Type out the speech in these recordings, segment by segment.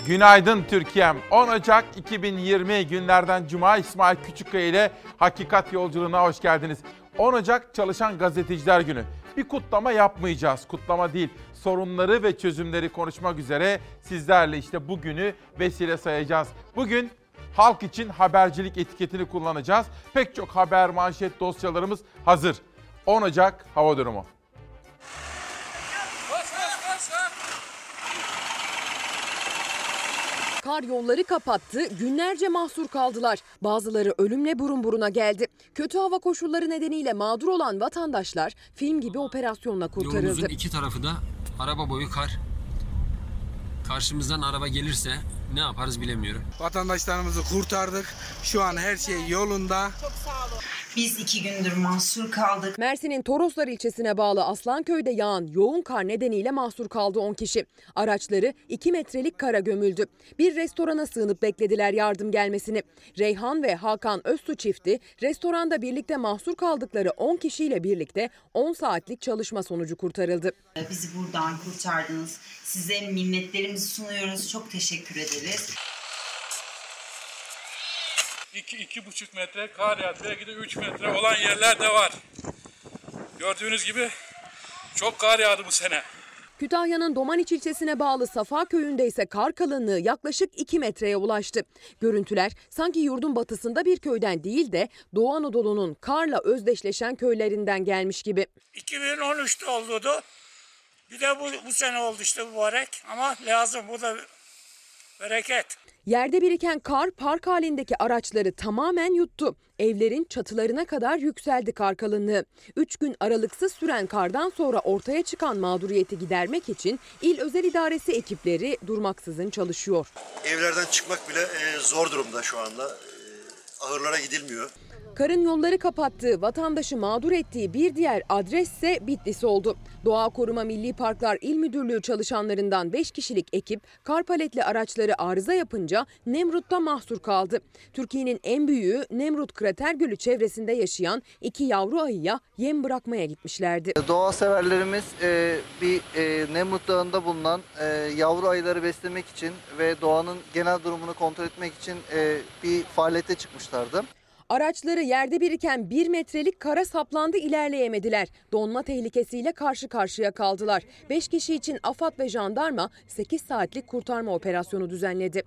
Günaydın Türkiye'm. 10 Ocak 2020 günlerden Cuma, İsmail Küçükkaya ile Hakikat Yolculuğuna hoş geldiniz. 10 Ocak Çalışan Gazeteciler Günü. Bir kutlama yapmayacağız. Kutlama değil, sorunları ve çözümleri konuşmak üzere sizlerle işte bugünü vesile sayacağız. Bugün halk için habercilik etiketini kullanacağız. Pek çok haber, manşet dosyalarımız hazır. 10 Ocak hava durumu. Kar yolları kapattı, günlerce mahsur kaldılar. Bazıları ölümle burun buruna geldi. Kötü hava koşulları nedeniyle mağdur olan vatandaşlar film gibi operasyonla kurtarıldı. Yolumuzun iki tarafı da araba boyu kar. Karşımızdan araba gelirse ne yaparız bilemiyorum. Vatandaşlarımızı kurtardık. Şu an her şey yolunda. Çok sağ olun. Biz 2 gündür mahsur kaldık. Mersin'in Toroslar ilçesine bağlı Aslanköy'de yağan yoğun kar nedeniyle mahsur kaldı 10 kişi. Araçları 2 metrelik kara gömüldü. Bir restorana sığınıp beklediler yardım gelmesini. Reyhan ve Hakan Özsu çifti restoranda birlikte mahsur kaldıkları 10 kişiyle birlikte 10 saatlik çalışma sonucu kurtarıldı. Bizi buradan kurtardınız. Size minnetlerimizi sunuyoruz. Çok teşekkür ederiz. 2,5 metre kar yağdı. Belki de 3 metre olan yerler de var. Gördüğünüz gibi çok kar yağdı bu sene. Kütahya'nın Domaniç ilçesine bağlı Safa köyünde ise kar kalınlığı yaklaşık 2 metreye ulaştı. Görüntüler sanki yurdun batısında bir köyden değil de Doğu Anadolu'nun karla özdeşleşen köylerinden gelmiş gibi. 2013'te oldu. Bir de bu sene oldu işte mübarek ama lazım, bu da bereket. Yerde biriken kar park halindeki araçları tamamen yuttu. Evlerin çatılarına kadar yükseldi kar kalınlığı. 3 gün aralıksız süren kardan sonra ortaya çıkan mağduriyeti gidermek için İl Özel İdaresi ekipleri durmaksızın çalışıyor. Evlerden çıkmak bile zor durumda şu anda. Ahırlara gidilmiyor. Karın yolları kapattığı, vatandaşı mağdur ettiği bir diğer adres ise Bitlis oldu. Doğa Koruma Milli Parklar İl Müdürlüğü çalışanlarından 5 kişilik ekip kar paletli araçları arıza yapınca Nemrut'ta mahsur kaldı. Türkiye'nin en büyüğü Nemrut Krater Gölü çevresinde yaşayan 2 yavru ayıya yem bırakmaya gitmişlerdi. Doğa severlerimiz bir Nemrut Dağı'nda bulunan yavru ayıları beslemek için ve doğanın genel durumunu kontrol etmek için bir faaliyete çıkmışlardı. Araçları yerde biriken 1 metrelik kara saplandı, ilerleyemediler. Donma tehlikesiyle karşı karşıya kaldılar. 5 kişi için AFAD ve jandarma 8 saatlik kurtarma operasyonu düzenledi.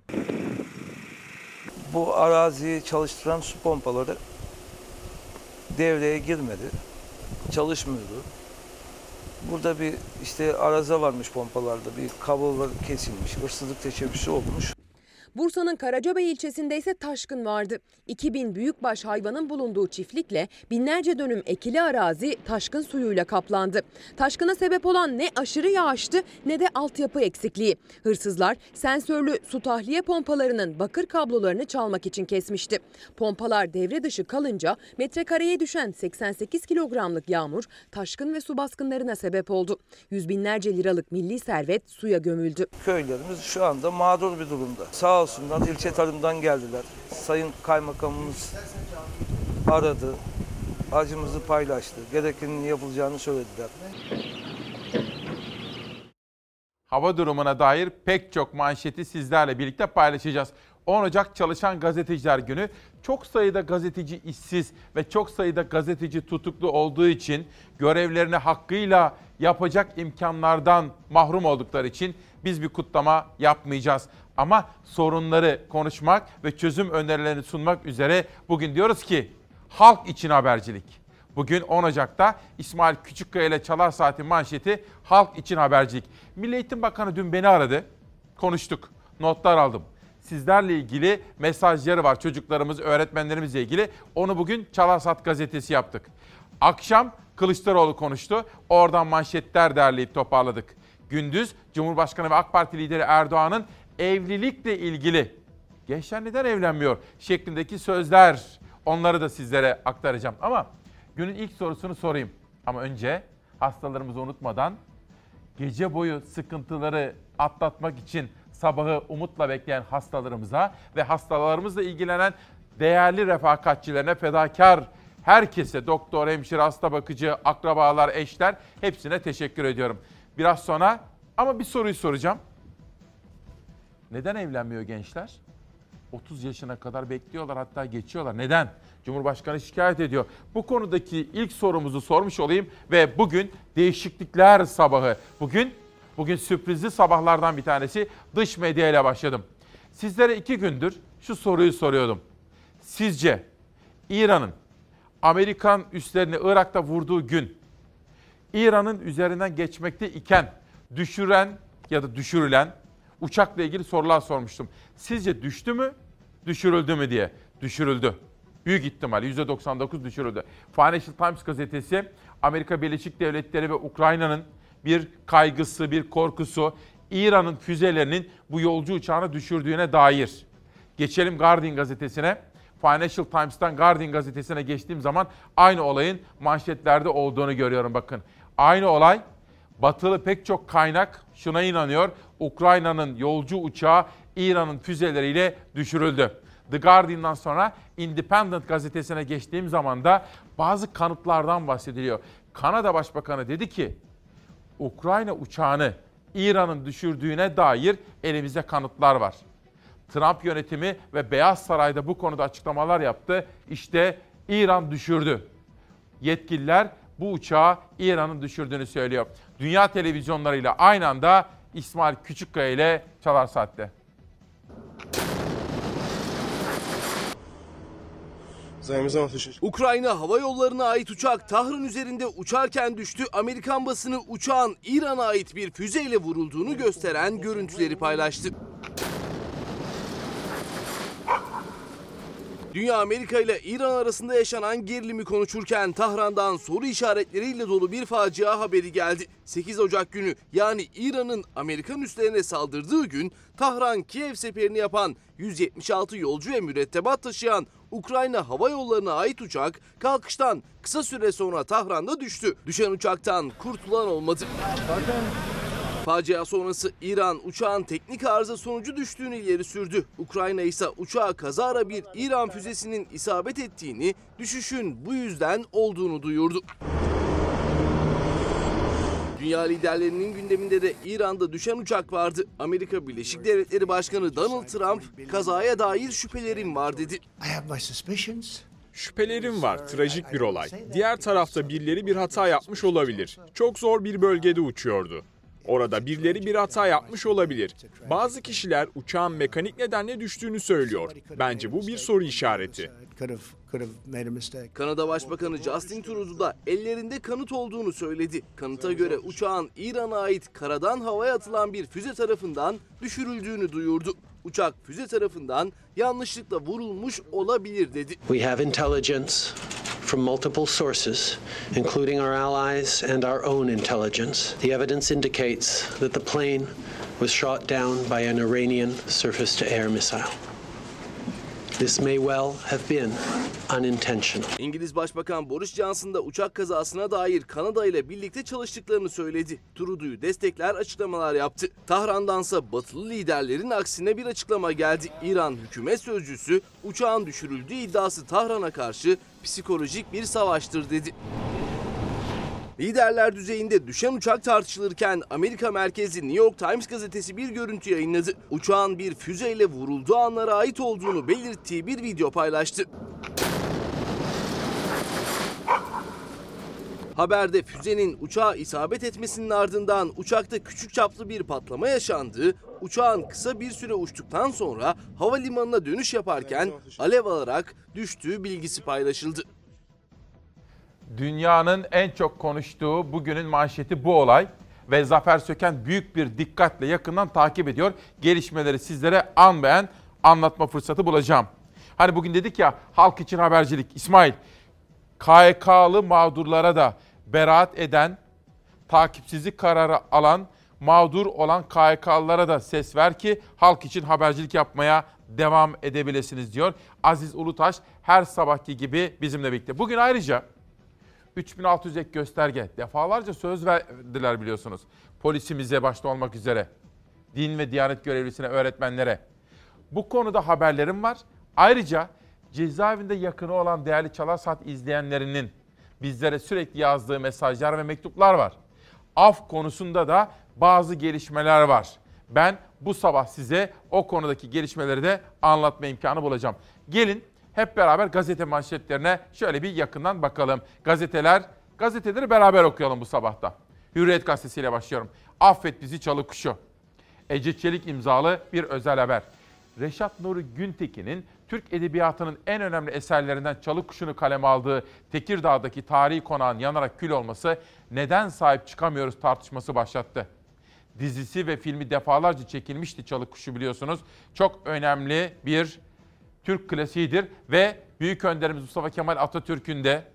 Bu araziyi çalıştıran su pompaları devreye girmedi, çalışmıyordu. Burada bir arıza varmış pompalarda, bir kablolar kesilmiş, hırsızlık teşebbüsü olmuş. Bursa'nın Karacabey ilçesinde ise taşkın vardı. 2000 büyükbaş hayvanın bulunduğu çiftlikle binlerce dönüm ekili arazi taşkın suyuyla kaplandı. Taşkına sebep olan ne aşırı yağıştı ne de altyapı eksikliği. Hırsızlar sensörlü su tahliye pompalarının bakır kablolarını çalmak için kesmişti. Pompalar devre dışı kalınca metrekareye düşen 88 kilogramlık yağmur taşkın ve su baskınlarına sebep oldu. Yüz binlerce liralık milli servet suya gömüldü. Köylerimiz şu anda mağdur bir durumda. Sağ olsunlar, ilçe tarımdan geldiler. Sayın Kaymakamımız aradı, acımızı paylaştı. Gerekenin yapılacağını söylediler. Hava durumuna dair pek çok manşeti sizlerle birlikte paylaşacağız. 10 Ocak Çalışan Gazeteciler Günü. Çok sayıda gazeteci işsiz ve çok sayıda gazeteci tutuklu olduğu için görevlerini hakkıyla yapacak imkanlardan mahrum oldukları için biz bir kutlama yapmayacağız. Ama sorunları konuşmak ve çözüm önerilerini sunmak üzere bugün diyoruz ki halk için habercilik. Bugün 10 Ocak'ta İsmail Küçükkaya ile Çalar Saat'in manşeti halk için habercilik. Milli Eğitim Bakanı dün beni aradı, konuştuk, notlar aldım. Sizlerle ilgili mesajları var, çocuklarımız, öğretmenlerimizle ilgili. Onu bugün Çalar Saat gazetesi yaptık. Akşam Kılıçdaroğlu konuştu, oradan manşetler derleyip toparladık. Gündüz Cumhurbaşkanı ve AK Parti lideri Erdoğan'ın evlilikle ilgili gençler neden evlenmiyor şeklindeki sözler, onları da sizlere aktaracağım. Ama günün ilk sorusunu sorayım. Ama önce hastalarımızı unutmadan gece boyu sıkıntıları atlatmak için sabahı umutla bekleyen hastalarımıza ve hastalarımızla ilgilenen değerli refakatçilerine, fedakar herkese, doktor, hemşire, hasta bakıcı, akrabalar, eşler hepsine teşekkür ediyorum. Biraz sonra ama bir soruyu soracağım. Neden evlenmiyor gençler? 30 yaşına kadar bekliyorlar, hatta geçiyorlar. Neden? Cumhurbaşkanı şikayet ediyor. Bu konudaki ilk sorumuzu sormuş olayım ve bugün değişiklikler sabahı. Bugün sürprizli sabahlardan bir tanesi dış medya ile başladım. Sizlere 2 gündür şu soruyu soruyordum. Sizce İran'ın Amerikan üslerini Irak'ta vurduğu gün İran'ın üzerinden geçmekte iken düşüren ya da düşürülen uçakla ilgili sorular sormuştum. Sizce düştü mü, düşürüldü mü diye. Düşürüldü. Büyük ihtimal %99 düşürüldü. Financial Times gazetesi Amerika Birleşik Devletleri ve Ukrayna'nın bir kaygısı, bir korkusu İran'ın füzelerinin bu yolcu uçağını düşürdüğüne dair. Geçelim Guardian gazetesine. Financial Times'tan Guardian gazetesine geçtiğim zaman aynı olayın manşetlerde olduğunu görüyorum bakın. Aynı olay, batılı pek çok kaynak şuna inanıyor. Ukrayna'nın yolcu uçağı İran'ın füzeleriyle düşürüldü. The Guardian'dan sonra Independent gazetesine geçtiğim zaman da bazı kanıtlardan bahsediliyor. Kanada Başbakanı dedi ki, Ukrayna uçağını İran'ın düşürdüğüne dair elimizde kanıtlar var. Trump yönetimi ve Beyaz Saray'da bu konuda açıklamalar yaptı. İşte İran düşürdü. Yetkililer bu uçağı İran'ın düşürdüğünü söylüyor. Dünya televizyonlarıyla aynı anda İsmail Küçükkaya ile Çalar Saat'te. Ukrayna Hava Yolları'na ait uçak Tahran üzerinde uçarken düştü. Amerikan basını uçağın İran'a ait bir füzeyle vurulduğunu gösteren görüntüleri paylaştı. Dünya Amerika ile İran arasında yaşanan gerilimi konuşurken Tahran'dan soru işaretleriyle dolu bir facia haberi geldi. 8 Ocak günü yani İran'ın Amerikan üslerine saldırdığı gün Tahran-Kiev seferini yapan 176 yolcu ve mürettebat taşıyan Ukrayna Hava Yolları'na ait uçak kalkıştan kısa süre sonra Tahran'da düştü. Düşen uçaktan kurtulan olmadı. Facia sonrası İran uçağın teknik arıza sonucu düştüğünü ileri sürdü. Ukrayna ise uçağa kazara bir İran füzesinin isabet ettiğini, düşüşün bu yüzden olduğunu duyurdu. Dünya liderlerinin gündeminde de İran'da düşen uçak vardı. Amerika Birleşik Devletleri Başkanı Donald Trump kazaya dair şüphelerim var dedi. Şüphelerim var. Trajik bir olay. Diğer tarafta birileri bir hata yapmış olabilir. Çok zor bir bölgede uçuyordu. Orada birileri bir hata yapmış olabilir. Bazı kişiler uçağın mekanik nedenle düştüğünü söylüyor. Bence bu bir soru işareti. Kanada Başbakanı Justin Trudeau da ellerinde kanıt olduğunu söyledi. Kanıta göre uçağın İran'a ait karadan havaya atılan bir füze tarafından düşürüldüğünü duyurdu. Uçak füze tarafından yanlışlıkla vurulmuş olabilir dedi. We have intelligence from multiple sources, including our allies and our own intelligence. The evidence indicates that the plane was shot down by an Iranian surface-to-air missile. This may well have been unintentional. İngiliz Başbakan Boris Johnson da uçak kazasına dair Kanada ile birlikte çalıştıklarını söyledi. Trudeau'yu destekler açıklamalar yaptı. Tahran'dansa batılı liderlerin aksine bir açıklama geldi. İran hükümet sözcüsü uçağın düşürüldüğü iddiası Tahran'a karşı psikolojik bir savaştır dedi. Liderler düzeyinde düşen uçak tartışılırken Amerika merkezli New York Times gazetesi bir görüntü yayınladı. Uçağın bir füzeyle vurulduğu anlara ait olduğunu belirttiği bir video paylaştı. Haberde füzenin uçağa isabet etmesinin ardından uçakta küçük çaplı bir patlama yaşandığı, uçağın kısa bir süre uçtuktan sonra havalimanına dönüş yaparken alev alarak düştüğü bilgisi paylaşıldı. Dünyanın en çok konuştuğu bugünün manşeti bu olay ve Zafer Söken büyük bir dikkatle yakından takip ediyor. Gelişmeleri sizlere an be an anlatma fırsatı bulacağım. Hani bugün dedik ya, halk için habercilik. İsmail, KHK'lı mağdurlara da beraat eden, takipsizlik kararı alan, mağdur olan KHK'lılara da ses ver ki halk için habercilik yapmaya devam edebilirsiniz diyor. Aziz Ulutaş her sabahki gibi bizimle birlikte. Bugün ayrıca 3600 ek gösterge, defalarca söz verdiler biliyorsunuz. Polisimize başta olmak üzere, din ve diyanet görevlisine, öğretmenlere. Bu konuda haberlerim var. Ayrıca cezaevinde yakını olan değerli Çalar Saat izleyenlerinin bizlere sürekli yazdığı mesajlar ve mektuplar var. Af konusunda da bazı gelişmeler var. Ben bu sabah size o konudaki gelişmeleri de anlatma imkanı bulacağım. Gelin hep beraber gazete manşetlerine şöyle bir yakından bakalım. Gazeteleri beraber okuyalım bu sabahta. Hürriyet gazetesiyle başlıyorum. Affet bizi çalı kuşu. Ece Çelik imzalı bir özel haber. Reşat Nuri Güntekin'in Türk edebiyatının en önemli eserlerinden Çalı Kuşu'nu kaleme aldığı Tekirdağ'daki tarihi konağın yanarak kül olması neden sahip çıkamıyoruz tartışması başlattı. Dizisi ve filmi defalarca çekilmişti Çalı Kuşu biliyorsunuz. Çok önemli bir Türk klasiğidir ve Büyük Önderimiz Mustafa Kemal Atatürk'ün de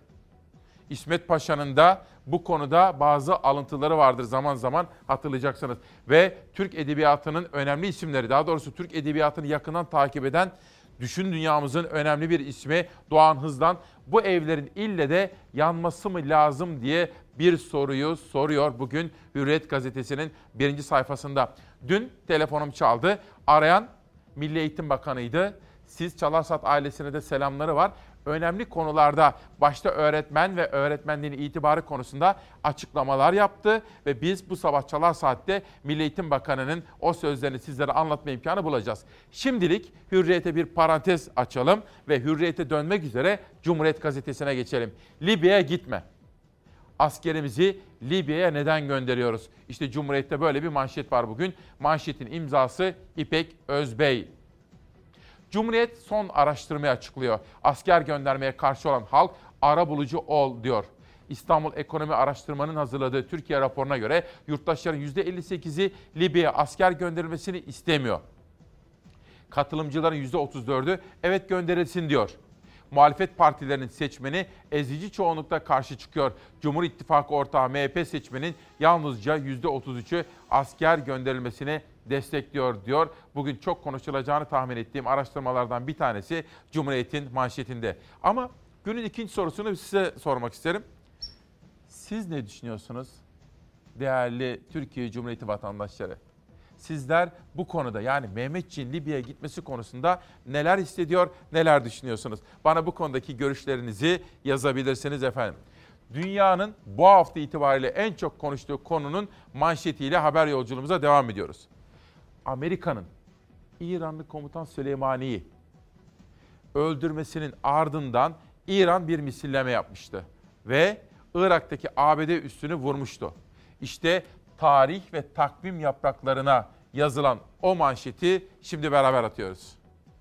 İsmet Paşa'nın da bu konuda bazı alıntıları vardır zaman zaman hatırlayacaksınız. Ve Türk edebiyatının önemli isimleri, daha doğrusu Türk edebiyatını yakından takip eden düşün dünyamızın önemli bir ismi Doğan Hızlan bu evlerin ille de yanması mı lazım diye bir soruyu soruyor bugün Hürriyet gazetesinin 1. sayfasında. Dün telefonum çaldı. Arayan Milli Eğitim Bakanı'ydı. Siz Çalarsat ailesine de selamları var. Önemli konularda başta öğretmen ve öğretmenliğin itibarı konusunda açıklamalar yaptı ve biz bu sabah Çalar Saat'te Milli Eğitim Bakanı'nın o sözlerini sizlere anlatma imkanı bulacağız. Şimdilik Hürriyet'e bir parantez açalım ve Hürriyet'e dönmek üzere Cumhuriyet Gazetesi'ne geçelim. Libya'ya gitme. Askerimizi Libya'ya neden gönderiyoruz? İşte Cumhuriyet'te böyle bir manşet var bugün. Manşetin imzası İpek Özbey. Cumhuriyet son araştırmayı açıklıyor. Asker göndermeye karşı olan halk arabulucu ol diyor. İstanbul Ekonomi Araştırma'nın hazırladığı Türkiye raporuna göre yurttaşların %58'i Libya'ya asker gönderilmesini istemiyor. Katılımcıların %34'ü evet gönderilsin diyor. Muhalefet partilerinin seçmeni ezici çoğunlukla karşı çıkıyor. Cumhur İttifakı ortağı MHP seçmenin yalnızca %33'ü asker gönderilmesini destekliyor diyor. Bugün çok konuşulacağını tahmin ettiğim araştırmalardan bir tanesi Cumhuriyet'in manşetinde. Ama günün ikinci sorusunu size sormak isterim. Siz ne düşünüyorsunuz değerli Türkiye Cumhuriyeti vatandaşları? Sizler bu konuda yani Mehmetçiğin Libya'ya gitmesi konusunda neler hissediyor, neler düşünüyorsunuz? Bana bu konudaki görüşlerinizi yazabilirsiniz efendim. Dünyanın bu hafta itibariyle en çok konuştuğu konunun manşetiyle haber yolculuğumuza devam ediyoruz. Amerika'nın İranlı komutan Süleymani'yi öldürmesinin ardından İran bir misilleme yapmıştı ve Irak'taki ABD üssünü vurmuştu. İşte tarih ve takvim yapraklarına yazılan o manşeti şimdi beraber atıyoruz.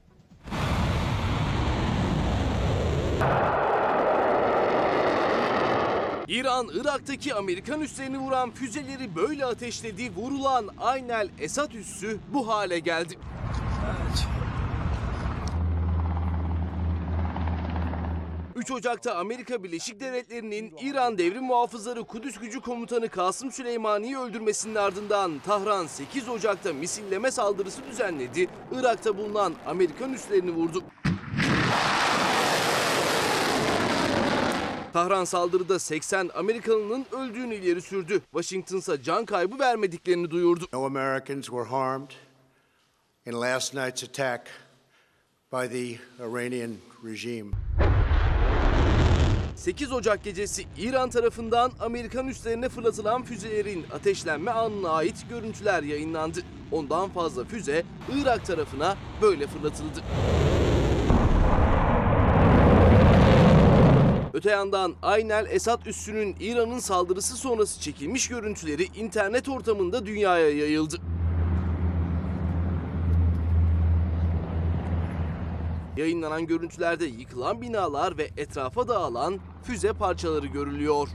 İran, Irak'taki Amerikan üslerini vuran füzeleri böyle ateşledi, vurulan Aynel Esad üssü bu hale geldi. Evet. 3 Ocak'ta Amerika Birleşik Devletleri'nin İran Devrim Muhafızları Kudüs Gücü Komutanı Kasım Süleymani'yi öldürmesinin ardından Tahran 8 Ocak'ta misilleme saldırısı düzenledi, Irak'ta bulunan Amerikan üslerini vurdu. Tahran saldırıda 80 Amerikalının öldüğünü ileri sürdü. Washington ise can kaybı vermediklerini duyurdu. No Americans were harmed in last night's attack by the Iranian regime. 8 Ocak gecesi İran tarafından Amerikan üslerine fırlatılan füzelerin ateşlenme anına ait görüntüler yayınlandı. Ondan fazla füze Irak tarafına böyle fırlatıldı. Öte yandan Aynel Esad üssünün İran'ın saldırısı sonrası çekilmiş görüntüleri internet ortamında dünyaya yayıldı. Yayınlanan görüntülerde yıkılan binalar ve etrafa dağılan füze parçaları görülüyor.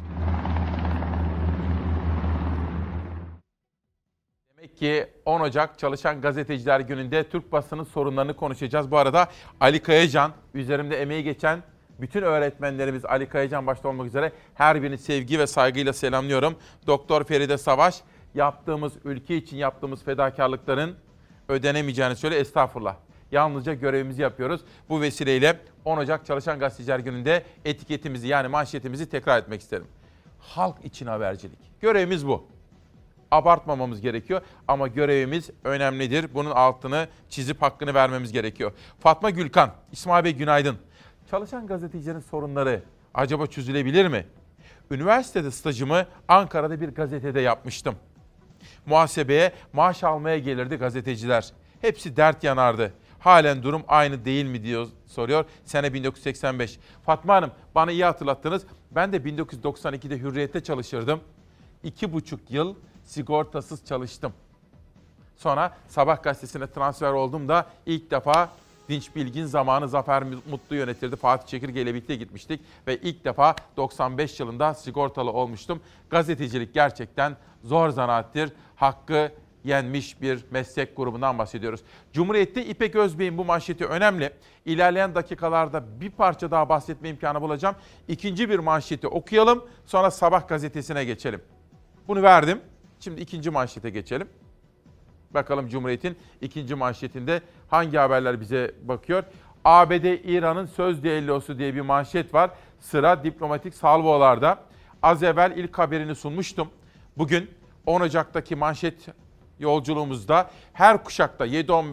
Demek ki 10 Ocak Çalışan Gazeteciler Günü'nde Türk basının sorunlarını konuşacağız. Bu arada Ali Kayacan, üzerimde emeği geçen bütün öğretmenlerimiz Ali Kayacan başta olmak üzere her birini sevgi ve saygıyla selamlıyorum. Doktor Feride Savaş, yaptığımız ülke için yaptığımız fedakarlıkların ödenemeyeceğini söyle, estağfurullah. Yalnızca görevimizi yapıyoruz. Bu vesileyle 10 Ocak Çalışan Gazeteciler Günü'nde etiketimizi yani manşetimizi tekrar etmek isterim. Halk için habercilik. Görevimiz bu. Abartmamamız gerekiyor ama görevimiz önemlidir. Bunun altını çizip hakkını vermemiz gerekiyor. Fatma Gülkan, İsmail Bey günaydın. Çalışan gazetecilerin sorunları acaba çözülebilir mi? Üniversitede stajımı Ankara'da bir gazetede yapmıştım. Muhasebeye maaş almaya gelirdi gazeteciler. Hepsi dert yanardı. Halen durum aynı değil mi diyor soruyor. Sene 1985. Fatma Hanım bana iyi hatırlattınız. Ben de 1992'de Hürriyet'te çalışırdım. 2,5 yıl sigortasız çalıştım. Sonra Sabah gazetesine transfer oldum da ilk defa Dinç Bilgin zamanı Zafer Mutlu yönetirdi. Fatih Çekirge ile birlikte gitmiştik ve ilk defa 95 yılında sigortalı olmuştum. Gazetecilik gerçekten zor zanaattir. Hakkı yenmiş bir meslek grubundan bahsediyoruz. Cumhuriyet'te İpek Özbey'in bu manşeti önemli. İlerleyen dakikalarda bir parça daha bahsetme imkanı bulacağım. İkinci bir manşeti okuyalım, sonra Sabah gazetesine geçelim. Bunu verdim. Şimdi ikinci manşete geçelim. Bakalım Cumhuriyet'in ikinci manşetinde hangi haberler bize bakıyor? ABD İran'ın söz düellosu diye bir manşet var. Sıra diplomatik salvolarda. Az evvel ilk haberini sunmuştum. Bugün 10 Ocak'taki manşet yolculuğumuzda her kuşakta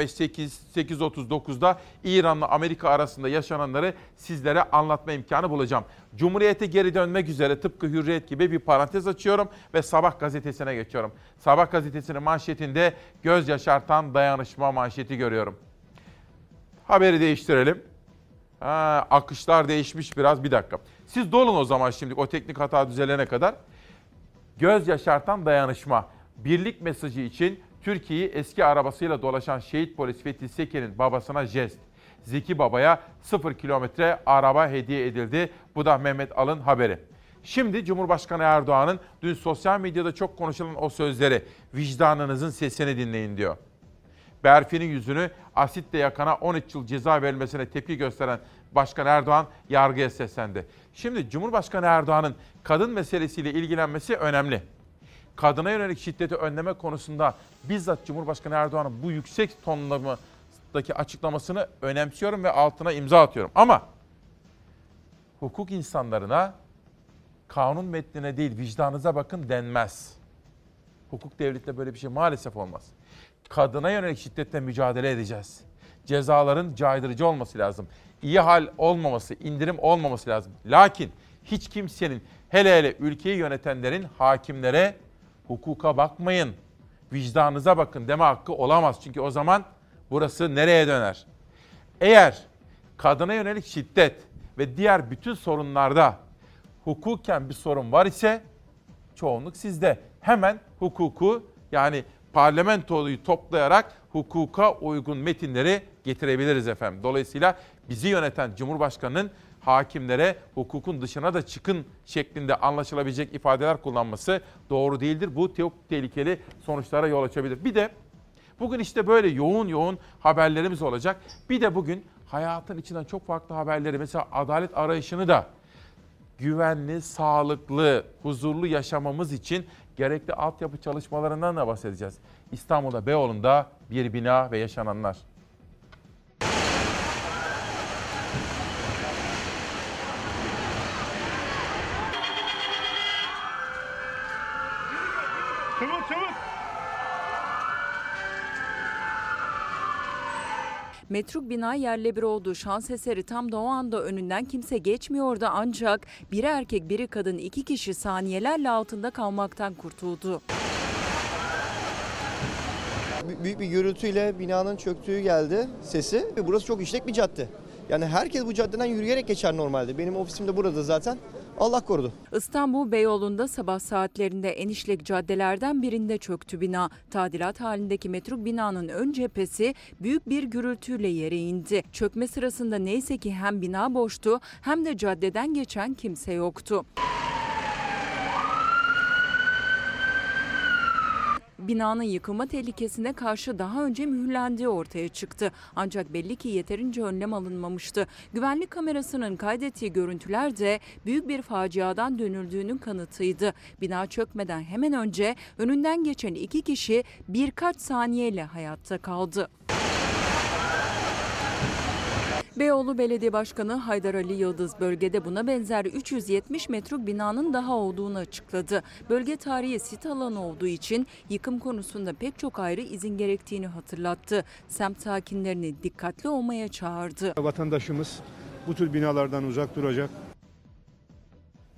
7-15-8-39'da İran'la Amerika arasında yaşananları sizlere anlatma imkanı bulacağım. Cumhuriyete geri dönmek üzere tıpkı Hürriyet gibi bir parantez açıyorum ve Sabah gazetesine geçiyorum. Sabah gazetesinin manşetinde göz yaşartan dayanışma manşeti görüyorum. Haberi değiştirelim. Akışlar değişmiş biraz, bir dakika. Siz dolun o zaman şimdi o teknik hata düzelene kadar. Göz yaşartan dayanışma. Birlik mesajı için Türkiye'yi eski arabasıyla dolaşan şehit polis Fethi Seker'in babasına jest. Zeki Baba'ya 0 kilometre araba hediye edildi. Bu da Mehmet Al'ın haberi. Şimdi Cumhurbaşkanı Erdoğan'ın dün sosyal medyada çok konuşulan o sözleri, vicdanınızın sesini dinleyin diyor. Berfi'nin yüzünü asitle yakana 13 yıl ceza verilmesine tepki gösteren Başkan Erdoğan yargıya seslendi. Şimdi Cumhurbaşkanı Erdoğan'ın kadın meselesiyle ilgilenmesi önemli. Kadına yönelik şiddeti önleme konusunda bizzat Cumhurbaşkanı Erdoğan'ın bu yüksek tonlamadaki açıklamasını önemsiyorum ve altına imza atıyorum. Ama hukuk insanlarına kanun metnine değil vicdanınıza bakın denmez. Hukuk devletinde böyle bir şey maalesef olmaz. Kadına yönelik şiddetle mücadele edeceğiz. Cezaların caydırıcı olması lazım. İyi hal olmaması, indirim olmaması lazım. Lakin hiç kimsenin, hele hele ülkeyi yönetenlerin hakimlere hukuka bakmayın, vicdanınıza bakın deme hakkı olamaz. Çünkü o zaman burası nereye döner? Eğer kadına yönelik şiddet ve diğer bütün sorunlarda hukuken bir sorun var ise çoğunluk sizde. Hemen hukuku, yani parlamentoyu toplayarak hukuka uygun metinleri getirebiliriz efendim. Dolayısıyla bizi yöneten Cumhurbaşkanı'nın hakimlere hukukun dışına da çıkın şeklinde anlaşılabilecek ifadeler kullanması doğru değildir. Bu çok tehlikeli sonuçlara yol açabilir. Bir de bugün işte böyle yoğun haberlerimiz olacak. Bir de bugün hayatın içinden çok farklı haberleri, mesela adalet arayışını da güvenli, sağlıklı, huzurlu yaşamamız için gerekli altyapı çalışmalarından da bahsedeceğiz. İstanbul'da Beyoğlu'nda bir bina ve yaşananlar. Metruk bina yerle bir oldu. Şans eseri tam da o anda önünden kimse geçmiyordu, ancak biri erkek biri kadın 2 kişi saniyelerle altında kalmaktan kurtuldu. Büyük bir gürültüyle binanın çöktüğü geldi sesi. Burası çok işlek bir cadde. Yani herkes bu caddeden yürüyerek geçer normalde. Benim ofisim de burada zaten. Allah korudu. İstanbul Beyoğlu'nda sabah saatlerinde en işlek caddelerden birinde çöktü bina. Tadilat halindeki metruk binanın ön cephesi büyük bir gürültüyle yere indi. Çökme sırasında neyse ki hem bina boştu hem de caddeden geçen kimse yoktu. Binanın yıkılma tehlikesine karşı daha önce mühürlendiği ortaya çıktı. Ancak belli ki yeterince önlem alınmamıştı. Güvenlik kamerasının kaydettiği görüntüler de büyük bir faciadan dönüldüğünün kanıtıydı. Bina çökmeden hemen önce önünden geçen 2 kişi birkaç saniyeyle hayatta kaldı. Beyoğlu Belediye Başkanı Haydar Ali Yıldız bölgede buna benzer 370 metruk binanın daha olduğunu açıkladı. Bölge tarihi sit alanı olduğu için yıkım konusunda pek çok ayrı izin gerektiğini hatırlattı. Semt sakinlerini dikkatli olmaya çağırdı. Vatandaşımız bu tür binalardan uzak duracak.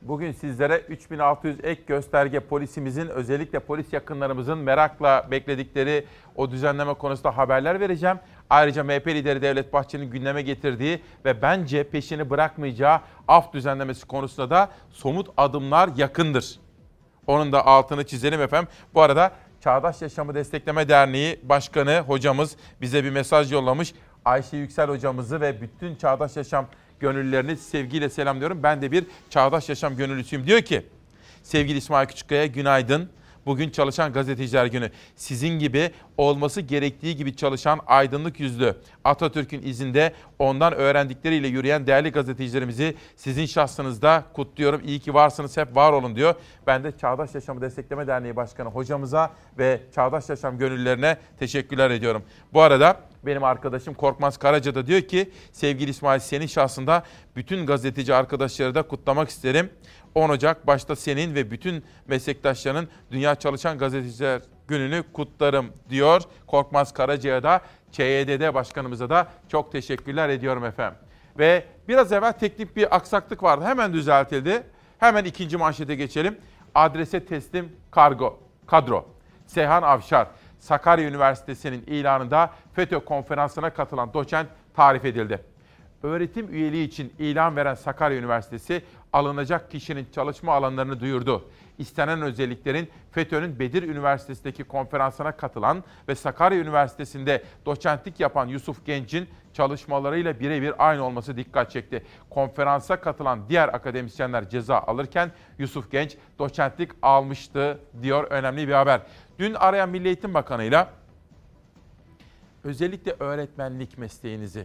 Bugün sizlere 3600 ek gösterge polisimizin, özellikle polis yakınlarımızın merakla bekledikleri o düzenleme konusunda haberler vereceğim. Ayrıca MHP lideri Devlet Bahçeli'nin gündeme getirdiği ve bence peşini bırakmayacağı af düzenlemesi konusunda da somut adımlar yakındır. Onun da altını çizelim efendim. Bu arada Çağdaş Yaşamı Destekleme Derneği Başkanı hocamız bize bir mesaj yollamış. Ayşe Yüksel hocamızı ve bütün Çağdaş Yaşam gönüllülerini sevgiyle selamlıyorum. Ben de bir Çağdaş Yaşam gönüllüsüyüm. Diyor ki, sevgili İsmail Küçükkaya günaydın. Bugün Çalışan Gazeteciler Günü. Sizin gibi olması gerektiği gibi çalışan aydınlık yüzlü, Atatürk'ün izinde ondan öğrendikleriyle yürüyen değerli gazetecilerimizi sizin şahsınızda kutluyorum. İyi ki varsınız, hep var olun diyor. Ben de Çağdaş Yaşamı Destekleme Derneği Başkanı hocamıza ve Çağdaş Yaşam gönüllülerine teşekkürler ediyorum. Bu arada benim arkadaşım Korkmaz Karaca da diyor ki, sevgili İsmail, senin şahsında bütün gazeteci arkadaşları da kutlamak isterim. 10 Ocak başta senin ve bütün meslektaşlarının Dünya Çalışan Gazeteciler Günü'nü kutlarım diyor. Korkmaz Karaca'ya da, ÇYDD Başkanımıza da çok teşekkürler ediyorum efendim. Ve biraz evvel teknik bir aksaklık vardı. Hemen düzeltildi. Hemen ikinci manşete geçelim. Adrese teslim kadro. Seyhan Avşar, Sakarya Üniversitesi'nin ilanında FETÖ konferansına katılan doçent tarif edildi. Öğretim üyeliği için ilan veren Sakarya Üniversitesi alınacak kişinin çalışma alanlarını duyurdu. İstenen özelliklerin FETÖ'nün Bedir Üniversitesi'ndeki konferansına katılan ve Sakarya Üniversitesi'nde doçentlik yapan Yusuf Genç'in çalışmalarıyla birebir aynı olması dikkat çekti. Konferansa katılan diğer akademisyenler ceza alırken Yusuf Genç doçentlik almıştı diyor önemli bir haber. Dün arayan Milli Eğitim Bakanı'yla özellikle öğretmenlik mesleğinizi,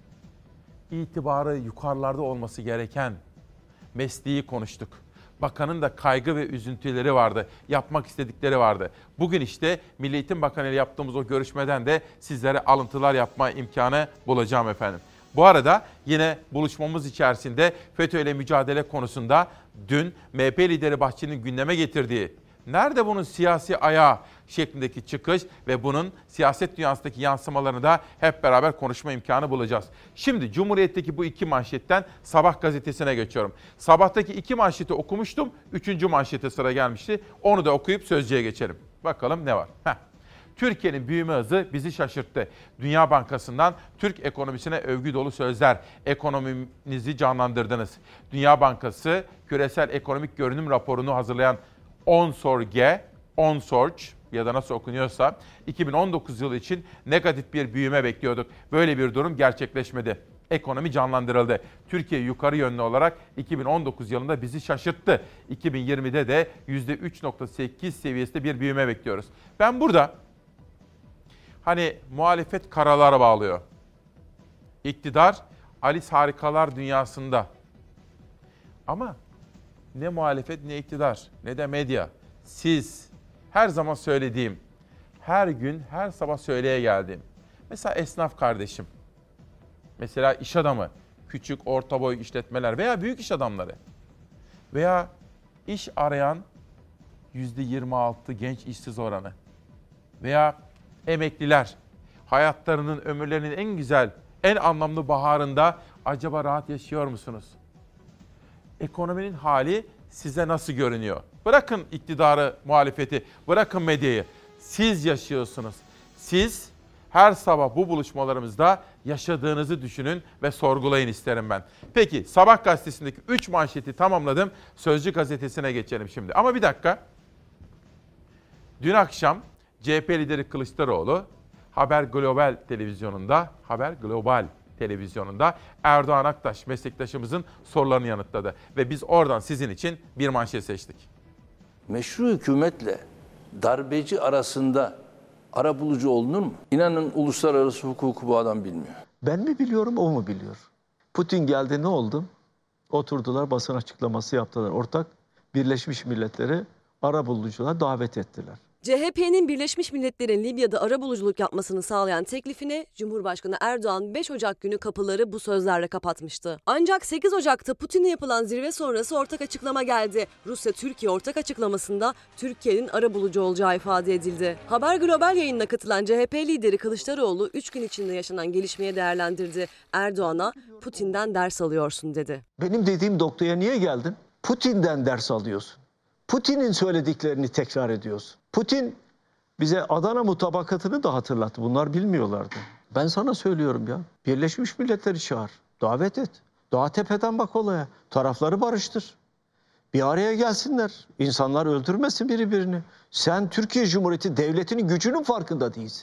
itibarı yukarılarda olması gereken mesleği konuştuk. Bakanın da kaygı ve üzüntüleri vardı, yapmak istedikleri vardı. Bugün işte Milli Eğitim Bakanı ile yaptığımız o görüşmeden de sizlere alıntılar yapma imkanı bulacağım efendim. Bu arada yine buluşmamız içerisinde FETÖ ile mücadele konusunda dün MHP lideri Bahçeli'nin gündeme getirdiği, nerede bunun siyasi ayağı şeklindeki çıkış ve bunun siyaset dünyasındaki yansımalarını da hep beraber konuşma imkanı bulacağız. Şimdi Cumhuriyet'teki bu iki manşetten Sabah gazetesine geçiyorum. Sabah'taki iki manşeti okumuştum. Üçüncü manşete sıra gelmişti. Onu da okuyup Sözcü'ye geçelim. Bakalım ne var? Türkiye'nin büyüme hızı bizi şaşırttı. Dünya Bankası'ndan Türk ekonomisine övgü dolu sözler. Ekonomimizi canlandırdınız. Dünya Bankası küresel ekonomik görünüm raporunu hazırlayan Onsorge ya da nasıl okunuyorsa 2019 yılı için negatif bir büyüme bekliyorduk. Böyle bir durum gerçekleşmedi. Ekonomi canlandırıldı. Türkiye yukarı yönlü olarak 2019 yılında bizi şaşırttı. 2020'de de %3.8 seviyesinde bir büyüme bekliyoruz. Ben burada hani muhalefet karalara bağlıyor. İktidar Alice Harikalar dünyasında. Ama ne muhalefet ne iktidar ne de medya. Siz, her zaman söylediğim, her gün her sabah söyleye geldiğim. Mesela esnaf kardeşim. Mesela iş adamı, küçük orta boy işletmeler veya büyük iş adamları. Veya iş arayan %26 genç işsiz oranı. Veya emekliler, hayatlarının, ömürlerinin en güzel, en anlamlı baharında acaba rahat yaşıyor musunuz? Ekonominin hali size nasıl görünüyor? Bırakın iktidarı, muhalefeti, bırakın medyayı. Siz yaşıyorsunuz. Siz her sabah bu buluşmalarımızda yaşadığınızı düşünün ve sorgulayın isterim ben. Peki Sabah gazetesindeki 3 manşeti tamamladım. Sözcü gazetesine geçelim şimdi. Ama bir dakika. Dün akşam CHP lideri Kılıçdaroğlu Haber Global televizyonunda Erdoğan Aktaş meslektaşımızın sorularını yanıtladı. Ve biz oradan sizin için bir manşet seçtik. Meşru hükümetle darbeci arasında arabulucu olunur mu? İnanın uluslararası hukuku bu adam bilmiyor. Ben mi biliyorum, o mu biliyor? Putin geldi, ne oldu? Oturdular, basın açıklaması yaptılar. Ortak Birleşmiş Milletleri arabuluculuğa davet ettiler. CHP'nin Birleşmiş Milletler'in Libya'da arabuluculuk yapmasını sağlayan teklifine Cumhurbaşkanı Erdoğan 5 Ocak günü kapıları bu sözlerle kapatmıştı. Ancak 8 Ocak'ta Putin'le yapılan zirve sonrası ortak açıklama geldi. Rusya-Türkiye ortak açıklamasında Türkiye'nin arabulucu olacağı ifade edildi. Haber Global yayınına katılan CHP lideri Kılıçdaroğlu 3 gün içinde yaşanan gelişmeyi değerlendirdi. Erdoğan'a Putin'den ders alıyorsun dedi. Benim dediğim noktaya niye geldin? Putin'den ders alıyorsun. Putin'in söylediklerini tekrar ediyorsun. Putin bize Adana mutabakatını da hatırlattı. Bunlar bilmiyorlardı. Ben sana söylüyorum ya. Birleşmiş Milletler'i çağır. Davet et. Daha tepeden bak olaya. Tarafları barıştır. Bir araya gelsinler. İnsanlar öldürmesin birbirini. Sen Türkiye Cumhuriyeti Devleti'nin gücünün farkında değilsin.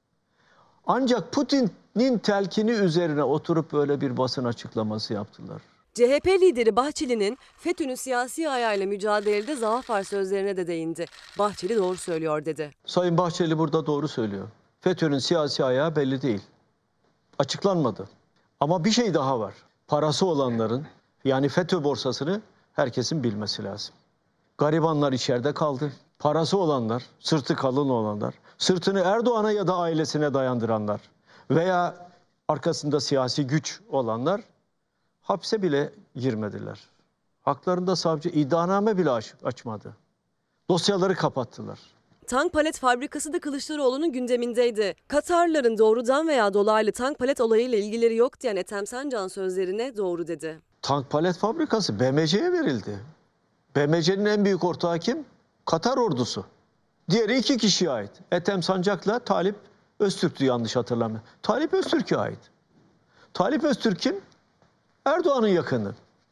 Ancak Putin'in telkini üzerine oturup böyle bir basın açıklaması yaptılar. CHP lideri Bahçeli'nin FETÖ'nün siyasi ayağıyla mücadelede zaaf var sözlerine de değindi. Bahçeli doğru söylüyor dedi. Sayın Bahçeli burada doğru söylüyor. FETÖ'nün siyasi ayağı belli değil. Açıklanmadı. Ama bir şey daha var. Parası olanların, yani FETÖ borsasını herkesin bilmesi lazım. Garibanlar içeride kaldı. Parası olanlar, sırtı kalın olanlar, sırtını Erdoğan'a ya da ailesine dayandıranlar veya arkasında siyasi güç olanlar hapse bile girmediler. Haklarında savcı iddianame bile açmadı. Dosyaları kapattılar. Tank palet fabrikası da Kılıçdaroğlu'nun gündemindeydi. Katarların doğrudan veya dolaylı tank palet olayıyla ilgileri yok diyen Ethem Sancan sözlerine doğru dedi. Tank palet fabrikası BMC'ye verildi. BMC'nin en büyük ortağı kim? Katar ordusu. Diğeri 2 kişiye ait. Ethem Sancak'la Talip Öztürk'tü yanlış hatırlamıyorum. Talip Öztürk'e ait. Talip Öztürk kim? Erdoğan'ın yakını.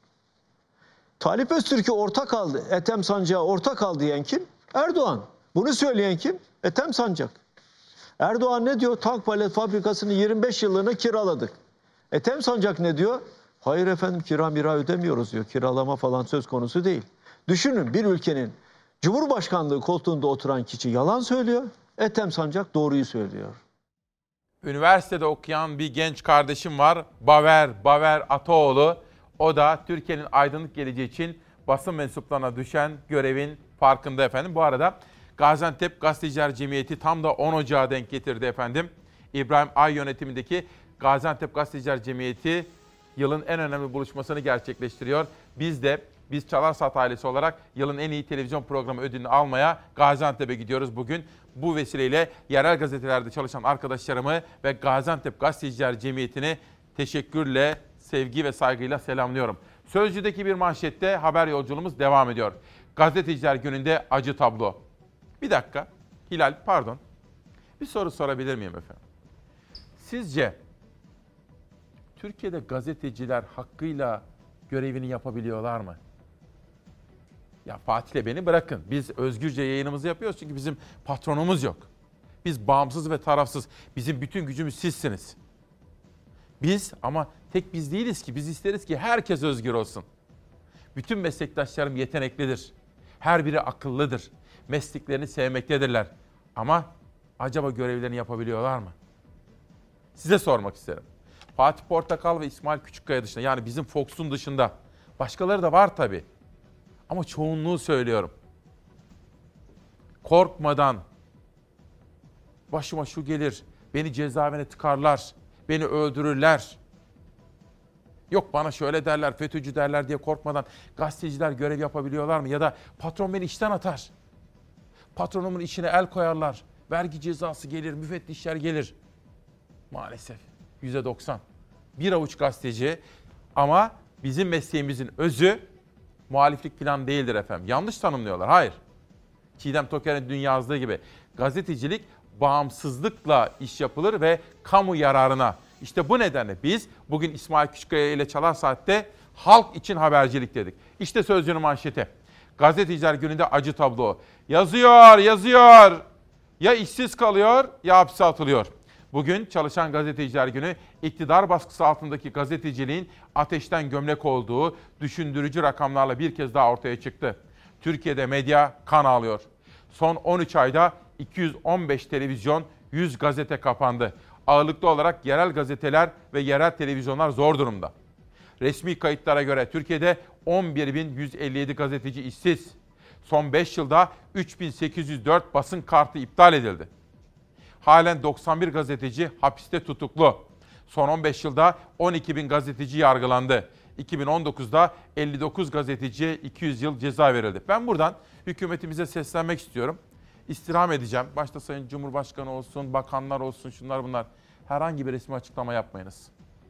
Talip Öztürk'e ortak aldı. Ethem Sancak'a ortak al diyen kim? Erdoğan. Bunu söyleyen kim? Ethem Sancak. Erdoğan ne diyor? Tank palet fabrikasını 25 yıllığına kiraladık. Ethem Sancak ne diyor? Hayır efendim kira ödemiyoruz diyor. Kiralama falan söz konusu değil. Düşünün bir ülkenin Cumhurbaşkanlığı koltuğunda oturan kişi yalan söylüyor. Ethem Sancak doğruyu söylüyor. Üniversitede okuyan bir genç kardeşim var. Baver Ataoğlu. O da Türkiye'nin aydınlık geleceği için basın mensuplarına düşen görevin farkında efendim. Bu arada Gaziantep Gazeteciler Cemiyeti tam da 10 Ocağı denk getirdi efendim. İbrahim Ay yönetimindeki Gaziantep Gazeteciler Cemiyeti yılın en önemli buluşmasını gerçekleştiriyor. Biz Çalarsat ailesi olarak yılın en iyi televizyon programı ödülünü almaya Gaziantep'e gidiyoruz bugün. Bu vesileyle yerel gazetelerde çalışan arkadaşlarımı ve Gaziantep Gazeteciler Cemiyeti'ni teşekkürle, sevgi ve saygıyla selamlıyorum. Sözcü'deki bir manşette haber yolculuğumuz devam ediyor. Gazeteciler Günü'nde acı tablo. Bir dakika, Hilal pardon. Bir soru sorabilir miyim efendim? Sizce Türkiye'de gazeteciler hakkıyla görevini yapabiliyorlar mı? Ya Fatih'le beni bırakın. Biz özgürce yayınımızı yapıyoruz çünkü bizim patronumuz yok. Biz bağımsız ve tarafsız. Bizim bütün gücümüz sizsiniz. Biz ama tek biz değiliz ki. Biz isteriz ki herkes özgür olsun. Bütün meslektaşlarım yeteneklidir. Her biri akıllıdır. Mesleklerini sevmektedirler. Ama acaba görevlerini yapabiliyorlar mı? Size sormak isterim. Fatih Portakal ve İsmail Küçükkaya dışında, yani bizim Fox'un dışında başkaları da var tabii. Ama çoğunluğu söylüyorum. Korkmadan başıma şu gelir, beni cezaevine tıkarlar, beni öldürürler. Yok bana şöyle derler, FETÖ'cü derler diye korkmadan gazeteciler görev yapabiliyorlar mı? Ya da patron beni işten atar. Patronumun işine el koyarlar. Vergi cezası gelir, müfettişler gelir. Maalesef %90. Bir avuç gazeteci ama bizim mesleğimizin özü muhaliflik falan değildir efendim. Yanlış tanımlıyorlar. Hayır. Çiğdem Toker'in dün yazdığı gibi gazetecilik bağımsızlıkla iş yapılır ve kamu yararına. İşte bu nedenle biz bugün İsmail Küçükkaya ile Çalar Saat'te halk için habercilik dedik. İşte Sözcü'nün manşeti. Gazeteciler Günü'nde acı tablo. Yazıyor. Ya işsiz kalıyor ya hapse atılıyor. Bugün Çalışan Gazeteciler Günü, iktidar baskısı altındaki gazeteciliğin ateşten gömlek olduğu düşündürücü rakamlarla bir kez daha ortaya çıktı. Türkiye'de medya kan ağlıyor. Son 13 ayda 215 televizyon, 100 gazete kapandı. Ağırlıklı olarak yerel gazeteler ve yerel televizyonlar zor durumda. Resmi kayıtlara göre Türkiye'de 11.157 gazeteci işsiz. Son 5 yılda 3.804 basın kartı iptal edildi. Halen 91 gazeteci hapiste tutuklu. Son 15 yılda 12.000 gazeteci yargılandı. 2019'da 59 gazeteciye 200 yıl ceza verildi. Ben buradan hükümetimize seslenmek istiyorum. İstirham edeceğim. Başta Sayın Cumhurbaşkanı olsun, bakanlar olsun, şunlar bunlar. Herhangi bir resmi açıklama yapmayınız.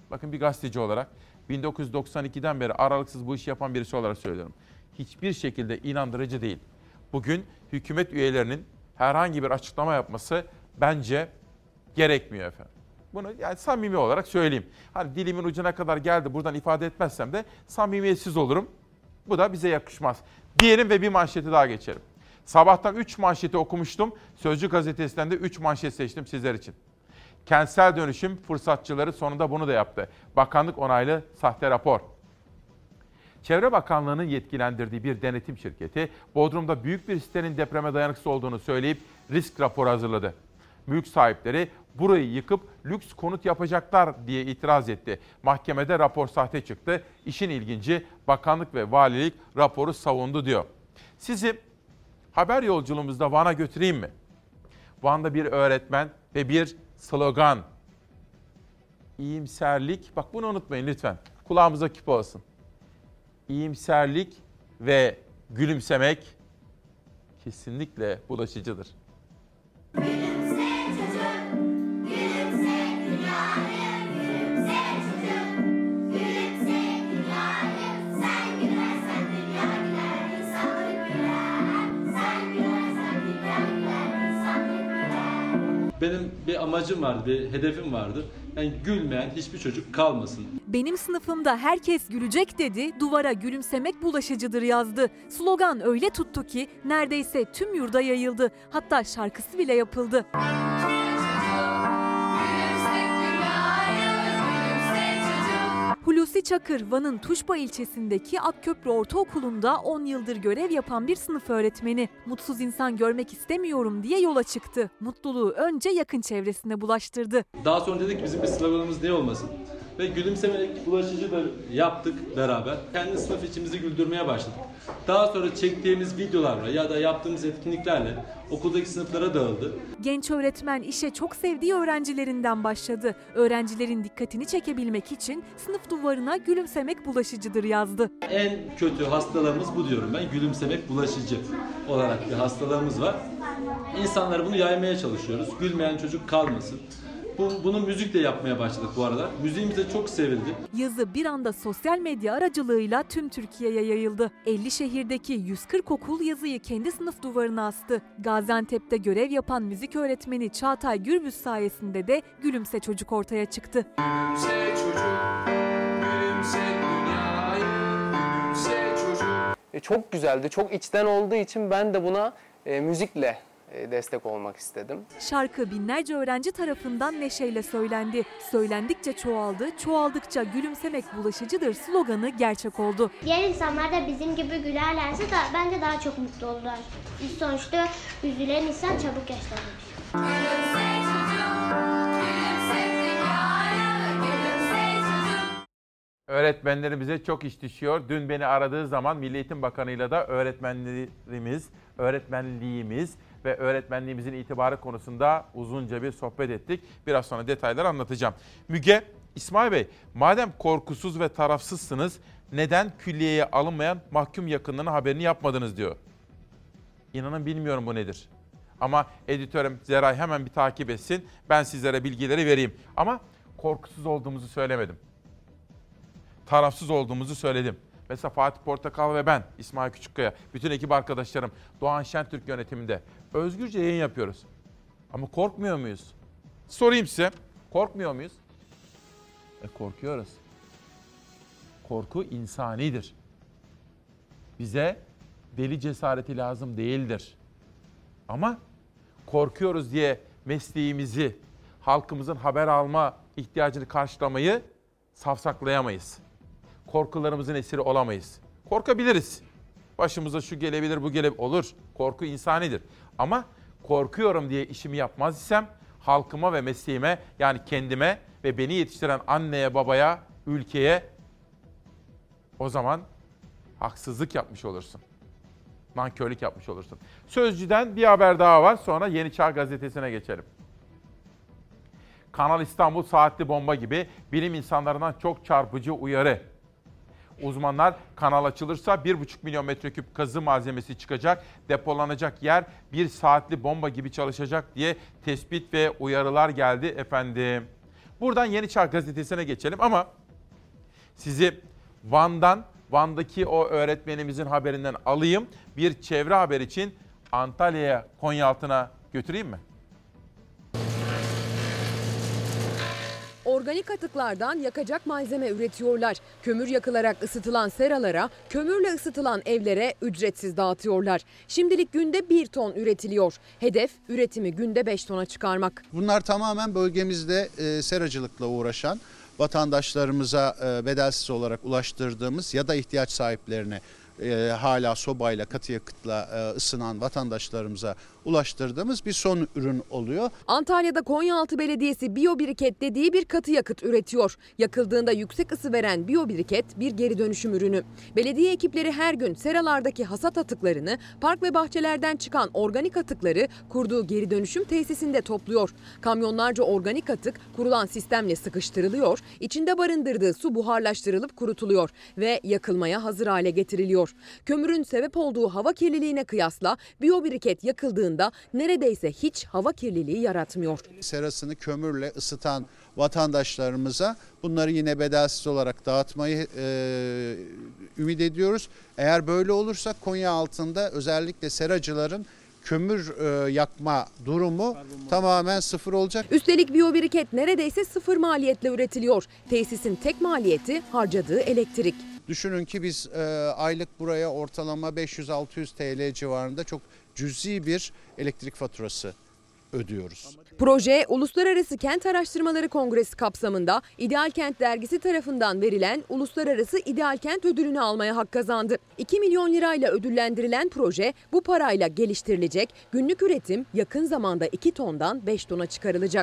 bakın bir gazeteci olarak 1992'den beri aralıksız bu işi yapan birisi olarak söylüyorum. Hiçbir şekilde inandırıcı değil. Bugün hükümet üyelerinin herhangi bir açıklama yapması bence gerekmiyor efendim. Bunu yani samimi olarak söyleyeyim. Hani dilimin ucuna kadar geldi, buradan ifade etmezsem de samimiyetsiz olurum. Bu da bize yakışmaz. Diyelim ve bir manşeti daha geçelim. Sabahtan 3 manşeti okumuştum. Sözcü gazetesinden de 3 manşet seçtim sizler için. Kentsel dönüşüm fırsatçıları sonunda bunu da yaptı. Bakanlık onaylı sahte rapor. Çevre Bakanlığı'nın yetkilendirdiği bir denetim şirketi, Bodrum'da büyük bir sitenin depreme dayanıksız olduğunu söyleyip risk raporu hazırladı. Mülk sahipleri burayı yıkıp lüks konut yapacaklar diye itiraz etti. Mahkemede rapor sahte çıktı. İşin ilginci bakanlık ve valilik raporu savundu diyor. Sizi haber yolculuğumuzda Van'a götüreyim mi? Van'da bir öğretmen ve bir slogan. İyimserlik, bak bunu unutmayın lütfen. Kulağımıza küpe olsun. İyimserlik ve gülümsemek kesinlikle bulaşıcıdır. Benim bir amacım vardı, bir hedefim vardı. Yani gülmeyen hiçbir çocuk kalmasın. Benim sınıfımda herkes gülecek dedi, duvara gülümsemek bulaşıcıdır yazdı. Slogan öyle tuttu ki neredeyse tüm yurda yayıldı. Hatta şarkısı bile yapıldı. Hulusi Çakır, Van'ın Tuşba ilçesindeki Akköprü Ortaokulu'nda 10 yıldır görev yapan bir sınıf öğretmeni. Mutsuz insan görmek istemiyorum diye yola çıktı. Mutluluğu önce yakın çevresine bulaştırdı. Daha sonra dedik ki bizim bir sloganımız ne olmasın? Ve gülümsemek bulaşıcıdır yaptık beraber. Kendi sınıf içimizi güldürmeye başladık. Daha sonra çektiğimiz videolarla ya da yaptığımız etkinliklerle okuldaki sınıflara dağıldı. Genç öğretmen işe çok sevdiği öğrencilerinden başladı. Öğrencilerin dikkatini çekebilmek için sınıf duvarına gülümsemek bulaşıcıdır yazdı. En kötü hastalığımız bu diyorum ben. Gülümsemek bulaşıcı olarak bir hastalığımız var. İnsanlara bunu yaymaya çalışıyoruz. Gülmeyen çocuk kalmasın. Bunu müzikle yapmaya başladık bu aralar. Müziğimiz de çok sevildi. Yazı bir anda sosyal medya aracılığıyla tüm Türkiye'ye yayıldı. 50 şehirdeki 140 okul yazıyı kendi sınıf duvarına astı. Gaziantep'te görev yapan müzik öğretmeni Çağatay Gürbüz sayesinde de Gülümse Çocuk ortaya çıktı. Gülümse çocuk, gülümse dünyayı, gülümse çocuk. Çok güzeldi, çok içten olduğu için ben de buna müzikle destek olmak istedim. Şarkı binlerce öğrenci tarafından neşeyle söylendi. Söylendikçe çoğaldı, çoğaldıkça gülümsemek bulaşıcıdır sloganı gerçek oldu. Diğer insanlar da bizim gibi gülerlerse de bence daha çok mutlu olurlar. Sonuçta üzülen insan çabuk yaşlanır. Öğretmenlerimize çok iş düşüyor. Dün beni aradığı zaman Milli Eğitim Bakanı'yla da öğretmenliğimiz ve öğretmenliğimizin itibarı konusunda uzunca bir sohbet ettik. Biraz sonra detayları anlatacağım. Müge, İsmail Bey, madem korkusuz ve tarafsızsınız, neden külliyeye alınmayan mahkum yakınlarının haberini yapmadınız diyor. İnanın bilmiyorum bu nedir. Ama editörüm Zeray hemen bir takip etsin. Ben sizlere bilgileri vereyim. Ama korkusuz olduğumuzu söylemedim. Tarafsız olduğumuzu söyledim. Mesela Fatih Portakal ve ben, İsmail Küçükkaya, bütün ekip arkadaşlarım Doğan Şentürk yönetiminde özgürce yayın yapıyoruz. Ama korkmuyor muyuz? Sorayım size, korkmuyor muyuz? Korkuyoruz. Korku insanidir. Bize deli cesareti lazım değildir. Ama korkuyoruz diye mesleğimizi, halkımızın haber alma ihtiyacını karşılamayı savsaklayamayız. Korkularımızın esiri olamayız. Korkabiliriz. Başımıza şu gelebilir, bu gelebilir. Olur. Korku insanidir. Ama korkuyorum diye işimi yapmaz isem halkıma ve mesleğime, yani kendime ve beni yetiştiren anneye, babaya, ülkeye o zaman haksızlık yapmış olursun. Nankörlük yapmış olursun. Sözcü'den bir haber daha var. Sonra Yeni Çağ Gazetesi'ne geçelim. Kanal İstanbul saatli bomba gibi bilim insanlarından çok çarpıcı uyarı. Uzmanlar kanal açılırsa 1,5 milyon metreküp kazı malzemesi çıkacak, depolanacak yer bir saatli bomba gibi çalışacak diye tespit ve uyarılar geldi efendim. Buradan Yeni Çağ Gazetesi'ne geçelim ama sizi Van'daki o öğretmenimizin haberinden alayım. Bir çevre haber için Antalya'ya, Konyaaltı'na götüreyim mi? Organik atıklardan yakacak malzeme üretiyorlar. Kömür yakılarak ısıtılan seralara, kömürle ısıtılan evlere ücretsiz dağıtıyorlar. Şimdilik günde 1 ton üretiliyor. Hedef üretimi günde 5 tona çıkarmak. Bunlar tamamen bölgemizde seracılıkla uğraşan vatandaşlarımıza bedelsiz olarak ulaştırdığımız ya da ihtiyaç sahiplerine hala sobayla, katı yakıtla ısınan vatandaşlarımıza ulaştırdığımız bir son ürün oluyor. Antalya'da Konyaaltı Belediyesi biyobiriket dediği bir katı yakıt üretiyor. Yakıldığında yüksek ısı veren biyobiriket bir geri dönüşüm ürünü. Belediye ekipleri her gün seralardaki hasat atıklarını, park ve bahçelerden çıkan organik atıkları kurduğu geri dönüşüm tesisinde topluyor. Kamyonlarca organik atık kurulan sistemle sıkıştırılıyor, içinde barındırdığı su buharlaştırılıp kurutuluyor ve yakılmaya hazır hale getiriliyor. Kömürün sebep olduğu hava kirliliğine kıyasla biyobiriket yakıldığında neredeyse hiç hava kirliliği yaratmıyor. Serasını kömürle ısıtan vatandaşlarımıza bunları yine bedelsiz olarak dağıtmayı ümit ediyoruz. Eğer böyle olursa Konyaaltı'nda özellikle seracıların kömür yakma durumu tamamen sıfır olacak. Üstelik biyobiriket neredeyse sıfır maliyetle üretiliyor. Tesisin tek maliyeti harcadığı elektrik. Düşünün ki biz aylık buraya ortalama 500-600 TL civarında çok cüzi bir elektrik faturası ödüyoruz. Proje Uluslararası Kent Araştırmaları Kongresi kapsamında İdeal Kent dergisi tarafından verilen Uluslararası İdeal Kent ödülünü almaya hak kazandı. 2 milyon lirayla ödüllendirilen proje bu parayla geliştirilecek. Günlük üretim yakın zamanda 2 tondan 5 tona çıkarılacak.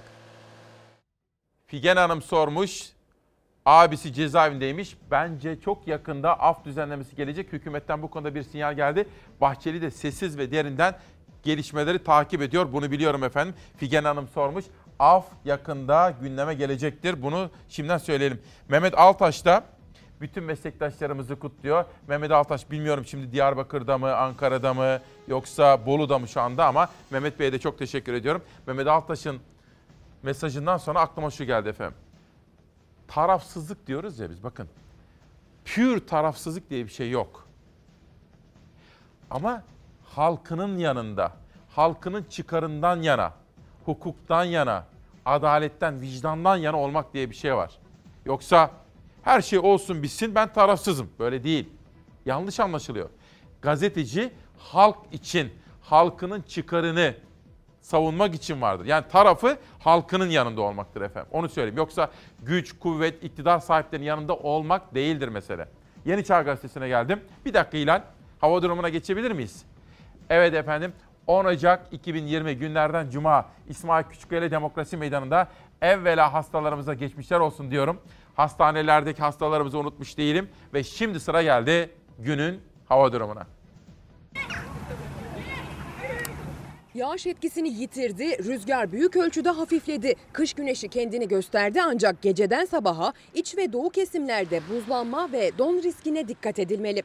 Figen Hanım sormuş. Abisi cezaevindeymiş. Bence çok yakında af düzenlemesi gelecek. Hükümetten bu konuda bir sinyal geldi. Bahçeli de sessiz ve derinden gelişmeleri takip ediyor. Bunu biliyorum efendim. Figen Hanım sormuş. Af yakında gündeme gelecektir. Bunu şimdiden söyleyelim. Mehmet Altaş da bütün meslektaşlarımızı kutluyor. Mehmet Altaş bilmiyorum şimdi Diyarbakır'da mı, Ankara'da mı yoksa Bolu'da mı şu anda ama Mehmet Bey'e de çok teşekkür ediyorum. Mehmet Altaş'ın mesajından sonra aklıma şu geldi efendim. Tarafsızlık diyoruz ya biz bakın. Pür tarafsızlık diye bir şey yok. Ama halkının yanında, halkının çıkarından yana, hukuktan yana, adaletten, vicdandan yana olmak diye bir şey var. Yoksa her şey olsun bitsin ben tarafsızım. Böyle değil. Yanlış anlaşılıyor. Gazeteci halk için, halkının çıkarını savunmak için vardır. Yani tarafı halkının yanında olmaktır efendim. Onu söyleyeyim. Yoksa güç, kuvvet, iktidar sahiplerinin yanında olmak değildir mesele. Yeni Çağ Gazetesi'ne geldim. Bir dakika İlhan, hava durumuna geçebilir miyiz? Evet efendim, 10 Ocak 2020 günlerden Cuma İsmail Küçükkaya Demokrasi Meydanı'nda evvela hastalarımıza geçmişler olsun diyorum. Hastanelerdeki hastalarımızı unutmuş değilim ve şimdi sıra geldi günün hava durumuna. Yağış etkisini yitirdi, rüzgar büyük ölçüde hafifledi. Kış güneşi kendini gösterdi ancak geceden sabaha iç ve doğu kesimlerde buzlanma ve don riskine dikkat edilmeli.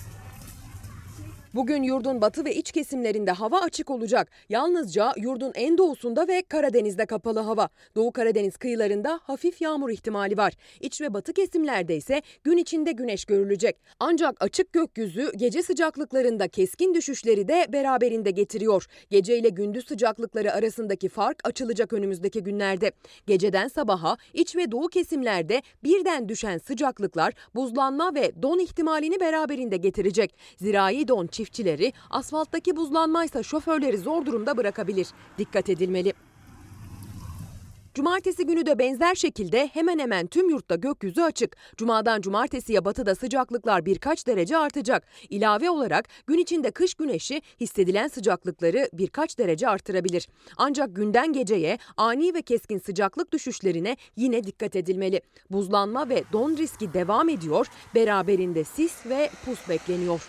Bugün yurdun batı ve iç kesimlerinde hava açık olacak. Yalnızca yurdun en doğusunda ve Karadeniz'de kapalı hava. Doğu Karadeniz kıyılarında hafif yağmur ihtimali var. İç ve batı kesimlerde ise gün içinde güneş görülecek. Ancak açık gökyüzü gece sıcaklıklarında keskin düşüşleri de beraberinde getiriyor. Gece ile gündüz sıcaklıkları arasındaki fark açılacak önümüzdeki günlerde. Geceden sabaha iç ve doğu kesimlerde birden düşen sıcaklıklar buzlanma ve don ihtimalini beraberinde getirecek. Zirai don çiftçileri, asfalttaki buzlanmaysa şoförleri zor durumda bırakabilir. Dikkat edilmeli. Cumartesi günü de benzer şekilde hemen hemen tüm yurtta gökyüzü açık. Cumadan cumartesiye batıda sıcaklıklar birkaç derece artacak. İlave olarak gün içinde kış güneşi hissedilen sıcaklıkları birkaç derece artırabilir. Ancak günden geceye ani ve keskin sıcaklık düşüşlerine yine dikkat edilmeli. Buzlanma ve don riski devam ediyor. Beraberinde sis ve pus bekleniyor.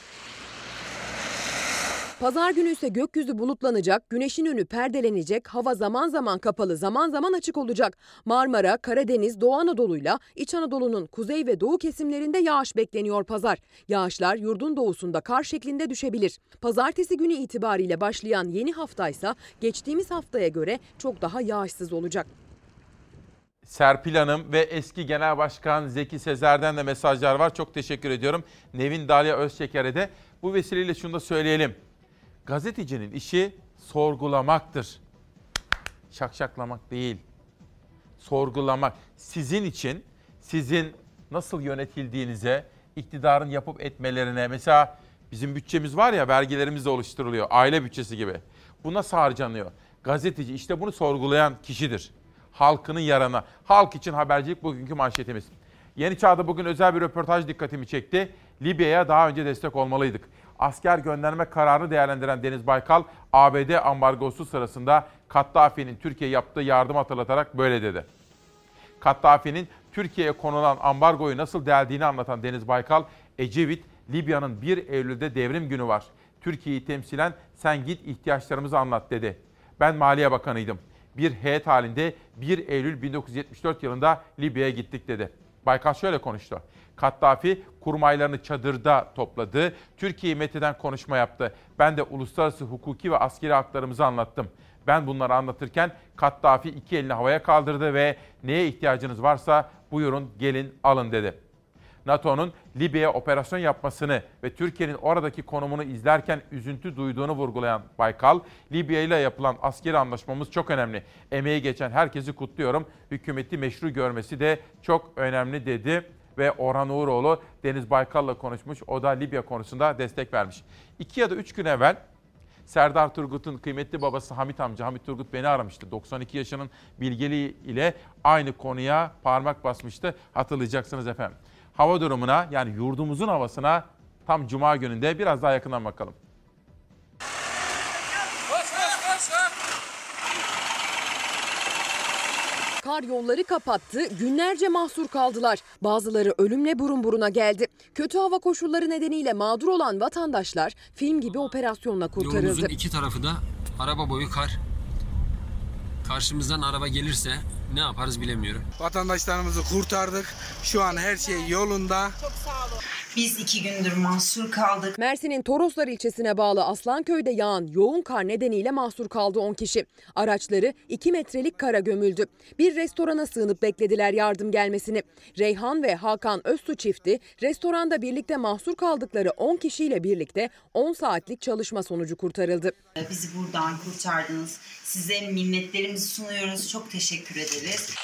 Pazar günü ise gökyüzü bulutlanacak, güneşin önü perdelenecek, hava zaman zaman kapalı, zaman zaman açık olacak. Marmara, Karadeniz, Doğu Anadolu'yla İç Anadolu'nun kuzey ve doğu kesimlerinde yağış bekleniyor pazar. Yağışlar yurdun doğusunda kar şeklinde düşebilir. Pazartesi günü itibariyle başlayan yeni haftaysa geçtiğimiz haftaya göre çok daha yağışsız olacak. Serpil Hanım ve eski Genel Başkan Zeki Sezer'den de mesajlar var. Çok teşekkür ediyorum. Nevin Dalya Özçeker'e de. Bu vesileyle şunu da söyleyelim. Gazetecinin işi sorgulamaktır. Şakşaklamak değil. Sorgulamak. Sizin için, sizin nasıl yönetildiğinize, iktidarın yapıp etmelerine, mesela bizim bütçemiz var ya, vergilerimiz de oluşturuluyor. Aile bütçesi gibi. Bu nasıl harcanıyor? Gazeteci işte bunu sorgulayan kişidir. Halkının yarana. Halk için habercilik bugünkü manşetimiz. Yeni Çağ'da bugün özel bir röportaj dikkatimi çekti. Libya'ya daha önce destek olmalıydık. Asker gönderme kararını değerlendiren Deniz Baykal, ABD ambargosu sırasında Kaddafi'nin Türkiye'ye yaptığı yardımı hatırlatarak böyle dedi. Kaddafi'nin Türkiye'ye konulan ambargoyu nasıl deldiğini anlatan Deniz Baykal, Ecevit, Libya'nın 1 Eylül'de devrim günü var. Türkiye'yi temsilen sen git ihtiyaçlarımızı anlat dedi. Ben Maliye Bakanıydım. Bir heyet halinde 1 Eylül 1974 yılında Libya'ya gittik dedi. Baykal şöyle konuştu. Kaddafi kurmaylarını çadırda topladı. Türkiye'yi metheden konuşma yaptı. Ben de uluslararası hukuki ve askeri haklarımızı anlattım. Ben bunları anlatırken Kaddafi 2 elini havaya kaldırdı ve neye ihtiyacınız varsa buyurun gelin alın dedi. NATO'nun Libya'ya operasyon yapmasını ve Türkiye'nin oradaki konumunu izlerken üzüntü duyduğunu vurgulayan Baykal, Libya ile yapılan askeri anlaşmamız çok önemli. Emeği geçen herkesi kutluyorum. Hükümeti meşru görmesi de çok önemli dedi. Ve Orhan Uğuroğlu Deniz Baykal'la konuşmuş. O da Libya konusunda destek vermiş. 2 ya da 3 gün evvel Serdar Turgut'un kıymetli babası Hamit amca, Hamit Turgut beni aramıştı. 92 yaşının bilgeliği ile aynı konuya parmak basmıştı. Hatırlayacaksınız efendim. Hava durumuna, yani yurdumuzun havasına tam Cuma gününde biraz daha yakından bakalım. Kar yolları kapattı, günlerce mahsur kaldılar. Bazıları ölümle burun buruna geldi. Kötü hava koşulları nedeniyle mağdur olan vatandaşlar film gibi operasyonla kurtarıldı. Yolumuzun iki tarafı da araba boyu kar. Karşımızdan araba gelirse ne yaparız bilemiyorum. Vatandaşlarımızı kurtardık. Şu an her şey yolunda. Çok sağ olun. Biz 2 gündür mahsur kaldık. Mersin'in Toroslar ilçesine bağlı Aslanköy'de yağan yoğun kar nedeniyle mahsur kaldı 10 kişi. Araçları 2 metrelik kara gömüldü. Bir restorana sığınıp beklediler yardım gelmesini. Reyhan ve Hakan Özsu çifti restoranda birlikte mahsur kaldıkları 10 kişiyle birlikte 10 saatlik çalışma sonucu kurtarıldı. Bizi buradan kurtardınız. Size minnetlerimizi sunuyoruz. Çok teşekkür ederiz.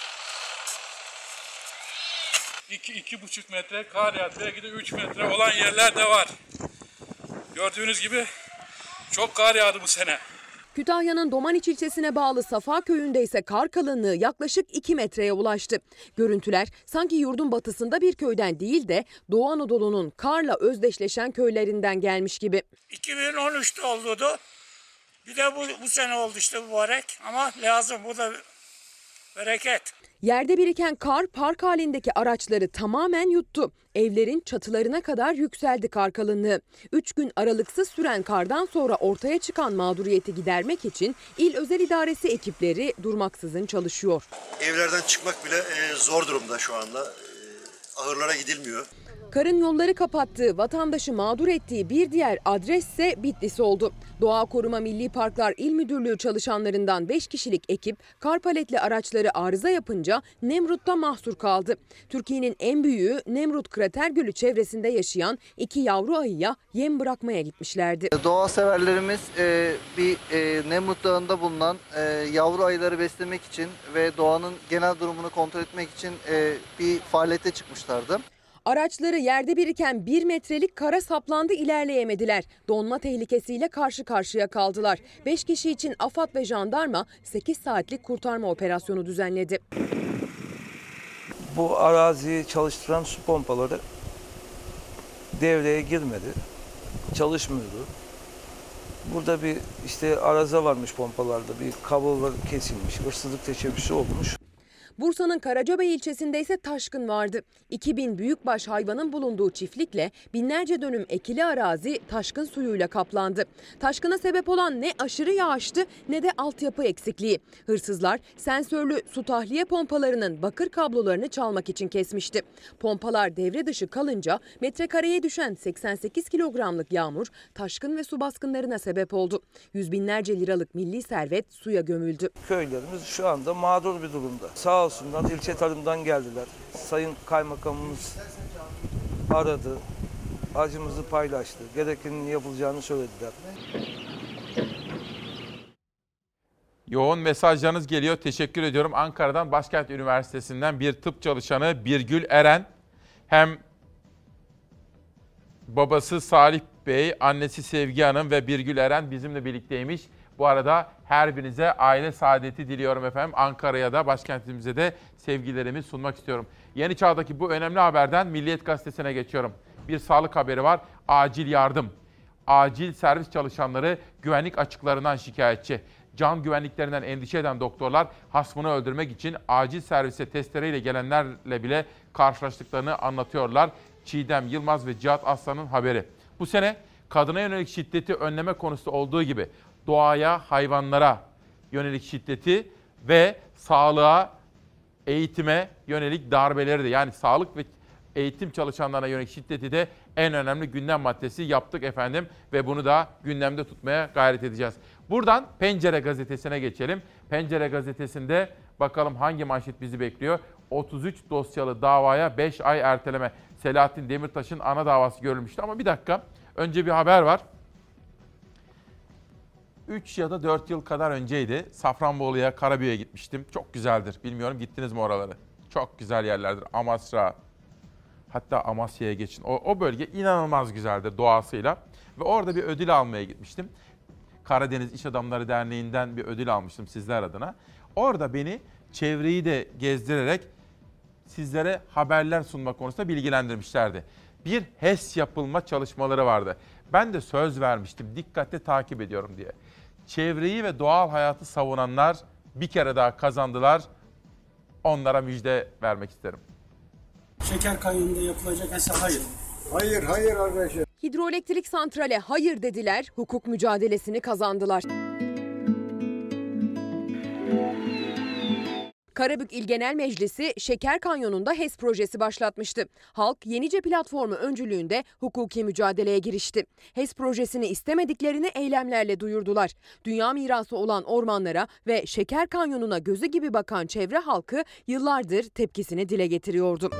2,5 metre kar yağdı. Belki de 3 metre olan yerler de var. Gördüğünüz gibi çok kar yağdı bu sene. Kütahya'nın Domaniç ilçesine bağlı Safa köyünde ise kar kalınlığı yaklaşık 2 metreye ulaştı. Görüntüler sanki yurdun batısında bir köyden değil de Doğu Anadolu'nun karla özdeşleşen köylerinden gelmiş gibi. 2013'te oldu. Bir de bu sene oldu işte mübarek. Ama lazım, bu da bereket. Yerde biriken kar park halindeki araçları tamamen yuttu. Evlerin çatılarına kadar yükseldi kar kalınlığı. 3 gün aralıksız süren kardan sonra ortaya çıkan mağduriyeti gidermek için İl Özel İdaresi ekipleri durmaksızın çalışıyor. Evlerden çıkmak bile zor durumda şu anda. Ahırlara gidilmiyor. Karın yolları kapattığı, vatandaşı mağdur ettiği bir diğer adres ise Bitlis oldu. Doğa Koruma Milli Parklar İl Müdürlüğü çalışanlarından 5 kişilik ekip kar paletli araçları arıza yapınca Nemrut'ta mahsur kaldı. Türkiye'nin en büyüğü Nemrut Krater Gölü çevresinde yaşayan 2 yavru ayıya yem bırakmaya gitmişlerdi. Doğa severlerimiz bir Nemrut Dağı'nda bulunan yavru ayıları beslemek için ve doğanın genel durumunu kontrol etmek için bir faaliyete çıkmışlardı. Araçları yerde biriken 1 metrelik kara saplandı, ilerleyemediler. Donma tehlikesiyle karşı karşıya kaldılar. 5 kişi için AFAD ve jandarma 8 saatlik kurtarma operasyonu düzenledi. Bu araziyi çalıştıran su pompaları devreye girmedi. Çalışmıyordu. Burada bir arıza varmış pompalarda. Bir kablolar kesilmiş, hırsızlık teşebbüsü olmuş. Bursa'nın Karacabey ilçesinde ise taşkın vardı. 2000 büyükbaş hayvanın bulunduğu çiftlikle binlerce dönüm ekili arazi taşkın suyuyla kaplandı. Taşkına sebep olan ne aşırı yağıştı ne de altyapı eksikliği. Hırsızlar sensörlü su tahliye pompalarının bakır kablolarını çalmak için kesmişti. Pompalar devre dışı kalınca metrekareye düşen 88 kilogramlık yağmur taşkın ve su baskınlarına sebep oldu. Yüz binlerce liralık milli servet suya gömüldü. Köylerimiz şu anda mağdur bir durumda. Sağ olsunlar ilçe tarımdan geldiler. Sayın Kaymakamımız aradı. Acımızı paylaştı. Gerekenin yapılacağını söylediler. Yoğun mesajlarınız geliyor. Teşekkür ediyorum. Ankara'dan Başkent Üniversitesi'nden bir tıp çalışanı Birgül Eren. Hem babası Salih Bey, annesi Sevgi Hanım ve Birgül Eren bizimle birlikteymiş. Bu arada her birinize aile saadeti diliyorum efendim. Ankara'ya da başkentimize de sevgilerimi sunmak istiyorum. Yeni Çağ'daki bu önemli haberden Milliyet Gazetesi'ne geçiyorum. Bir sağlık haberi var. Acil yardım. Acil servis çalışanları güvenlik açıklarından şikayetçi. Can güvenliklerinden endişe eden doktorlar hasmını öldürmek için acil servise testereyle gelenlerle bile karşılaştıklarını anlatıyorlar. Çiğdem Yılmaz ve Cihat Aslan'ın haberi. Bu sene kadına yönelik şiddeti önleme konusu olduğu gibi doğaya, hayvanlara yönelik şiddeti ve sağlığa, eğitime yönelik darbeleri de, yani sağlık ve eğitim çalışanlarına yönelik şiddeti de en önemli gündem maddesi yaptık efendim ve bunu da gündemde tutmaya gayret edeceğiz. Buradan Pencere Gazetesi'ne geçelim. Pencere Gazetesi'nde bakalım hangi manşet bizi bekliyor? 33 dosyalı davaya 5 ay erteleme. Selahattin Demirtaş'ın ana davası görülmüştü ama bir dakika. Önce bir haber var. 3 ya da 4 yıl kadar önceydi. Safranbolu'ya, Karabük'e gitmiştim. Çok güzeldir. Bilmiyorum gittiniz mi oraları? Çok güzel yerlerdir. Amasra, hatta Amasya'ya geçin. O bölge inanılmaz güzeldir doğasıyla. Ve orada bir ödül almaya gitmiştim. Karadeniz İş Adamları Derneği'nden bir ödül almıştım sizler adına. Orada beni çevreyi de gezdirerek sizlere haberler sunma konusunda bilgilendirmişlerdi. Bir HES yapılma çalışmaları vardı. Ben de söz vermiştim, dikkatle takip ediyorum diye. Çevreyi ve doğal hayatı savunanlar bir kere daha kazandılar. Onlara müjde vermek isterim. Şeker Kanyonu'nda yapılacak HES'e hayır. Hayır arkadaşlar. Hidroelektrik santrale hayır dediler, hukuk mücadelesini kazandılar. Karabük İl Genel Meclisi Şeker Kanyonu'nda HES projesi başlatmıştı. Halk Yenice platformu öncülüğünde hukuki mücadeleye girişti. HES projesini istemediklerini eylemlerle duyurdular. Dünya mirası olan ormanlara ve Şeker Kanyonu'na gözü gibi bakan çevre halkı yıllardır tepkisini dile getiriyordu.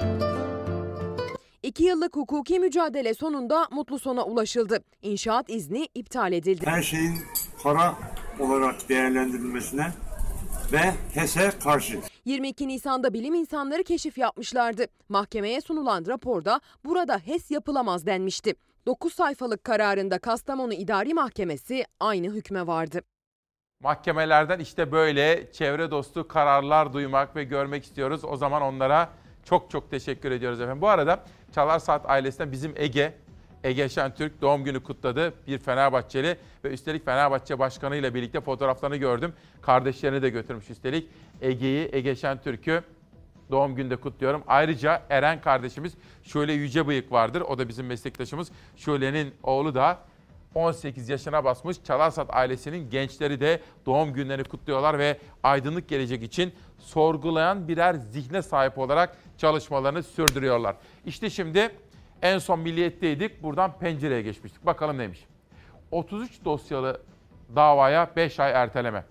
2 yıllık hukuki mücadele sonunda mutlu sona ulaşıldı. İnşaat izni iptal edildi. Her şeyin para olarak değerlendirilmesine ve HES'e karşı. 22 Nisan'da bilim insanları keşif yapmışlardı. Mahkemeye sunulan raporda burada HES yapılamaz denmişti. 9 sayfalık kararında Kastamonu İdari Mahkemesi aynı hükme vardı. Mahkemelerden işte böyle çevre dostu kararlar duymak ve görmek istiyoruz. O zaman onlara çok çok teşekkür ediyoruz efendim. Bu arada Çalar Saat ailesinden bizim Ege Şentürk doğum günü kutladı. Bir Fenerbahçeli ve üstelik Fenerbahçe Başkanı ile birlikte fotoğraflarını gördüm. Kardeşlerini de götürmüş üstelik. Ege Şentürk'ü doğum günde kutluyorum. Ayrıca Eren kardeşimiz Şule Yücebıyık vardır. O da bizim meslektaşımız. Şule'nin oğlu da 18 yaşına basmış. Çalar Saat ailesinin gençleri de doğum günlerini kutluyorlar ve aydınlık gelecek için sorgulayan birer zihne sahip olarak çalışmalarını sürdürüyorlar. İşte şimdi en son Milliyet'teydik. Buradan Pencere'ye geçmiştik. Bakalım neymiş? 33 dosyalı davaya 5 ay erteleme.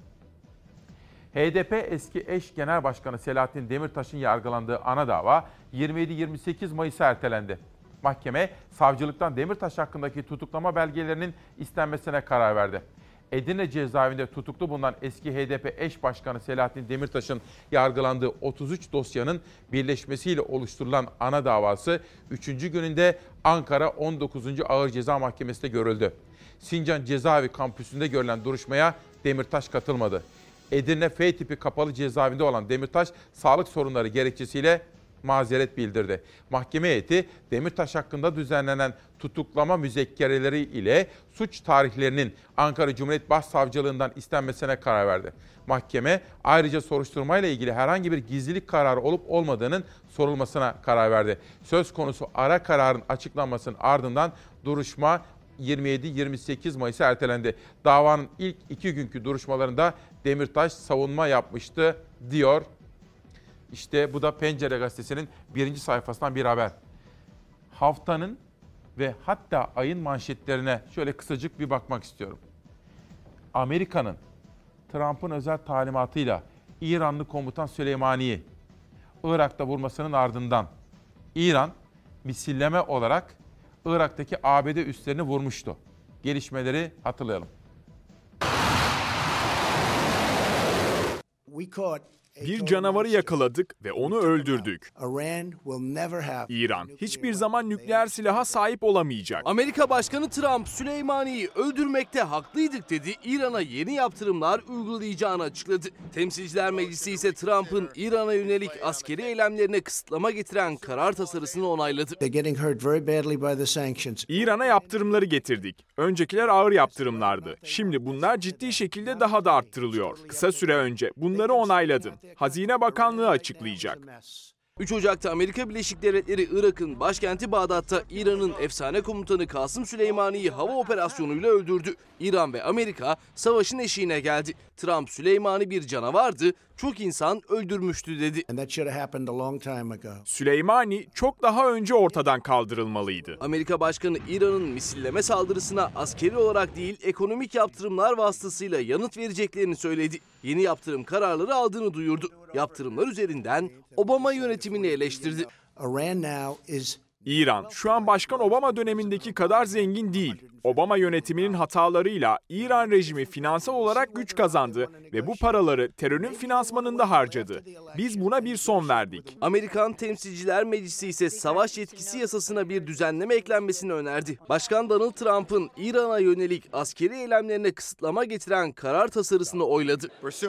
HDP eski eş genel başkanı Selahattin Demirtaş'ın yargılandığı ana dava 27-28 Mayıs'a ertelendi. Mahkeme, savcılıktan Demirtaş hakkındaki tutuklama belgelerinin istenmesine karar verdi. Edirne cezaevinde tutuklu bulunan eski HDP eş başkanı Selahattin Demirtaş'ın yargılandığı 33 dosyanın birleşmesiyle oluşturulan ana davası 3. gününde Ankara 19. Ağır Ceza Mahkemesi'nde görüldü. Sincan Cezaevi kampüsünde görülen duruşmaya Demirtaş katılmadı. Edirne F tipi kapalı cezaevinde olan Demirtaş, sağlık sorunları gerekçesiyle mazeret bildirdi. Mahkeme heyeti Demirtaş hakkında düzenlenen tutuklama müzekkereleri ile suç tarihlerinin Ankara Cumhuriyet Başsavcılığından istenmesine karar verdi. Mahkeme ayrıca soruşturmayla ilgili herhangi bir gizlilik kararı olup olmadığının sorulmasına karar verdi. Söz konusu ara kararın açıklanmasının ardından duruşma 27-28 Mayıs'a ertelendi. Davanın ilk 2 günkü duruşmalarında Demirtaş savunma yapmıştı diyor. İşte bu da Pencere Gazetesi'nin 1. sayfasından bir haber. Haftanın ve hatta ayın manşetlerine şöyle kısacık bir bakmak istiyorum. Amerika'nın Trump'ın özel talimatıyla İranlı komutan Süleymani'yi Irak'ta vurmasının ardından İran misilleme olarak Irak'taki ABD üslerini vurmuştu. Gelişmeleri hatırlayalım. Bir canavarı yakaladık ve onu öldürdük. İran hiçbir zaman nükleer silaha sahip olamayacak. Amerika Başkanı Trump, Süleymani'yi öldürmekte haklıydık dedi. İran'a yeni yaptırımlar uygulayacağını açıkladı. Temsilciler Meclisi ise Trump'ın İran'a yönelik askeri eylemlerine kısıtlama getiren karar tasarısını onayladı. İran'a yaptırımları getirdik. Öncekiler ağır yaptırımlardı. Şimdi bunlar ciddi şekilde daha da arttırılıyor. Kısa süre önce bunları onayladım. Hazine Bakanlığı açıklayacak. 3 Ocak'ta Amerika Birleşik Devletleri Irak'ın başkenti Bağdat'ta İran'ın efsane komutanı Kasım Süleymani'yi hava operasyonuyla öldürdü. İran ve Amerika savaşın eşiğine geldi. Trump, Süleymani bir canavardı, çok insan öldürmüştü dedi. Süleymani çok daha önce ortadan kaldırılmalıydı. Amerika Başkanı İran'ın misilleme saldırısına askeri olarak değil ekonomik yaptırımlar vasıtasıyla yanıt vereceklerini söyledi. Yeni yaptırım kararları aldığını duyurdu. Yaptırımlar üzerinden Obama yönetimini eleştirdi. İran şu an Başkan Obama dönemindeki kadar zengin değil. Obama yönetiminin hatalarıyla İran rejimi finansal olarak güç kazandı ve bu paraları terörün finansmanında harcadı. Biz buna bir son verdik. Amerikan Temsilciler Meclisi ise savaş yetkisi yasasına bir düzenleme eklenmesini önerdi. Başkan Donald Trump'ın İran'a yönelik askeri eylemlerine kısıtlama getiren karar tasarısını oyladı.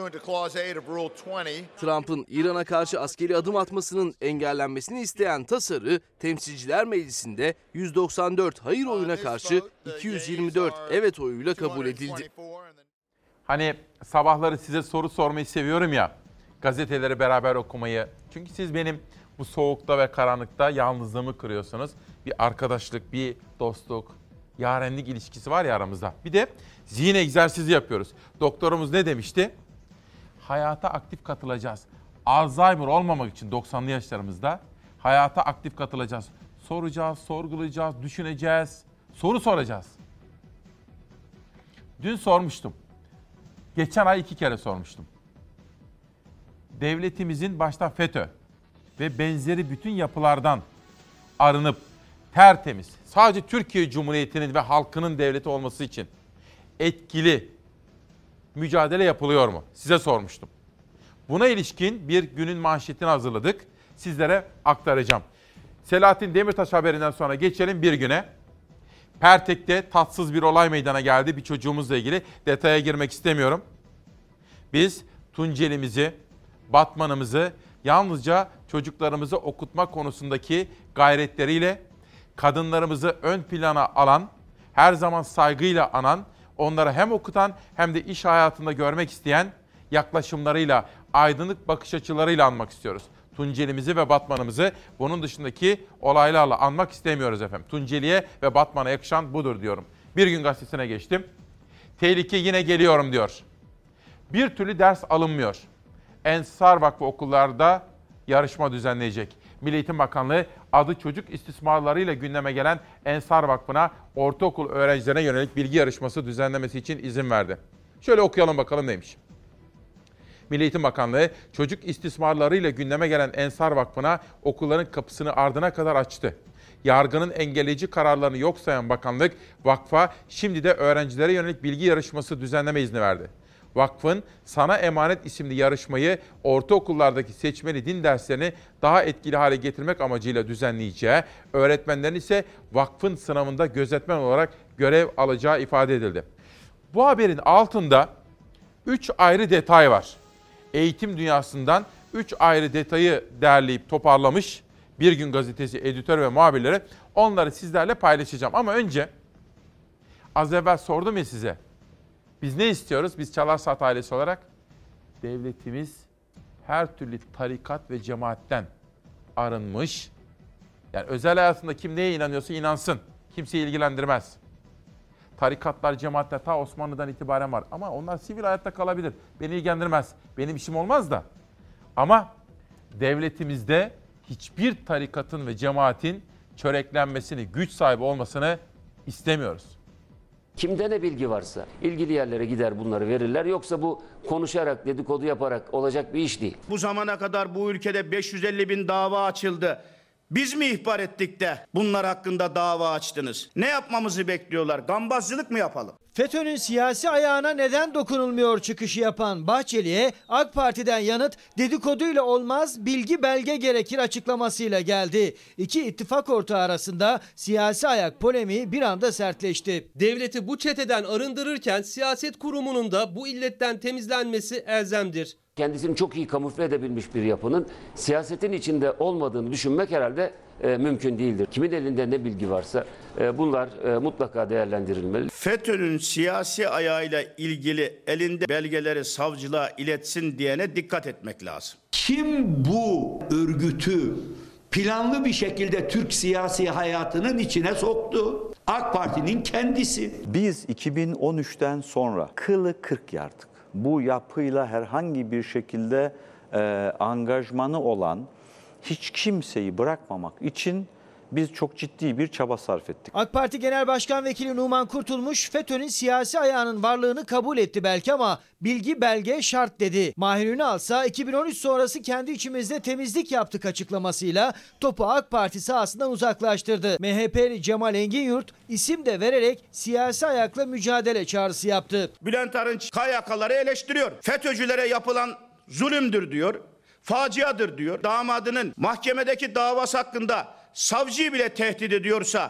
Trump'ın İran'a karşı askeri adım atmasının engellenmesini isteyen tasarı Temsilciler Meclisi'nde 194 hayır oyuna karşı 224 evet oyuyla kabul edildi. Hani sabahları size soru sormayı seviyorum ya, gazeteleri beraber okumayı. Çünkü siz benim bu soğukta ve karanlıkta yalnızlığımı kırıyorsunuz. Bir arkadaşlık, bir dostluk, yarenlik ilişkisi var ya aramızda. Bir de zihin egzersizi yapıyoruz. Doktorumuz ne demişti? Hayata aktif katılacağız. Alzheimer olmamak için 90'lı yaşlarımızda hayata aktif katılacağız. Soracağız, sorgulayacağız, düşüneceğiz, soru soracağız. Dün sormuştum. Geçen ay 2 kere sormuştum. Devletimizin başta FETÖ ve benzeri bütün yapılardan arınıp tertemiz, sadece Türkiye Cumhuriyeti'nin ve halkının devleti olması için etkili mücadele yapılıyor mu? Size sormuştum. Buna ilişkin bir günün manşetini hazırladık. Sizlere aktaracağım. Selahattin Demirtaş haberinden sonra geçelim bir güne. Pertek'te tatsız bir olay meydana geldi. Bir çocuğumuzla ilgili detaya girmek istemiyorum. Biz Tunceli'mizi, Batman'ımızı yalnızca çocuklarımızı okutma konusundaki gayretleriyle kadınlarımızı ön plana alan, her zaman saygıyla anan, onları hem okutan hem de iş hayatında görmek isteyen yaklaşımlarıyla, aydınlık bakış açılarıyla anmak istiyoruz. Tunceli'mizi ve Batman'ımızı bunun dışındaki olaylarla anmak istemiyoruz efendim. Tunceli'ye ve Batman'a yakışan budur diyorum. Bir Gün Gazetesi'ne geçtim. Tehlike yine geliyorum diyor. Bir türlü ders alınmıyor. Ensar Vakfı okullarda yarışma düzenleyecek. Milli Eğitim Bakanlığı adı çocuk istismarlarıyla gündeme gelen Ensar Vakfı'na ortaokul öğrencilerine yönelik bilgi yarışması düzenlemesi için izin verdi. Şöyle okuyalım bakalım neymiş. Milli Eğitim Bakanlığı çocuk istismarlarıyla gündeme gelen Ensar Vakfı'na okulların kapısını ardına kadar açtı. Yargının engelleyici kararlarını yok sayan bakanlık, vakfa şimdi de öğrencilere yönelik bilgi yarışması düzenleme izni verdi. Vakfın Sana Emanet isimli yarışmayı ortaokullardaki seçmeli din derslerini daha etkili hale getirmek amacıyla düzenleyeceği, öğretmenlerin ise vakfın sınavında gözetmen olarak görev alacağı ifade edildi. Bu haberin altında 3 ayrı detay var. Eğitim dünyasından 3 ayrı detayı derleyip toparlamış Bir Gün Gazetesi editör ve muhabirleri. Onları sizlerle paylaşacağım. Ama önce az evvel sordum ya size. Biz ne istiyoruz? Biz Çalar ailesi olarak devletimiz her türlü tarikat ve cemaatten arınmış. Yani özel hayatında kim neye inanıyorsa inansın. Kimseyi ilgilendirmez. Tarikatlar, cemaatler ta Osmanlı'dan itibaren var. Ama onlar sivil hayatta kalabilir. Beni ilgilendirmez. Benim işim olmaz da. Ama devletimizde hiçbir tarikatın ve cemaatin çöreklenmesini, güç sahibi olmasını istemiyoruz. Kimde ne bilgi varsa ilgili yerlere gider bunları verirler. Yoksa bu konuşarak, dedikodu yaparak olacak bir iş değil. Bu zamana kadar bu ülkede 550 bin dava açıldı. Biz mi ihbar ettik de bunlar hakkında dava açtınız? Ne yapmamızı bekliyorlar? Gambazcılık mı yapalım? FETÖ'nün siyasi ayağına neden dokunulmuyor çıkışı yapan Bahçeli'ye AK Parti'den yanıt dedikoduyla olmaz, bilgi belge gerekir açıklamasıyla geldi. İki ittifak ortağı arasında siyasi ayak polemiği bir anda sertleşti. Devleti bu çeteden arındırırken siyaset kurumunun da bu illetten temizlenmesi elzemdir. Kendisini çok iyi kamufle edebilmiş bir yapının siyasetin içinde olmadığını düşünmek herhalde mümkün değildir. Kimin elinde ne bilgi varsa bunlar mutlaka değerlendirilmeli. FETÖ'nün siyasi ayağıyla ilgili elinde belgeleri savcılığa iletsin diyene dikkat etmek lazım. Kim bu örgütü planlı bir şekilde Türk siyasi hayatının içine soktu? AK Parti'nin kendisi. Biz 2013'ten sonra kılı kırk yardık. Bu yapıyla herhangi bir şekilde angajmanı olan hiç kimseyi bırakmamak için biz çok ciddi bir çaba sarf ettik. AK Parti Genel Başkan Vekili Numan Kurtulmuş FETÖ'nün siyasi ayağının varlığını kabul etti belki ama bilgi belge şart dedi. Mahir Ünalsa 2013 sonrası kendi içimizde temizlik yaptık açıklamasıyla topu AK Parti sahasından uzaklaştırdı. MHP'li Cemal Enginyurt isim de vererek siyasi ayakla mücadele çağrısı yaptı. Bülent Arınç KYK'ları eleştiriyor. FETÖ'cülere yapılan zulümdür diyor. Faciadır diyor. Damadının mahkemedeki davası hakkında savcıyı bile tehdit ediyorsa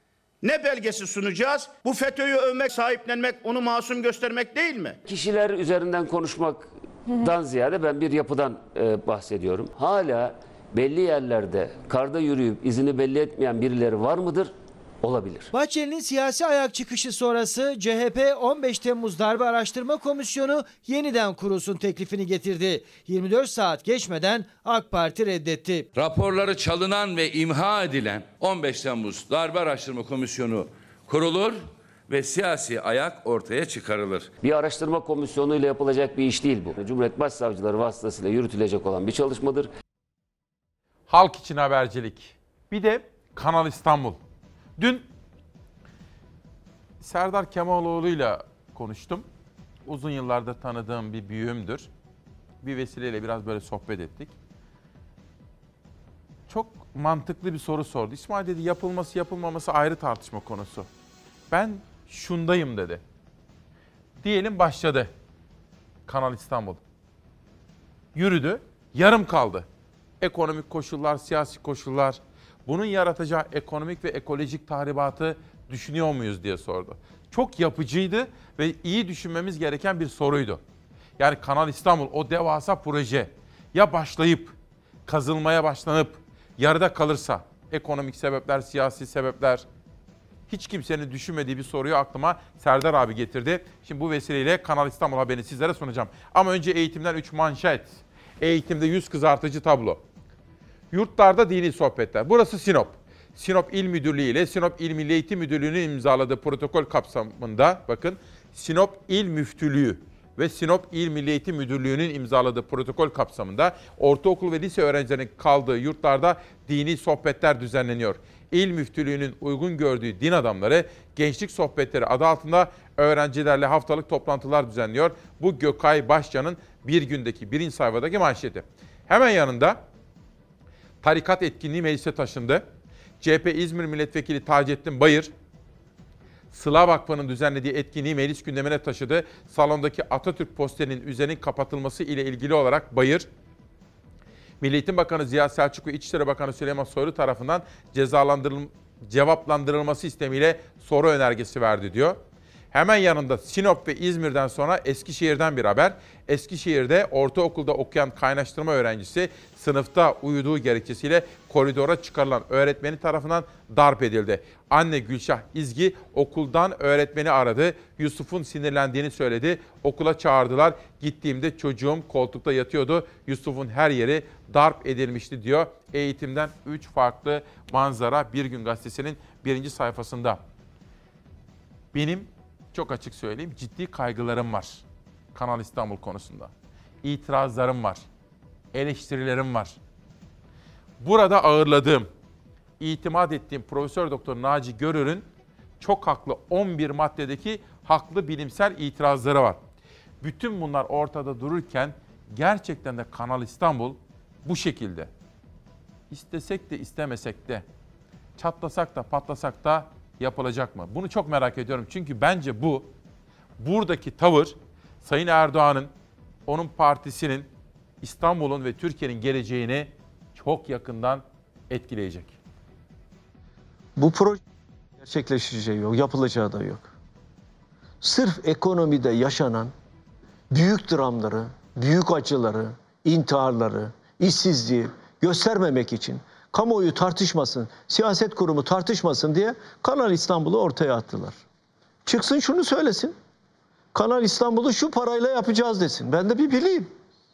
ne belgesi sunacağız? Bu FETÖ'yü övmek, sahiplenmek, onu masum göstermek değil mi? Kişiler üzerinden konuşmaktan ziyade ben bir yapıdan bahsediyorum. Hala belli yerlerde karda yürüyüp izini belli etmeyen birileri var mıdır? Olabilir. Bahçeli'nin siyasi ayak çıkışı sonrası CHP 15 Temmuz Darbe Araştırma Komisyonu yeniden kurulsun teklifini getirdi. 24 saat geçmeden AK Parti reddetti. Raporları çalınan ve imha edilen 15 Temmuz Darbe Araştırma Komisyonu kurulur ve siyasi ayak ortaya çıkarılır. Bir araştırma komisyonuyla yapılacak bir iş değil bu. Cumhuriyet Başsavcıları vasıtasıyla yürütülecek olan bir çalışmadır. Halk için habercilik. Bir de Kanal İstanbul. Dün Serdar Kemaloğlu'yla konuştum. Uzun yıllardır tanıdığım bir büyüğümdür. Bir vesileyle biraz böyle sohbet ettik. Çok mantıklı bir soru sordu. İsmail dedi, yapılması yapılmaması ayrı tartışma konusu. Ben şundayım dedi. Diyelim başladı Kanal İstanbul. Yürüdü, yarım kaldı. Ekonomik koşullar, siyasi koşullar, bunun yaratacağı ekonomik ve ekolojik tahribatı düşünüyor muyuz diye sordu. Çok yapıcıydı ve iyi düşünmemiz gereken bir soruydu. Yani Kanal İstanbul, o devasa proje ya başlayıp, kazılmaya başlanıp yarıda kalırsa, ekonomik sebepler, siyasi sebepler, hiç kimsenin düşünmediği bir soruyu aklıma Serdar abi getirdi. Şimdi bu vesileyle Kanal İstanbul haberini sizlere sunacağım. Ama önce eğitimden 3 manşet. Eğitimde yüz kızartıcı tablo. Yurtlarda dini sohbetler. Burası Sinop. Sinop İl Müdürlüğü ile Sinop İl Milli Eğitim Müdürlüğü'nün imzaladığı protokol kapsamında, bakın, Sinop İl Müftülüğü ve Sinop İl Milli Eğitim Müdürlüğü'nün imzaladığı protokol kapsamında ortaokul ve lise öğrencilerinin kaldığı yurtlarda dini sohbetler düzenleniyor. İl Müftülüğü'nün uygun gördüğü din adamları Gençlik Sohbetleri adı altında öğrencilerle haftalık toplantılar düzenliyor. Bu Gökay Başcan'ın Bir Gün'deki birinci sayfadaki manşeti. Hemen yanında tarikat etkinliği meclise taşındı. CHP İzmir Milletvekili Taceddin Bayır, Sıla Vakfı'nın düzenlediği etkinliği meclis gündemine taşıdı. Salondaki Atatürk posterinin üzerinin kapatılması ile ilgili olarak Bayır, Milli Eğitim Bakanı Ziya Selçuk ve İçişleri Bakanı Süleyman Soylu tarafından cevaplandırılması istemiyle soru önergesi verdi diyor. Hemen yanında Sinop ve İzmir'den sonra Eskişehir'den bir haber. Eskişehir'de ortaokulda okuyan kaynaştırma öğrencisi sınıfta uyuduğu gerekçesiyle koridora çıkarılan öğretmeni tarafından darp edildi. Anne Gülşah İzgi okuldan öğretmeni aradı. Yusuf'un sinirlendiğini söyledi. Okula çağırdılar. Gittiğimde çocuğum koltukta yatıyordu. Yusuf'un her yeri darp edilmişti diyor. Eğitimden 3 farklı manzara Bir Gün Gazetesi'nin 1. sayfasında. Benim çok açık söyleyeyim, ciddi kaygılarım var Kanal İstanbul konusunda. İtirazlarım var, eleştirilerim var. Burada ağırladığım, itimat ettiğim Profesör Doktor Naci Görür'ün çok haklı 11 maddedeki haklı bilimsel itirazları var. Bütün bunlar ortada dururken gerçekten de Kanal İstanbul bu şekilde. İstesek de istemesek de, çatlasak da patlasak da yapılacak mı? Bunu çok merak ediyorum. Çünkü bence buradaki tavır Sayın Erdoğan'ın, onun partisinin, İstanbul'un ve Türkiye'nin geleceğini çok yakından etkileyecek. Bu proje gerçekleşeceği yok, yapılacağı da yok. Sırf ekonomide yaşanan büyük dramları, büyük acıları, intiharları, işsizliği göstermemek için, kamuoyu tartışmasın, siyaset kurumu tartışmasın diye Kanal İstanbul'u ortaya attılar. Çıksın şunu söylesin. Kanal İstanbul'u şu parayla yapacağız desin. Ben de bir bileyim.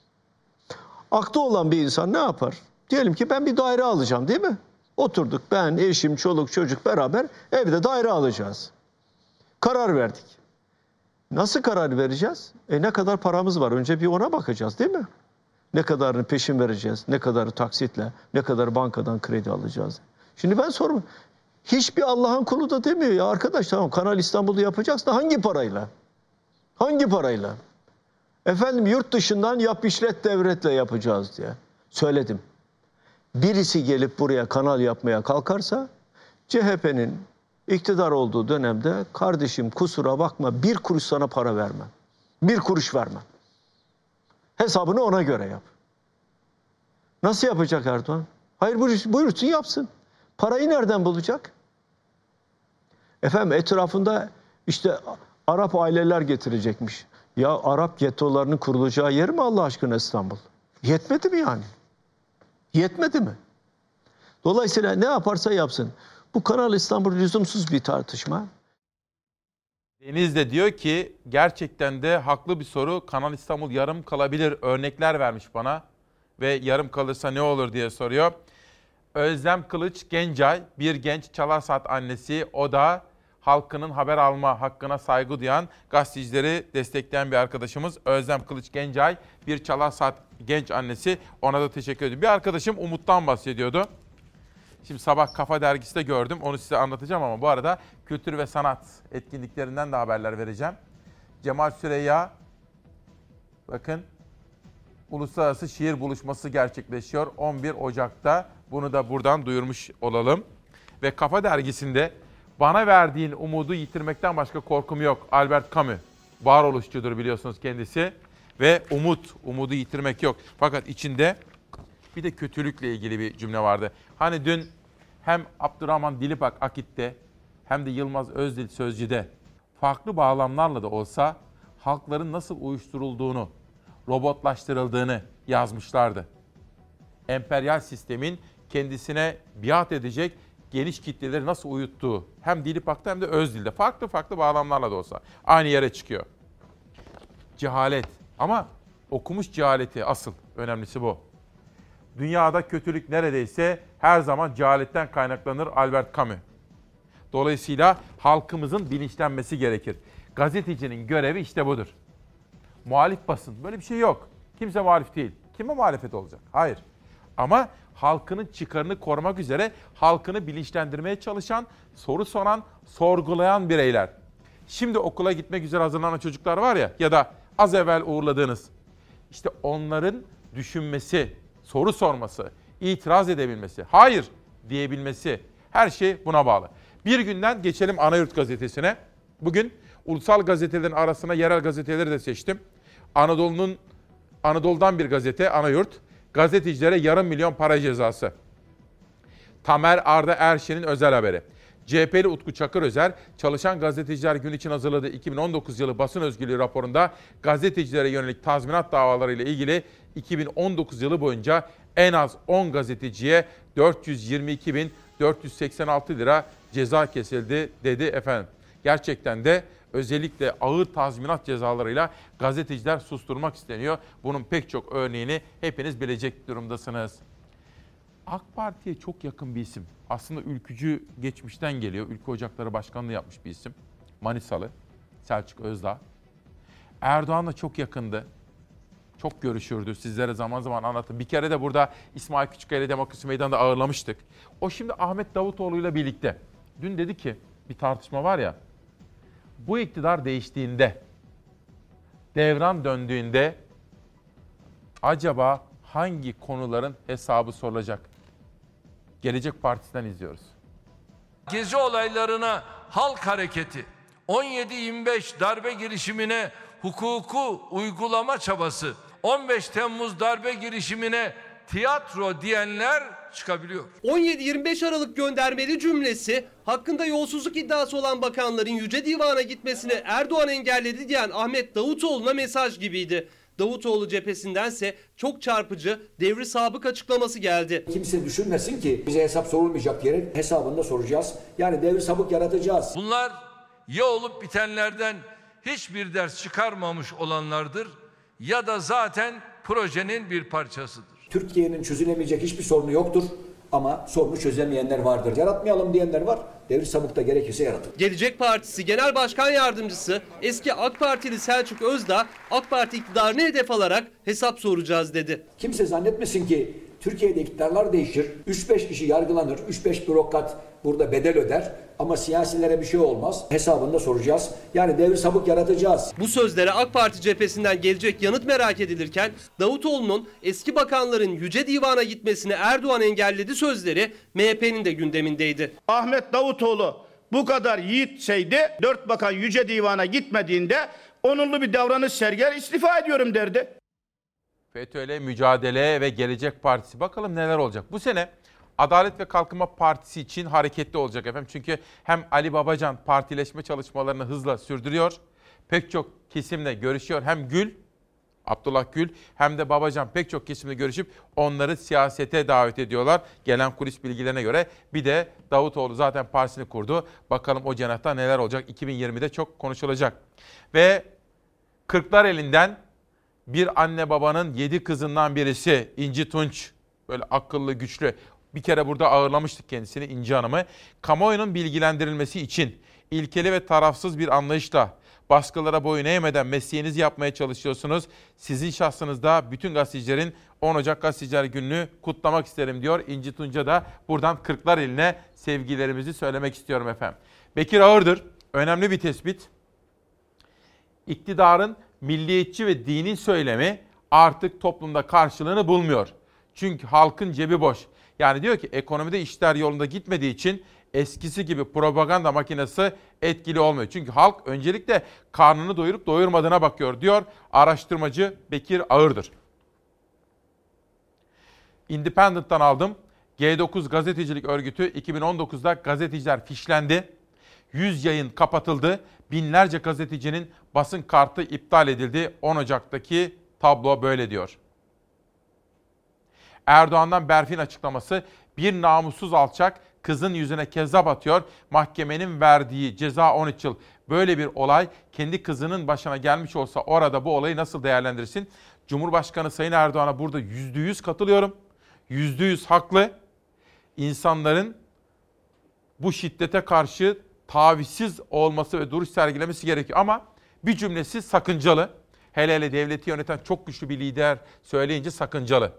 Aklı olan bir insan ne yapar? Diyelim ki ben bir daire alacağım, değil mi? Oturduk ben, eşim, çoluk, çocuk beraber evde daire alacağız. Karar verdik. Nasıl karar vereceğiz? Ne kadar paramız var? Önce bir ona bakacağız, değil mi? Ne kadarını peşin vereceğiz, ne kadarı taksitle, ne kadar bankadan kredi alacağız. Şimdi ben sorum, hiçbir Allah'ın kulu da demiyor ya arkadaş, tamam Kanal İstanbul'u yapacaksın da hangi parayla? Hangi parayla? Efendim yurt dışından yap işlet devletle yapacağız diye söyledim. Birisi gelip buraya kanal yapmaya kalkarsa CHP'nin iktidar olduğu dönemde kardeşim kusura bakma 1 kuruş sana para vermem. 1 kuruş vermem. Hesabını ona göre yap. Nasıl yapacak Erdoğan? Hayır buyursun yapsın. Parayı nereden bulacak? Efendim etrafında işte Arap aileler getirecekmiş. Ya Arap getolarının kurulacağı yer mi Allah aşkına İstanbul? Yetmedi mi yani? Yetmedi mi? Dolayısıyla ne yaparsa yapsın. Bu Kanal İstanbul lüzumsuz bir tartışma. Deniz de diyor ki gerçekten de haklı bir soru. Kanal İstanbul yarım kalabilir. Örnekler vermiş bana ve yarım kalırsa ne olur diye soruyor. Özlem Kılıç Gencay, bir genç Çalar Saat annesi. O da halkının haber alma hakkına saygı duyan, gazetecileri destekleyen bir arkadaşımız. Özlem Kılıç Gencay, bir Çalar Saat genç annesi. Ona da teşekkür ediyorum. Bir arkadaşım Umut'tan bahsediyordu. Şimdi sabah Kafa Dergisi'de gördüm. Onu size anlatacağım ama bu arada kültür ve sanat etkinliklerinden de haberler vereceğim. Cemal Süreyya, bakın Uluslararası Şiir Buluşması gerçekleşiyor 11 Ocak'ta. Bunu da buradan duyurmuş olalım. Ve Kafa Dergisi'nde bana verdiğin umudu yitirmekten başka korkum yok. Albert Camus, varoluşçudur biliyorsunuz kendisi. Ve umudu yitirmek yok. Fakat içinde bir de kötülükle ilgili bir cümle vardı. Hani dün hem Abdurrahman Dilipak Akit'te hem de Yılmaz Özdil Sözcü'de farklı bağlamlarla da olsa halkların nasıl uyuşturulduğunu, robotlaştırıldığını yazmışlardı. Emperyal sistemin kendisine biat edecek geniş kitleleri nasıl uyuttuğu hem Dilipak'ta hem de Özdil'de farklı bağlamlarla da olsa aynı yere çıkıyor. Cehalet ama okumuş cehaleti asıl önemlisi bu. Dünyada kötülük neredeyse her zaman cehaletten kaynaklanır Albert Camus. Dolayısıyla halkımızın bilinçlenmesi gerekir. Gazetecinin görevi işte budur. Muhalif basın, böyle bir şey yok. Kimse muhalif değil. Kime muhalefet olacak? Hayır. Ama halkının çıkarını korumak üzere halkını bilinçlendirmeye çalışan, soru soran, sorgulayan bireyler. Şimdi okula gitmek üzere hazırlanan çocuklar var ya da az evvel uğurladığınız. İşte onların düşünmesi, soru sorması, itiraz edebilmesi, hayır diyebilmesi, her şey buna bağlı. Bir günden geçelim Anayurt Gazetesi'ne. Bugün ulusal gazetelerin arasına yerel gazeteleri de seçtim. Anadolu'dan bir gazete Anayurt, gazetecilere yarım milyon para cezası. Tamer Arda Erşen'in özel haberi. CHP'li Utku Çakırözer, Çalışan Gazeteciler Günü için hazırladığı 2019 yılı basın özgürlüğü raporunda gazetecilere yönelik tazminat davaları ile ilgili 2019 yılı boyunca en az 10 gazeteciye 422.486 lira ceza kesildi dedi efendim. Gerçekten de özellikle ağır tazminat cezalarıyla gazeteciler susturmak isteniyor. Bunun pek çok örneğini hepiniz bilecek durumdasınız. AK Parti'ye çok yakın bir isim. Aslında ülkücü geçmişten geliyor. Ülke Ocakları Başkanlığı yapmış bir isim. Manisalı Selçuk Özdağ. Erdoğan'la çok yakındı. Çok görüşürdü. Sizlere zaman zaman anlattım. Bir kere de burada İsmail Küçükkaya Demokrasi Meydanı'nda ağırlamıştık. O şimdi Ahmet Davutoğlu'yla birlikte. Dün dedi ki bir tartışma var ya. Bu iktidar değiştiğinde, devran döndüğünde acaba hangi konuların hesabı sorulacak? Gelecek Partisi'nden izliyoruz. Gezi olaylarına halk hareketi, 17-25 darbe girişimine hukuku uygulama çabası, 15 Temmuz darbe girişimine tiyatro diyenler çıkabiliyor. 17-25 Aralık göndermeli cümlesi hakkında yolsuzluk iddiası olan bakanların Yüce Divan'a gitmesini Erdoğan engelledi diyen Ahmet Davutoğlu'na mesaj gibiydi. Davutoğlu cephesindense çok çarpıcı devri sabık açıklaması geldi. Kimse düşünmesin ki bize hesap sorulmayacak yerin hesabını da soracağız. Yani devri sabık yaratacağız. Bunlar ya olup bitenlerden hiçbir ders çıkarmamış olanlardır ya da zaten projenin bir parçasıdır. Türkiye'nin çözülemeyecek hiçbir sorunu yoktur ama sorunu çözemeyenler vardır. Yaratmayalım diyenler var. Devri sabıkta gerekirse yaratır. Gelecek Partisi Genel Başkan Yardımcısı eski AK Partili Selçuk Özdağ AK Parti iktidarını hedef alarak hesap soracağız dedi. Kimse zannetmesin ki Türkiye'de iktidarlar değişir. 3-5 kişi yargılanır. 3-5 bürokrat burada bedel öder. Ama siyasilere bir şey olmaz. Hesabını da soracağız. Yani devri sabık yaratacağız. Bu sözlere AK Parti cephesinden gelecek yanıt merak edilirken Davutoğlu'nun eski bakanların Yüce Divan'a gitmesini Erdoğan engelledi sözleri MHP'nin de gündemindeydi. Ahmet Davutoğlu bu kadar yiğitseydi 4 bakan Yüce Divan'a gitmediğinde onurlu bir davranış sergiler, istifa ediyorum derdi. FETÖ'yle mücadele ve Gelecek Partisi, bakalım neler olacak. Bu sene Adalet ve Kalkınma Partisi için hareketli olacak efendim. Çünkü hem Ali Babacan partileşme çalışmalarını hızla sürdürüyor. Pek çok kesimle görüşüyor. Hem Abdullah Gül hem de Babacan pek çok kesimle görüşüp onları siyasete davet ediyorlar. Gelen kulis bilgilerine göre bir de Davutoğlu zaten partisini kurdu. Bakalım o cenahta neler olacak, 2020'de çok konuşulacak. Ve Kırklareli'nden bir anne babanın 7 kızından birisi İnci Tunç, böyle akıllı, güçlü. Bir kere burada ağırlamıştık kendisini, İnci Hanım'ı. Kamuoyunun bilgilendirilmesi için ilkeli ve tarafsız bir anlayışla baskılara boyun eğmeden mesleğinizi yapmaya çalışıyorsunuz. Sizin şahsınızda bütün gazetecilerin 10 Ocak Gazeteciler Günü'nü kutlamak isterim diyor. İnci Tunç'a da buradan Kırklareli'ne sevgilerimizi söylemek istiyorum efendim. Bekir Ağırdır, önemli bir tespit. İktidarın milliyetçi ve dini söylemi artık toplumda karşılığını bulmuyor. Çünkü halkın cebi boş. Yani diyor ki ekonomide işler yolunda gitmediği için eskisi gibi propaganda makinesi etkili olmuyor. Çünkü halk öncelikle karnını doyurup doyurmadığına bakıyor diyor araştırmacı Bekir Ağırdır. Independent'tan aldım. G9 Gazetecilik Örgütü 2019'da gazeteciler fişlendi. 100 yayın kapatıldı. Binlerce gazetecinin basın kartı iptal edildi. 10 Ocak'taki tablo böyle diyor. Erdoğan'dan Berfin açıklaması, bir namussuz alçak kızın yüzüne kezzap atıyor. Mahkemenin verdiği ceza 13 yıl. Böyle bir olay kendi kızının başına gelmiş olsa orada bu olayı nasıl değerlendirirsin? Cumhurbaşkanı Sayın Erdoğan'a burada %100 katılıyorum. %100 haklı. İnsanların bu şiddete karşı tavizsiz olması ve duruş sergilemesi gerekiyor. Ama bir cümlesi sakıncalı. Hele hele devleti yöneten çok güçlü bir lider söyleyince sakıncalı.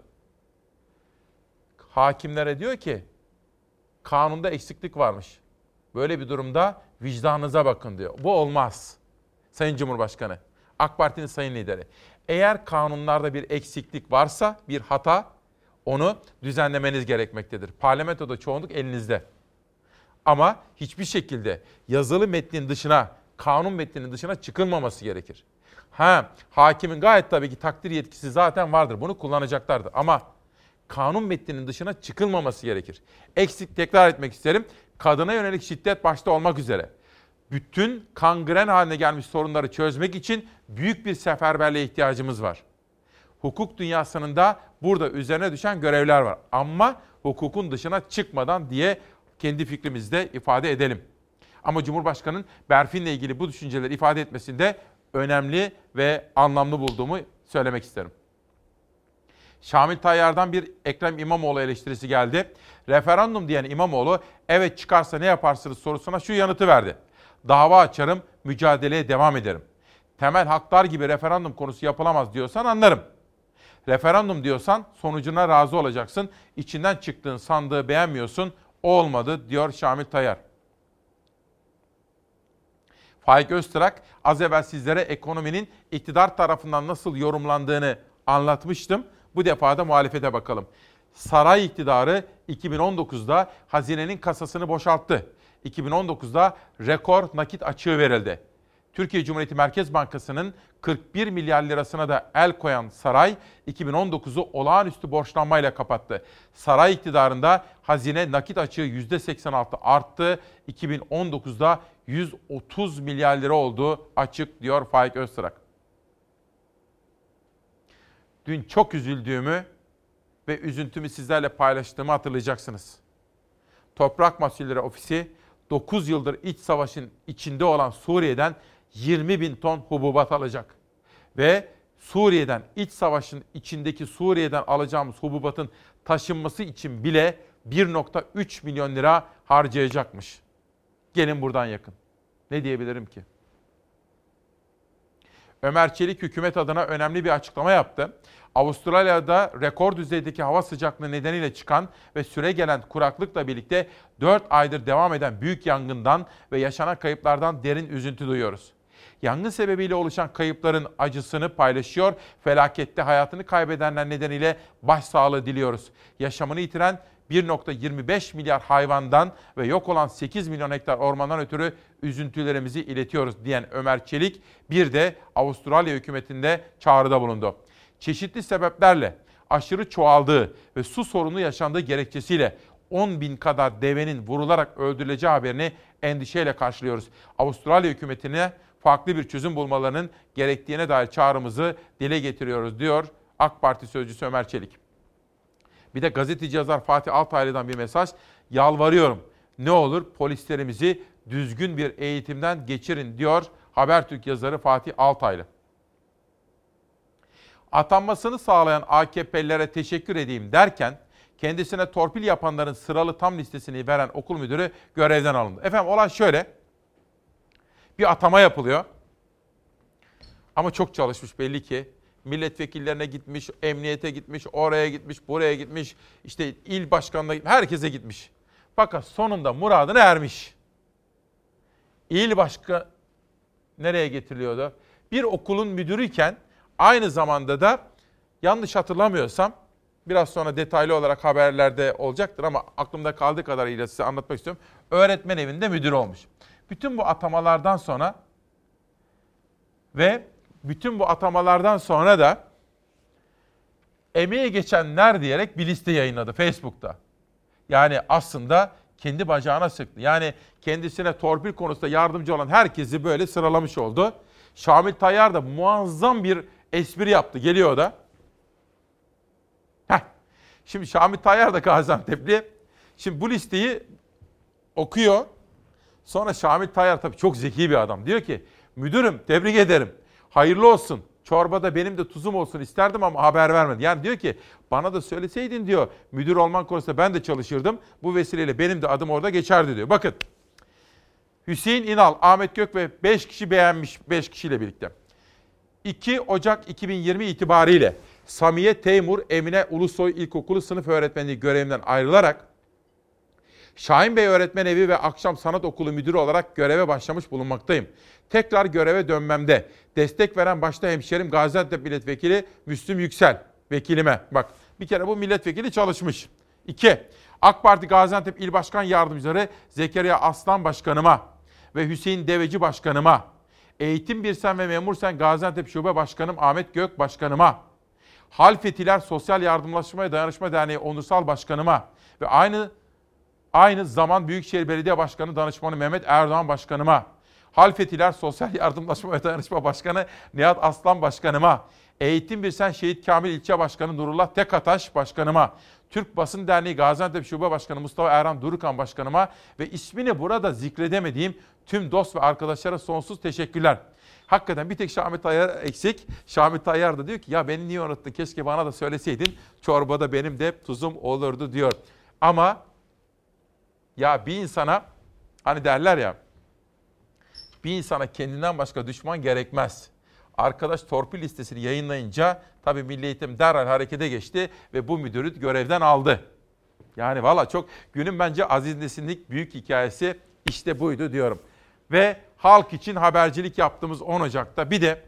Hakimlere diyor ki kanunda eksiklik varmış. Böyle bir durumda vicdanınıza bakın diyor. Bu olmaz. Sayın Cumhurbaşkanı, AK Parti'nin sayın lideri. Eğer kanunlarda bir eksiklik varsa, bir hata, onu düzenlemeniz gerekmektedir. Parlamentoda çoğunluk elinizde. Ama hiçbir şekilde yazılı metnin dışına, kanun metninin dışına çıkılmaması gerekir. Hakimin gayet tabii ki takdir yetkisi zaten vardır. Bunu kullanacaklardır. Ama kanun metninin dışına çıkılmaması gerekir. Tekrar etmek isterim. Kadına yönelik şiddet başta olmak üzere bütün kangren haline gelmiş sorunları çözmek için büyük bir seferberliğe ihtiyacımız var. Hukuk dünyasının da burada üzerine düşen görevler var. Ama hukukun dışına çıkmadan diye kendi fikrimizi de ifade edelim. Ama Cumhurbaşkanı'nın Berfin'le ilgili bu düşünceleri ifade etmesinde önemli ve anlamlı bulduğumu söylemek isterim. Şamil Tayyar'dan bir Ekrem İmamoğlu eleştirisi geldi. Referandum diyen İmamoğlu, evet çıkarsa ne yaparsınız sorusuna şu yanıtı verdi. Dava açarım, mücadeleye devam ederim. Temel haklar gibi referandum konusu yapılamaz diyorsan anlarım. Referandum diyorsan sonucuna razı olacaksın. İçinden çıktığın sandığı beğenmiyorsun. O olmadı diyor Şamil Tayyar. Faik Öztürk, az evvel sizlere ekonominin iktidar tarafından nasıl yorumlandığını anlatmıştım. Bu defa da muhalefete bakalım. Saray iktidarı 2019'da hazinenin kasasını boşalttı. 2019'da rekor nakit açığı verildi. Türkiye Cumhuriyeti Merkez Bankası'nın 41 milyar lirasına da el koyan saray 2019'u olağanüstü borçlanmayla kapattı. Saray iktidarında hazine nakit açığı %86 arttı. 2019'da 130 milyar lira oldu açık diyor Faik Öztürk. Dün çok üzüldüğümü ve üzüntümü sizlerle paylaştığımı hatırlayacaksınız. Toprak Mahsulleri Ofisi 9 yıldır iç savaşın içinde olan Suriye'den 20 bin ton hububat alacak. Ve Suriye'den, iç savaşın içindeki Suriye'den alacağımız hububatın taşınması için bile 1,3 milyon lira harcayacakmış. Gelin buradan yakın. Ne diyebilirim ki? Ömer Çelik hükümet adına önemli bir açıklama yaptı. Avustralya'da rekor düzeydeki hava sıcaklığı nedeniyle çıkan ve süregelen kuraklıkla birlikte 4 aydır devam eden büyük yangından ve yaşanan kayıplardan derin üzüntü duyuyoruz. Yangın sebebiyle oluşan kayıpların acısını paylaşıyor, felakette hayatını kaybedenler nedeniyle başsağlığı diliyoruz. Yaşamını yitiren 1,25 milyar hayvandan ve yok olan 8 milyon hektar ormandan ötürü üzüntülerimizi iletiyoruz diyen Ömer Çelik bir de Avustralya hükümetinde çağrıda bulundu. Çeşitli sebeplerle aşırı çoğaldığı ve su sorunu yaşandığı gerekçesiyle 10 bin kadar devenin vurularak öldürüleceği haberini endişeyle karşılıyoruz. Avustralya hükümetine farklı bir çözüm bulmalarının gerektiğine dair çağrımızı dile getiriyoruz diyor AK Parti sözcüsü Ömer Çelik. Bir de gazeteci yazar Fatih Altaylı'dan bir mesaj. Yalvarıyorum, ne olur polislerimizi düzgün bir eğitimden geçirin diyor Habertürk yazarı Fatih Altaylı. Atanmasını sağlayan AKP'lilere teşekkür edeyim derken kendisine torpil yapanların sıralı tam listesini veren okul müdürü görevden alındı. Efendim olay şöyle. Bir atama yapılıyor. Ama çok çalışmış belli ki. Milletvekillerine gitmiş, emniyete gitmiş, oraya gitmiş, buraya gitmiş. İşte il başkanına gitmiş, herkese gitmiş. Fakat sonunda muradına ermiş. İl başkanı nereye getiriliyordu? Bir okulun müdürüyken aynı zamanda da yanlış hatırlamıyorsam biraz sonra detaylı olarak haberlerde olacaktır ama aklımda kaldığı kadarıyla size anlatmak istiyorum. Öğretmen evinde müdür olmuş. Bütün bu atamalardan sonra da emeğe geçenler diyerek bir liste yayınladı Facebook'ta. Yani aslında kendi bacağına sıktı. Yani kendisine torpil konusunda yardımcı olan herkesi böyle sıralamış oldu. Şamil Tayyar da muazzam bir espri yaptı. Geliyor o da. Şimdi Şamil Tayyar da Gaziantep'li. Şimdi bu listeyi okuyor. Sonra Şamil Tayyar tabii çok zeki bir adam. Diyor ki müdürüm tebrik ederim. Hayırlı olsun. Çorbada benim de tuzum olsun isterdim ama haber vermedi. Yani diyor ki bana da söyleseydin diyor müdür olman konusunda ben de çalışırdım. Bu vesileyle benim de adım orada geçerdi diyor. Bakın Hüseyin İnal, Ahmet Gök ve 5 kişi beğenmiş 5 kişiyle birlikte. 2 Ocak 2020 itibariyle Samiye Teymur Emine Ulusoy İlkokulu sınıf öğretmenliği görevinden ayrılarak Şahin Bey Öğretmen Evi ve Akşam Sanat Okulu Müdürü olarak göreve başlamış bulunmaktayım. Tekrar göreve dönmemde destek veren başta hemşerim Gaziantep Milletvekili Müslüm Yüksel vekilime. Bak bir kere bu milletvekili çalışmış. 2. AK Parti Gaziantep İl Başkan Yardımcıları Zekeriya Aslan Başkanıma ve Hüseyin Deveci Başkanıma, Eğitim Birsen ve Memursen Gaziantep Şube Başkanım Ahmet Gök Başkanıma, Halfetiler Sosyal Yardımlaşma ve Dayanışma Derneği Onursal Başkanıma ve aynı zaman Büyükşehir Belediye Başkanı Danışmanı Mehmet Erdoğan Başkanıma, Halfetiler Sosyal Yardımlaşma ve Dayanışma Başkanı Nihat Aslan Başkanıma, Eğitim Birsen Şehit Kamil İlçe Başkanı Nurullah Tekataş Başkanıma, Türk Basın Derneği Gaziantep Şube Başkanı Mustafa Erhan Durukan Başkanıma ve ismini burada zikredemediğim tüm dost ve arkadaşlara sonsuz teşekkürler. Hakikaten bir tek Şamil Tayyar eksik. Şamil Tayyar da diyor ki ya beni niye unuttun keşke bana da söyleseydin çorbada benim de tuzum olurdu diyor. Ama ya bir insana hani derler ya bir insana kendinden başka düşman gerekmez. Arkadaş torpil listesini yayınlayınca tabii Milli Eğitim derhal harekete geçti ve bu müdürü görevden aldı. Yani valla çok günün bence Aziz Nesinlik büyük hikayesi işte buydu diyorum. ve halk için habercilik yaptığımız 10 Ocak'ta bir de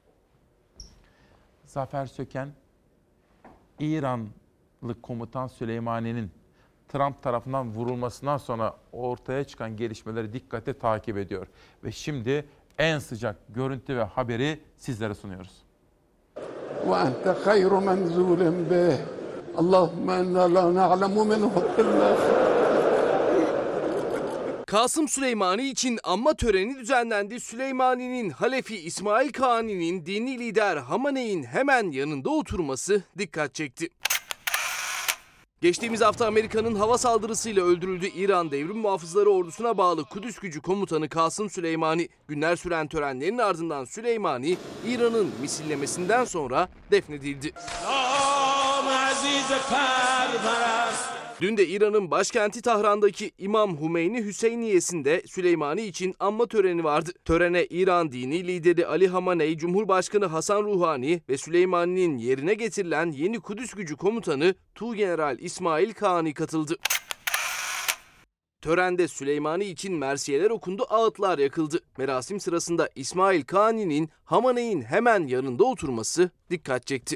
Zafer Söken, İranlı komutan Süleymani'nin Trump tarafından vurulmasından sonra ortaya çıkan gelişmeleri dikkatle takip ediyor. Ve şimdi en sıcak görüntü ve haberi sizlere sunuyoruz. وأنت خير منزول به اللهم إنا لا نعلم منه إلا Kasım Süleymani için anma töreni düzenlendi. Süleymani'nin halefi İsmail Kani'nin dini lider Hamaney'in hemen yanında oturması dikkat çekti. Geçtiğimiz hafta Amerika'nın hava saldırısıyla öldürüldü. İran Devrim Muhafızları Ordusu'na bağlı Kudüs Gücü Komutanı Kasım Süleymani. Günler süren törenlerin ardından Süleymani, İran'ın misillemesinden sonra defnedildi. Dün de İran'ın başkenti Tahran'daki İmam Hümeyni Hüseyniyesi'nde Süleymani için anma töreni vardı. Törene İran dini lideri Ali Hamaney, Cumhurbaşkanı Hasan Ruhani ve Süleymani'nin yerine getirilen yeni Kudüs Gücü Komutanı Tuğgeneral İsmail Kani katıldı. Törende Süleymani için mersiyeler okundu, ağıtlar yakıldı. Merasim sırasında İsmail Kani'nin Hamaney'in hemen yanında oturması dikkat çekti.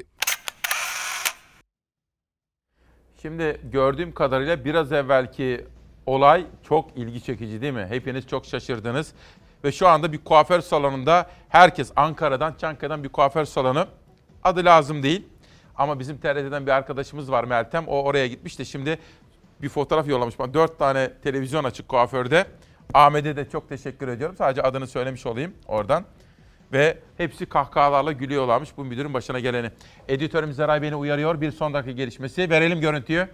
Şimdi gördüğüm kadarıyla biraz evvelki olay çok ilgi çekici değil mi? Hepiniz çok şaşırdınız. Ve şu anda bir kuaför salonunda herkes Ankara'dan, Çankaya'dan bir kuaför salonu. Adı lazım değil. Ama bizim TRT'den bir arkadaşımız var Meltem. O oraya gitmiş de şimdi bir fotoğraf yollamış bana. 4 tane televizyon açık kuaförde. Ahmet'e de çok teşekkür ediyorum. Sadece adını söylemiş olayım oradan. Ve hepsi kahkahalarla gülüyorlarmış bu müdürün başına geleni. Editörüm Zeray beni uyarıyor. Bir son dakika gelişmesi. Verelim görüntüyü.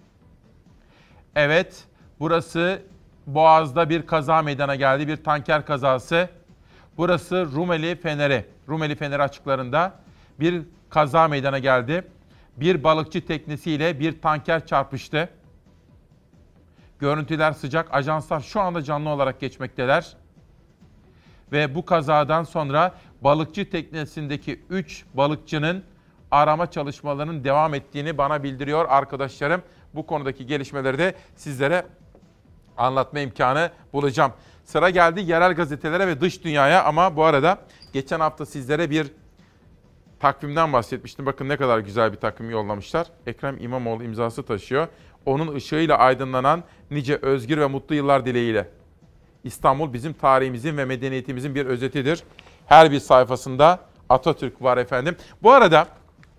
Evet, burası Boğaz'da bir kaza meydana geldi. Bir tanker kazası. Burası Rumeli Feneri. Rumeli Feneri açıklarında bir kaza meydana geldi. Bir balıkçı teknesiyle bir tanker çarpıştı. Görüntüler sıcak. Ajanslar şu anda canlı olarak geçmekteler. Ve bu kazadan sonra balıkçı teknesindeki 3 balıkçının arama çalışmalarının devam ettiğini bana bildiriyor arkadaşlarım. Bu konudaki gelişmeleri de sizlere anlatma imkanı bulacağım. Sıra geldi yerel gazetelere ve dış dünyaya ama bu arada geçen hafta sizlere bir takvimden bahsetmiştim. Bakın ne kadar güzel bir takvim yollamışlar. Ekrem İmamoğlu imzası taşıyor. Onun ışığıyla aydınlanan nice özgür ve mutlu yıllar dileğiyle. İstanbul bizim tarihimizin ve medeniyetimizin bir özetidir. Her bir sayfasında Atatürk var efendim. Bu arada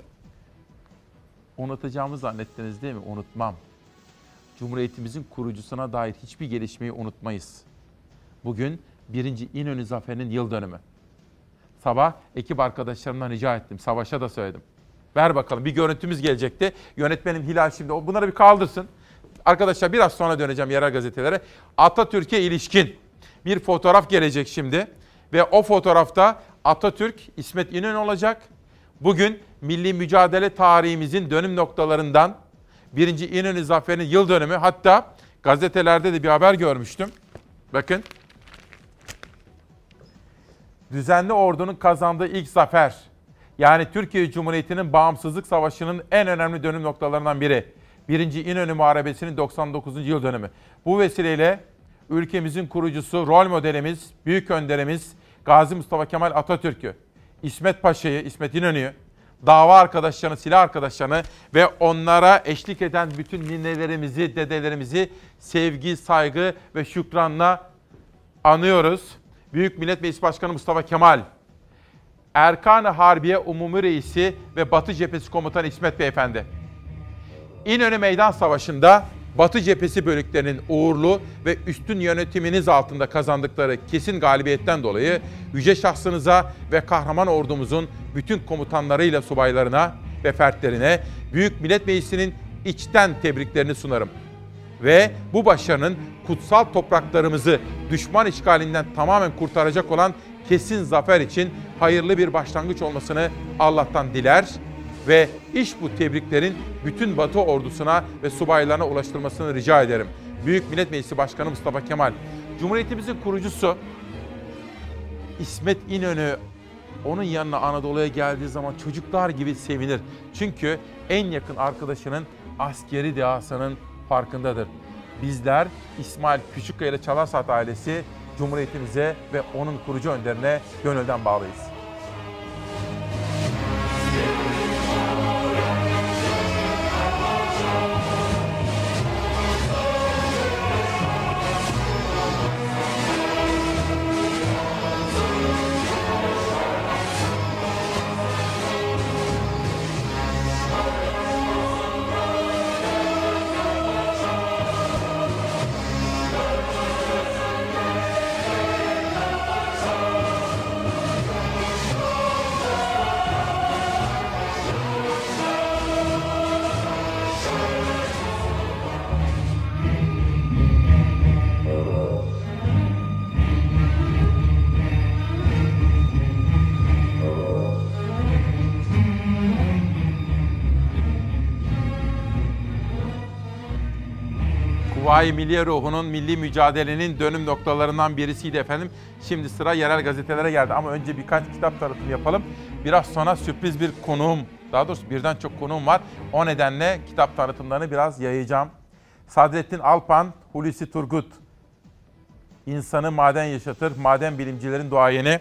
unutacağımı zannettiniz değil mi? Unutmam. Cumhuriyetimizin kurucusuna dair hiçbir gelişmeyi unutmayız. Bugün 1. İnönü Zaferi'nin yıl dönümü. Sabah ekip arkadaşlarımdan rica ettim. Savaş'a da söyledim. Ver bakalım bir görüntümüz gelecekti. Yönetmenim Hilal şimdi bunları bir kaldırsın. Arkadaşlar biraz sonra döneceğim yerel gazetelere. Atatürk'e ilişkin bir fotoğraf gelecek şimdi. Ve o fotoğrafta Atatürk, İsmet İnönü olacak. Bugün milli mücadele tarihimizin dönüm noktalarından 1. İnönü Zaferi'nin yıl dönümü. Hatta gazetelerde de bir haber görmüştüm. Bakın. Düzenli ordunun kazandığı ilk zafer. Yani Türkiye Cumhuriyeti'nin bağımsızlık savaşının en önemli dönüm noktalarından biri. 1. İnönü Muharebesi'nin 99. yıl dönümü. Bu vesileyle ülkemizin kurucusu, rol modelimiz, büyük önderimiz Gazi Mustafa Kemal Atatürk'ü, İsmet Paşa'yı, İsmet İnönü'yü, dava arkadaşlarını, silah arkadaşlarını ve onlara eşlik eden bütün ninelerimizi, dedelerimizi sevgi, saygı ve şükranla anıyoruz. Büyük Millet Meclisi Başkanı Mustafa Kemal, Erkan-ı Harbiye Umumi Reisi ve Batı Cephesi Komutanı İsmet Beyefendi. İnönü Meydan Savaşı'nda Batı Cephesi bölüklerinin uğurlu ve üstün yönetiminiz altında kazandıkları kesin galibiyetten dolayı yüce şahsınıza ve kahraman ordumuzun bütün komutanlarıyla subaylarına ve fertlerine Büyük Millet Meclisi'nin içten tebriklerini sunarım. Ve bu başarının kutsal topraklarımızı düşman işgalinden tamamen kurtaracak olan kesin zafer için hayırlı bir başlangıç olmasını Allah'tan diler ve bu tebriklerin bütün Batı ordusuna ve subaylarına ulaştırılmasını rica ederim. Büyük Millet Meclisi Başkanı Mustafa Kemal, Cumhuriyetimizin kurucusu İsmet İnönü onun yanına Anadolu'ya geldiği zaman çocuklar gibi sevinir. Çünkü en yakın arkadaşının askeri dehasının farkındadır. Bizler İsmail Küçükkaya ile Çalar Saat ailesi Cumhuriyetimize ve onun kurucu önderine gönülden bağlıyız. Kuvayi Milliye ruhunun, milli mücadelenin dönüm noktalarından birisiydi efendim. Şimdi sıra yerel gazetelere geldi ama önce birkaç kitap tanıtımı yapalım. Biraz sonra sürpriz bir konuğum, daha doğrusu birden çok konuğum var. O nedenle kitap tanıtımlarını biraz yayacağım. Sadrettin Alpan, Hulusi Turgut. İnsanı maden yaşatır, maden bilimcilerin duayeni.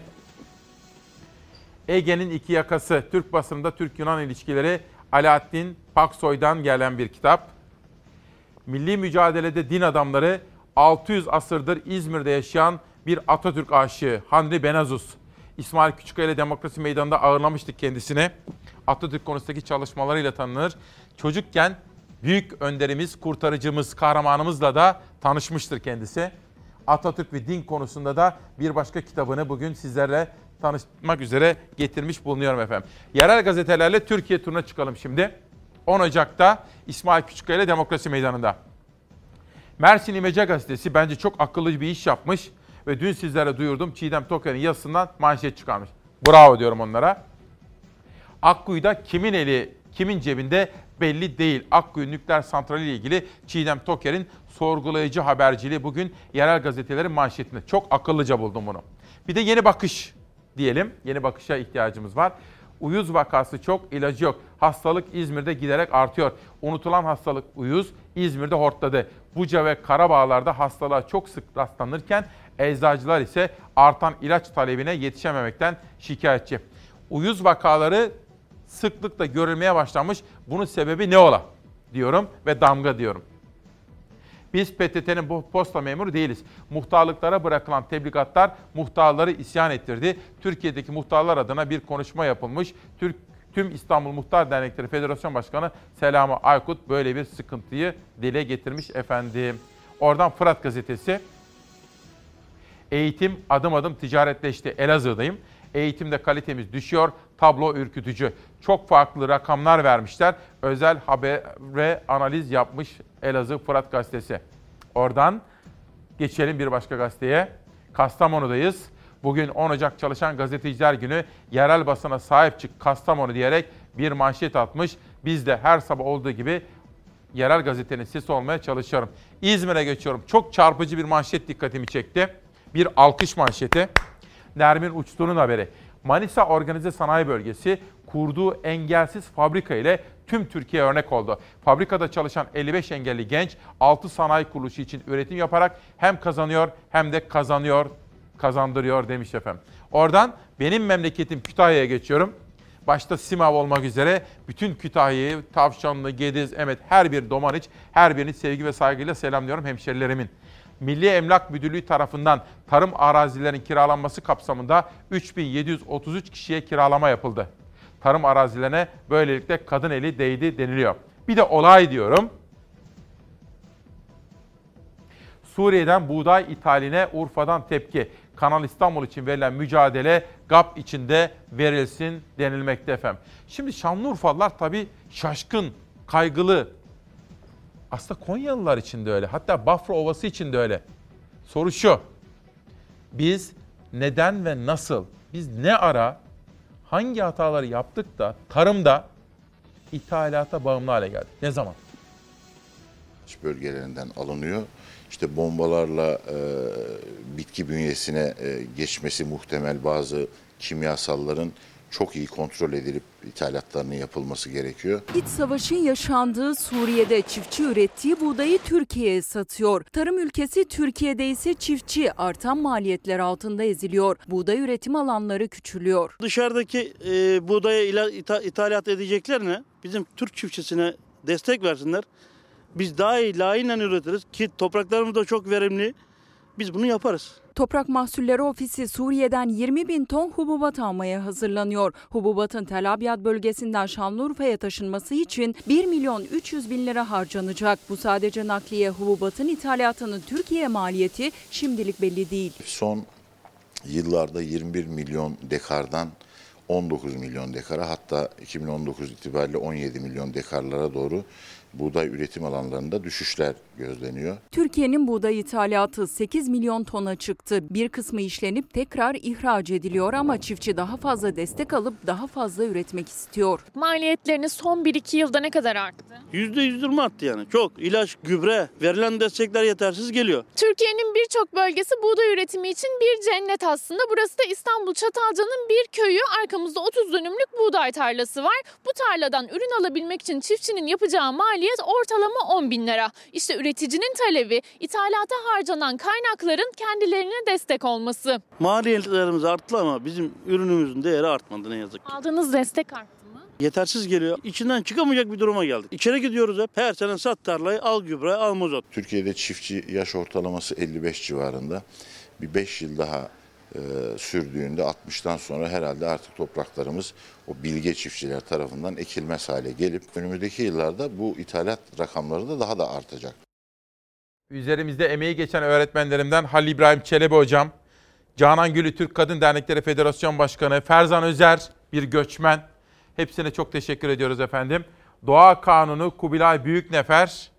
Ege'nin iki yakası, Türk basınında Türk-Yunan ilişkileri, Alaaddin Paksoy'dan gelen bir kitap. Milli mücadelede din adamları, 600 asırdır İzmir'de yaşayan bir Atatürk aşığı Henri Benazus. İsmail Küçükkaya ile Demokrasi Meydanı'nda ağırlamıştık kendisini. Atatürk konusundaki çalışmalarıyla tanınır. Çocukken büyük önderimiz, kurtarıcımız, kahramanımızla da tanışmıştır kendisi. Atatürk ve din konusunda da bir başka kitabını bugün sizlerle tanışmak üzere getirmiş bulunuyorum efendim. Yerel gazetelerle Türkiye turuna çıkalım şimdi. 10 Ocak'ta İsmail Küçükkaya ile Demokrasi Meydanı'nda. Mersin İmece Gazetesi bence çok akıllı bir iş yapmış ve dün sizlere duyurdum. Çiğdem Toker'in yazısından manşet çıkarmış. Bravo diyorum onlara. Akkuyu'da kimin eli, kimin cebinde belli değil. Akkuyu nükleer santrali ile ilgili Çiğdem Toker'in sorgulayıcı haberciliği bugün yerel gazetelerin manşetinde. Çok akıllıca buldum bunu. Bir de Yeni Bakış diyelim. Yeni Bakış'a ihtiyacımız var. Uyuz vakası çok, ilacı yok. Hastalık İzmir'de giderek artıyor. Unutulan hastalık uyuz İzmir'de hortladı. Buca ve Karabağlar'da hastalığa çok sık rastlanırken eczacılar ise artan ilaç talebine yetişememekten şikayetçi. Uyuz vakaları sıklıkla görülmeye başlanmış. Bunun sebebi ne ola diyorum ve damga diyorum. Biz PTT'nin bu posta memuru değiliz. Muhtarlıklara bırakılan tebligatlar muhtarları isyan ettirdi. Türkiye'deki muhtarlar adına bir konuşma yapılmış. Tüm İstanbul Muhtar Dernekleri Federasyon Başkanı Selami Aykut böyle bir sıkıntıyı dile getirmiş efendim. Oradan Fırat Gazetesi. Eğitim adım adım ticaretleşti. Elazığ'dayım. Eğitimde kalitemiz düşüyor. Tablo ürkütücü. Çok farklı rakamlar vermişler. Özel habere analiz yapmış Elazığ Fırat Gazetesi. Oradan geçelim bir başka gazeteye. Kastamonu'dayız. Bugün 10 Ocak Çalışan Gazeteciler Günü. Yerel basına sahip çık Kastamonu diyerek bir manşet atmış. Biz de her sabah olduğu gibi yerel gazetenin sesi olmaya çalışıyorum. İzmir'e geçiyorum. Çok çarpıcı bir manşet dikkatimi çekti. Bir alkış manşeti. Nermin Uçtuğ'un haberi. Manisa Organize Sanayi Bölgesi kurduğu engelsiz fabrika ile tüm Türkiye örnek oldu. Fabrikada çalışan 55 engelli genç 6 sanayi kuruluşu için üretim yaparak hem kazanıyor hem de kazandırıyor demiş efendim. Oradan benim memleketim Kütahya'ya geçiyorum. Başta Simav olmak üzere bütün Kütahya'yı, Tavşanlı, Gediz, Emet her bir Domaniç, her birini sevgi ve saygıyla selamlıyorum hemşerilerimin. Milli Emlak Müdürlüğü tarafından tarım arazilerinin kiralanması kapsamında 3733 kişiye kiralama yapıldı. Tarım arazilerine böylelikle kadın eli değdi deniliyor. Bir de olay diyorum. Suriye'den buğday ithaline Urfa'dan tepki. Kanal İstanbul için verilen mücadele GAP içinde verilsin denilmekte efendim. Şimdi Şanlıurfalılar tabii şaşkın, kaygılı. Aslında Konyalılar için de öyle. Hatta Bafra Ovası için de öyle. Soru şu. Biz neden ve nasıl, biz ne ara, hangi hataları yaptık da tarımda ithalata bağımlı hale geldik? Ne zaman? Bölgelerinden alınıyor. İşte bombalarla bitki bünyesine geçmesi muhtemel bazı kimyasalların çok iyi kontrol edilip ithalatlarının yapılması gerekiyor. İç savaşın yaşandığı Suriye'de çiftçi ürettiği buğdayı Türkiye'ye satıyor. Tarım ülkesi Türkiye'de ise çiftçi artan maliyetler altında eziliyor. Buğday üretim alanları küçülüyor. Dışarıdaki buğdaya ithalat edeceklerine bizim Türk çiftçisine destek versinler. Biz daha iyi layığıyla üretiriz ki topraklarımız da çok verimli. Biz bunu yaparız. Toprak Mahsulleri Ofisi Suriye'den 20.000 ton hububat almaya hazırlanıyor. Hububatın Tel Abyad bölgesinden Şanlıurfa'ya taşınması için 1.300.000 lira harcanacak. Bu sadece nakliye. Hububatın ithalatının Türkiye maliyeti şimdilik belli değil. Son yıllarda 21 milyon dekardan 19 milyon dekara, hatta 2019 itibariyle 17 milyon dekarlara doğru buğday üretim alanlarında düşüşler gözleniyor. Türkiye'nin buğday ithalatı 8 milyon tona çıktı. Bir kısmı işlenip tekrar ihraç ediliyor ama çiftçi daha fazla destek alıp daha fazla üretmek istiyor. Maliyetleriniz son 1-2 yılda ne kadar arttı? %120 arttı yani. Çok. İlaç, gübre, verilen destekler yetersiz geliyor. Türkiye'nin birçok bölgesi buğday üretimi için bir cennet aslında. Burası da İstanbul Çatalca'nın bir köyü. Arkamızda 30 dönümlük buğday tarlası var. Bu tarladan ürün alabilmek için çiftçinin yapacağı maliyet ortalama 10.000 lira. İşte üreticinin talebi ithalata harcanan kaynakların kendilerine destek olması. Maliyetlerimiz arttı ama bizim ürünümüzün değeri artmadı ne yazık ki. Aldığınız destek arttı mı? Yetersiz geliyor. İçinden çıkamayacak bir duruma geldik. İçeri gidiyoruz hep. Her sene sat tarlayı, al gübre, al mazot. Türkiye'de çiftçi yaş ortalaması 55 civarında. Bir 5 yıl daha sürdüğünde 60'tan sonra herhalde artık topraklarımız o bilge çiftçiler tarafından ekilmez hale gelip önümüzdeki yıllarda bu ithalat rakamları da daha da artacak. Üzerimizde emeği geçen öğretmenlerimden Halil İbrahim Çelebi Hocam, Canan Gülü Türk Kadın Dernekleri Federasyon Başkanı, Ferzan Özer bir göçmen. Hepsine çok teşekkür ediyoruz efendim. Doğa Kanunu Kubilay Büyüknefer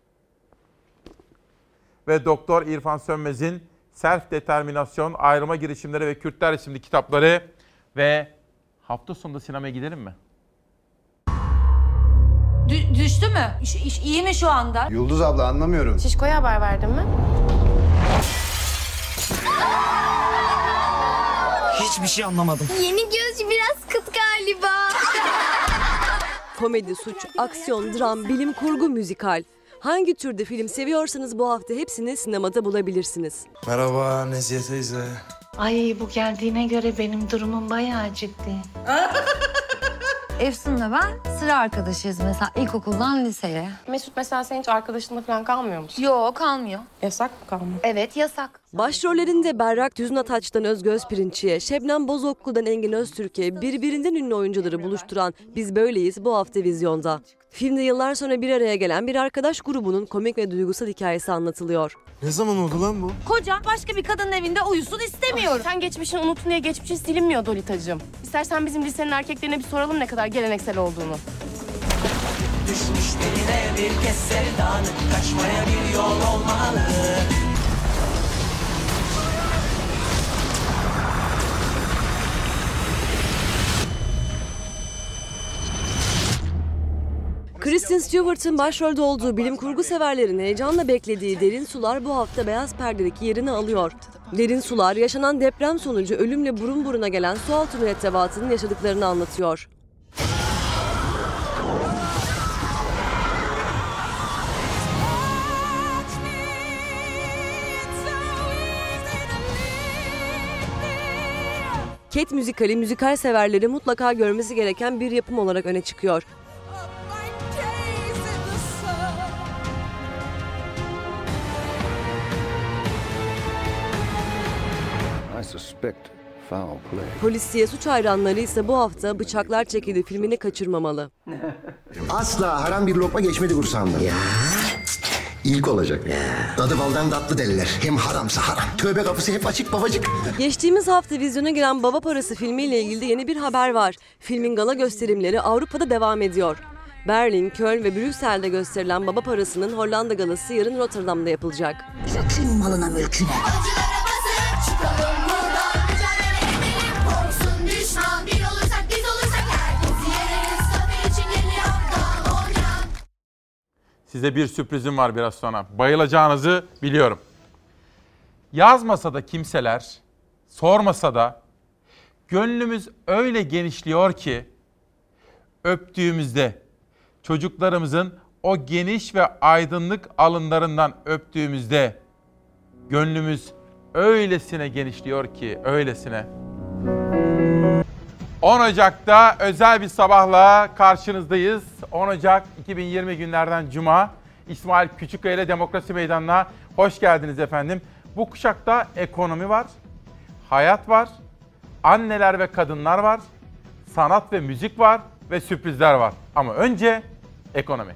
ve Doktor İrfan Sönmez'in Self Determinasyon, Ayrılma Girişimleri ve Kürtler isimli kitapları ve hafta sonunda sinemaya gidelim mi? Düştü mü? İyi mi şu anda? Yıldız abla anlamıyorum. Şişko'ya haber verdin mi? Hiçbir şey anlamadım. Yeni gözcü biraz kıt galiba. Komedi, suç, aksiyon, dram, bilim kurgu, müzikal. Hangi türde film seviyorsanız bu hafta hepsini sinemada bulabilirsiniz. Merhaba Nezihe teyze. Ay bu geldiğine göre benim durumum bayağı ciddi. Efsun'la ben sıra arkadaşıyız mesela ilkokuldan liseye. Mesut mesela senin hiç arkadaşınla falan kalmıyor musun? Yok kalmıyor. Yasak mı kalmıyor? Evet yasak. Başrollerinde Berrak Düznataç'tan Özgöz Pirinççi'ye, Şebnem Bozoklu'dan Engin Öztürk'e birbirinden ünlü oyuncuları buluşturan Biz Böyleyiz bu hafta vizyonda. Filmde yıllar sonra bir araya gelen bir arkadaş grubunun komik ve duygusal hikayesi anlatılıyor. Ne zaman oldu lan bu? Koca başka bir kadının evinde uyusun istemiyorum. Sen geçmişini unutun diye geçmişin silinmiyor Dolitacığım. İstersen bizim lisenin erkeklerine bir soralım ne kadar geleneksel olduğunu. Düşmüş diline bir kez sevdanın, kaçmaya bir yol olmalı. Kristen Stewart'ın başrolde olduğu bilim kurgu severlerin heyecanla beklediği Derin Sular bu hafta beyaz perdedeki yerini alıyor. Derin Sular, yaşanan deprem sonucu ölümle burun buruna gelen sualtı mürettebatının yaşadıklarını anlatıyor. Cat müzikali, müzikal severleri mutlaka görmesi gereken bir yapım olarak öne çıkıyor. Polisiye suç hayranları ise bu hafta Bıçaklar Çekildi filmini kaçırmamalı. Asla haram bir lokma geçmedi kursağımdan. İlk olacak. Dadı baldan tatlı derler. Hem haramsa haram. Tövbe kapısı hep açık babacık. Geçtiğimiz hafta vizyona giren Baba Parası filmiyle ilgili yeni bir haber var. Filmin gala gösterimleri Avrupa'da devam ediyor. Berlin, Köln ve Brüksel'de gösterilen Baba Parası'nın Hollanda galası yarın Rotterdam'da yapılacak. Çökün malına mülküne. Size bir sürprizim var biraz sonra. Bayılacağınızı biliyorum. Yazmasa da kimseler, sormasa da Gönlümüz öyle genişliyor ki öptüğümüzde, çocuklarımızın o geniş ve aydınlık alınlarından öptüğümüzde gönlümüz öylesine genişliyor ki, öylesine. 10 Ocak'ta özel bir sabahla karşınızdayız. 10 Ocak 2020 günlerden Cuma. İsmail Küçükkaya ile Demokrasi Meydanı'na hoş geldiniz efendim. Bu kuşakta ekonomi var, hayat var, anneler ve kadınlar var, sanat ve müzik var ve sürprizler var. Ama önce ekonomi.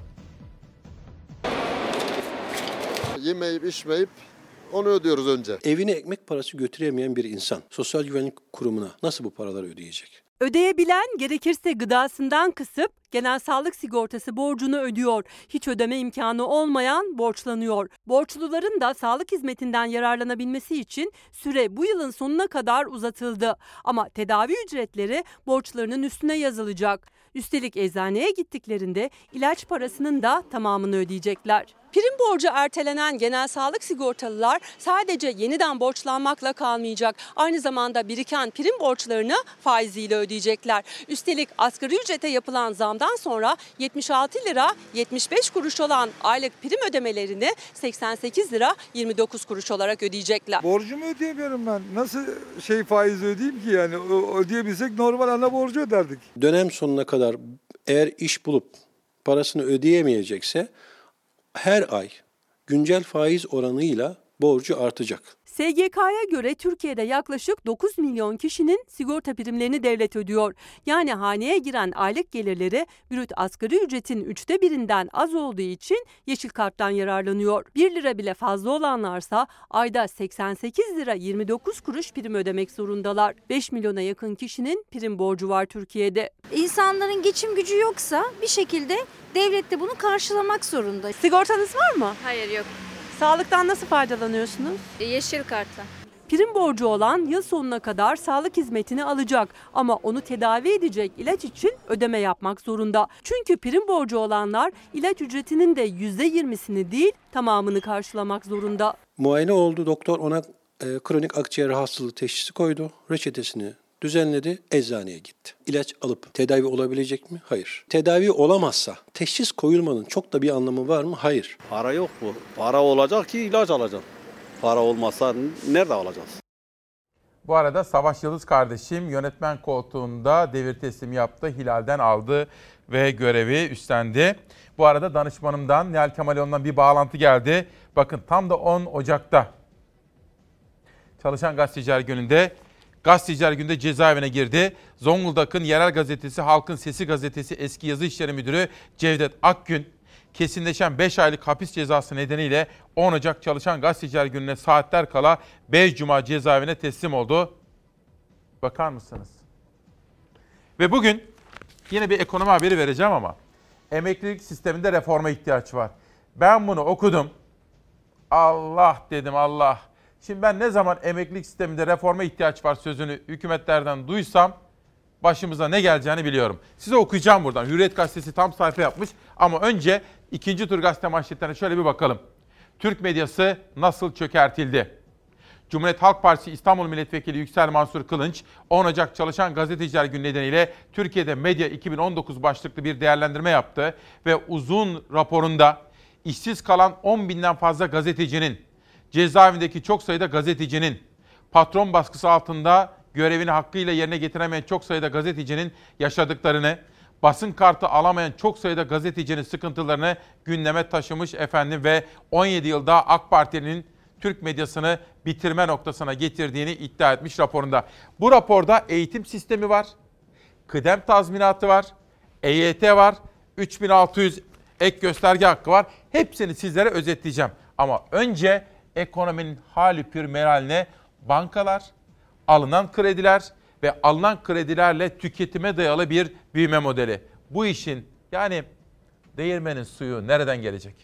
Yemeyip içmeyip onu ödüyoruz önce. Evine ekmek parası götüremeyen bir insan Sosyal Güvenlik Kurumu'na nasıl bu paraları ödeyecek? Ödeyebilen gerekirse gıdasından kısıp genel sağlık sigortası borcunu ödüyor. Hiç ödeme imkanı olmayan borçlanıyor. Borçluların da sağlık hizmetinden yararlanabilmesi için süre bu yılın sonuna kadar uzatıldı. Ama tedavi ücretleri borçlarının üstüne yazılacak. Üstelik eczaneye gittiklerinde ilaç parasının da tamamını ödeyecekler. Prim borcu ertelenen genel sağlık sigortalılar sadece yeniden borçlanmakla kalmayacak. Aynı zamanda biriken prim borçlarını faiziyle ödeyecekler. Üstelik asgari ücrete yapılan zamdan sonra 76 lira 75 kuruş olan aylık prim ödemelerini 88 lira 29 kuruş olarak ödeyecekler. Borcumu ödeyemiyorum ben. Nasıl faizi ödeyeyim ki yani? Ödeyebilsek normal ana borcu öderdik. Dönem sonuna kadar eğer iş bulup parasını ödeyemeyecekse her ay güncel faiz oranıyla borcu artacak. SGK'ya göre Türkiye'de yaklaşık 9 milyon kişinin sigorta primlerini devlet ödüyor. Yani haneye giren aylık gelirleri brüt asgari ücretin 1/3'ünden az olduğu için yeşil karttan yararlanıyor. 1 lira bile fazla olanlarsa ayda 88 lira 29 kuruş prim ödemek zorundalar. 5 milyona yakın kişinin prim borcu var Türkiye'de. İnsanların geçim gücü yoksa bir şekilde devlet de bunu karşılamak zorunda. Sigortanız var mı? Hayır, yok. Sağlıktan nasıl faydalanıyorsunuz? Yeşil kartla. Prim borcu olan yıl sonuna kadar sağlık hizmetini alacak ama onu tedavi edecek ilaç için ödeme yapmak zorunda. Çünkü prim borcu olanlar ilaç ücretinin de %20'sini değil tamamını karşılamak zorunda. Muayene oldu, doktor ona kronik akciğer hastalığı teşhisi koydu, reçetesini düzenledi, eczaneye gitti. İlaç alıp tedavi olabilecek mi? Hayır. Tedavi olamazsa teşhis koyulmanın çok da bir anlamı var mı? Hayır. Para yok mu? Para olacak ki ilaç alacağım. Para olmazsa nerede alacağız? Bu arada Savaş Yıldız kardeşim yönetmen koltuğunda devir teslimi yaptı. Hilal'den aldı ve görevi üstlendi. Bu arada danışmanımdan Nihal Kemaloğlu'ndan bir bağlantı geldi. Bakın tam da 10 Ocak'ta Çalışan Gazeteciler Günü'nde Gazeteciler Günü'nde cezaevine girdi. Zonguldak'ın yerel gazetesi Halkın Sesi gazetesi eski yazı işleri müdürü Cevdet Akgün, kesinleşen 5 aylık hapis cezası nedeniyle 10 Ocak Çalışan Gazeteciler Günü'ne saatler kala 5 Cuma cezaevine teslim oldu. Bakar mısınız? Ve bugün yine bir ekonomi haberi vereceğim ama emeklilik sisteminde reforma ihtiyaç var. Ben bunu okudum. Allah dedim, Allah. Şimdi ben ne zaman emeklilik sisteminde reforma ihtiyaç var sözünü hükümetlerden duysam başımıza ne geleceğini biliyorum. Size okuyacağım buradan. Hürriyet Gazetesi tam sayfa yapmış ama önce ikinci tur gazete manşetlerine şöyle bir bakalım. Türk medyası nasıl çökertildi? Cumhuriyet Halk Partisi İstanbul Milletvekili Yüksel Mansur Kılınç, 10 Ocak Çalışan Gazeteciler Günü nedeniyle Türkiye'de Medya 2019 başlıklı bir değerlendirme yaptı ve uzun raporunda işsiz kalan 10 binden fazla gazetecinin, cezaevindeki çok sayıda gazetecinin, patron baskısı altında görevini hakkıyla yerine getiremeyen çok sayıda gazetecinin yaşadıklarını, basın kartı alamayan çok sayıda gazetecinin sıkıntılarını gündeme taşımış efendim ve 17 yılda AK Parti'nin Türk medyasını bitirme noktasına getirdiğini iddia etmiş raporunda. Bu raporda eğitim sistemi var, kıdem tazminatı var, EYT var, 3600 ek gösterge hakkı var. Hepsini sizlere özetleyeceğim. Ama önce ekonominin hali pür meraline bankalar, alınan krediler ve alınan kredilerle tüketime dayalı bir büyüme modeli. Bu işin yani değirmenin suyu nereden gelecek?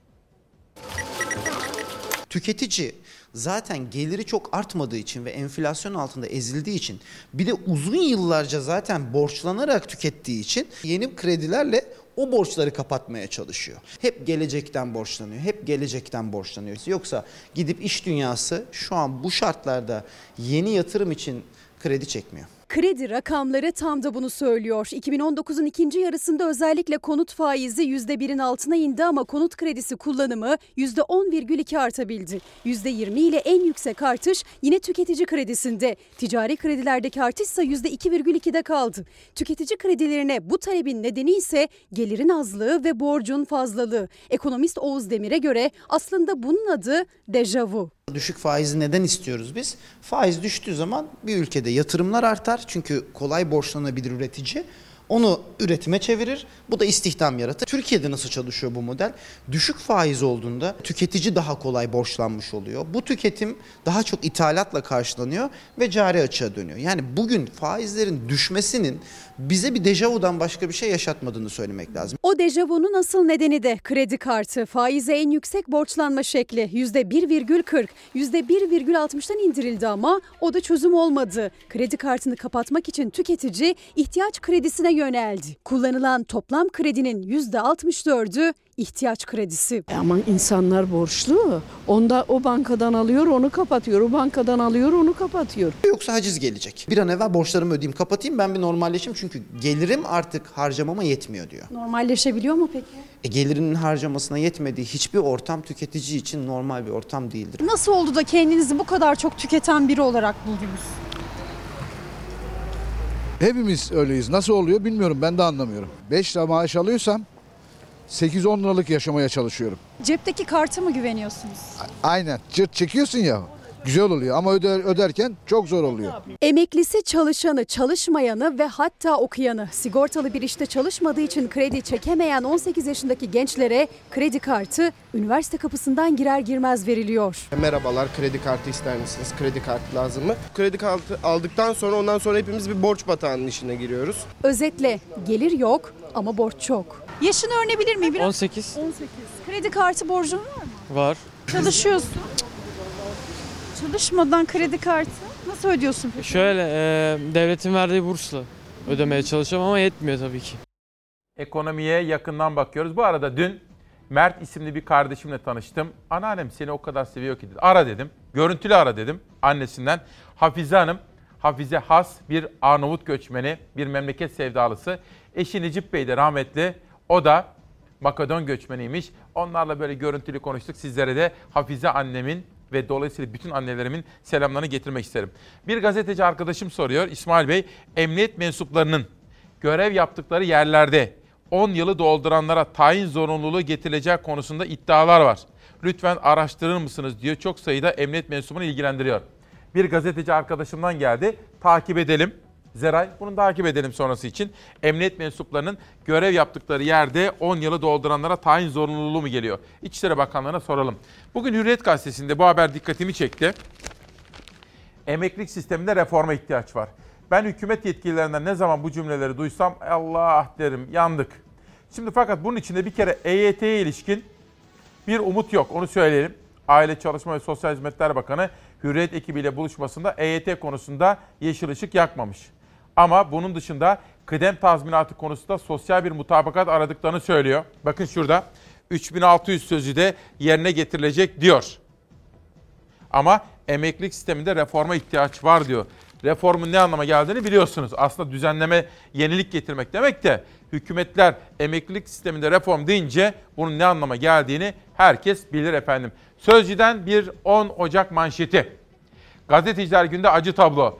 Tüketici zaten geliri çok artmadığı için ve enflasyon altında ezildiği için bir de uzun yıllarca zaten borçlanarak tükettiği için yeni kredilerle o borçları kapatmaya çalışıyor. Hep gelecekten borçlanıyor, hep gelecekten borçlanıyor. Yoksa gidip iş dünyası şu an bu şartlarda yeni yatırım için kredi çekmiyor. Kredi rakamları tam da bunu söylüyor. 2019'un ikinci yarısında özellikle konut faizi %1'in altına indi ama konut kredisi kullanımı %10,2 artabildi. %20 ile en yüksek artış yine tüketici kredisinde. Ticari kredilerdeki artış ise %2,2'de kaldı. Tüketici kredilerine bu talebin nedeni ise gelirin azlığı ve borcun fazlalığı. Ekonomist Oğuz Demir'e göre aslında bunun adı dejavu. Düşük faizi neden istiyoruz biz? Faiz düştüğü zaman bir ülkede yatırımlar artar. Çünkü kolay borçlanabilir üretici. Onu üretime çevirir. Bu da istihdam yaratır. Türkiye'de nasıl çalışıyor bu model? Düşük faiz olduğunda tüketici daha kolay borçlanmış oluyor. Bu tüketim daha çok ithalatla karşılanıyor ve cari açığa dönüyor. Yani bugün faizlerin düşmesinin bize bir dejavudan başka bir şey yaşatmadığını söylemek lazım. O dejavunun asıl nedeni de kredi kartı. Faize en yüksek borçlanma şekli %1,40, %1,60'tan indirildi ama o da çözüm olmadı. Kredi kartını kapatmak için tüketici ihtiyaç kredisine yöneldi. Kullanılan toplam kredinin %64'ü ihtiyaç kredisi. Ama insanlar borçlu. Onda o bankadan alıyor, onu kapatıyor. O bankadan alıyor, onu kapatıyor. Yoksa haciz gelecek. Bir an evvel borçlarımı ödeyeyim, kapatayım, ben bir normalleşeyim. Çünkü gelirim artık harcamama yetmiyor diyor. Normalleşebiliyor mu peki? Gelirinin harcamasına yetmediği hiçbir ortam tüketici için normal bir ortam değildir. Nasıl oldu da kendinizi bu kadar çok tüketen biri olarak buldunuz? Hepimiz öyleyiz. Nasıl oluyor bilmiyorum, ben de anlamıyorum. 5 lira maaş alıyorsam 8-10 liralık yaşamaya çalışıyorum. Cepteki karta mı güveniyorsunuz? Aynen. Cırt çekiyorsun ya. Güzel oluyor ama öderken çok zor oluyor. Emeklisi, çalışanı, çalışmayanı ve hatta okuyanı, sigortalı bir işte çalışmadığı için kredi çekemeyen 18 yaşındaki gençlere kredi kartı üniversite kapısından girer girmez veriliyor. Merhabalar, kredi kartı ister misiniz? Kredi kartı lazım mı? Kredi kartı aldıktan sonra ondan sonra hepimiz bir borç batağının içine giriyoruz. Özetle gelir yok ama borç çok. Yaşını öğrenebilir miyim? 18. 18. Kredi kartı borcun var mı? Var. Çalışıyorsun. Çalışmadan kredi kartı nasıl ödüyorsun peki? Şöyle devletin verdiği bursla ödemeye çalışıyorum ama yetmiyor tabii ki. Ekonomiye yakından bakıyoruz. Bu arada dün Mert isimli bir kardeşimle tanıştım. Anneannem seni o kadar seviyor ki dedi. Ara dedim. Görüntülü ara dedim annesinden. Hafize Hanım, Hafize Has bir Arnavut göçmeni, bir memleket sevdalısı. Eşi Necip Bey de rahmetli. O da Makedon göçmeniymiş. Onlarla böyle görüntülü konuştuk. Sizlere de Hafize annemin ve dolayısıyla bütün annelerimin selamlarını getirmek isterim. Bir gazeteci arkadaşım soruyor, İsmail Bey, emniyet mensuplarının görev yaptıkları yerlerde 10 yılı dolduranlara tayin zorunluluğu getirileceği konusunda iddialar var. Lütfen araştırır mısınız diyor. Çok sayıda emniyet mensubunu ilgilendiriyor. Bir gazeteci arkadaşımdan geldi. Takip edelim. Zeray, bunu takip edelim sonrası için. Emniyet mensuplarının görev yaptıkları yerde 10 yılı dolduranlara tayin zorunluluğu mu geliyor? İçişleri Bakanlığı'na soralım. Bugün Hürriyet Gazetesi'nde bu haber dikkatimi çekti. Emeklilik sisteminde reforma ihtiyaç var. Ben hükümet yetkililerinden ne zaman bu cümleleri duysam Allah derim, yandık. Şimdi fakat bunun içinde bir kere EYT'ye ilişkin bir umut yok, onu söyleyelim. Aile Çalışma ve Sosyal Hizmetler Bakanı Hürriyet ekibiyle buluşmasında EYT konusunda yeşil ışık yakmamış. Ama bunun dışında kıdem tazminatı konusunda sosyal bir mutabakat aradıklarını söylüyor. Bakın şurada 3600 sözü de yerine getirilecek diyor. Ama emeklilik sisteminde reforma ihtiyaç var diyor. Reformun ne anlama geldiğini biliyorsunuz. Aslında düzenleme, yenilik getirmek demek de hükümetler emeklilik sisteminde reform deyince bunun ne anlama geldiğini herkes bilir efendim. Sözcü'den bir 10 Ocak manşeti. Gazeteciler Günü'nde acı tablo.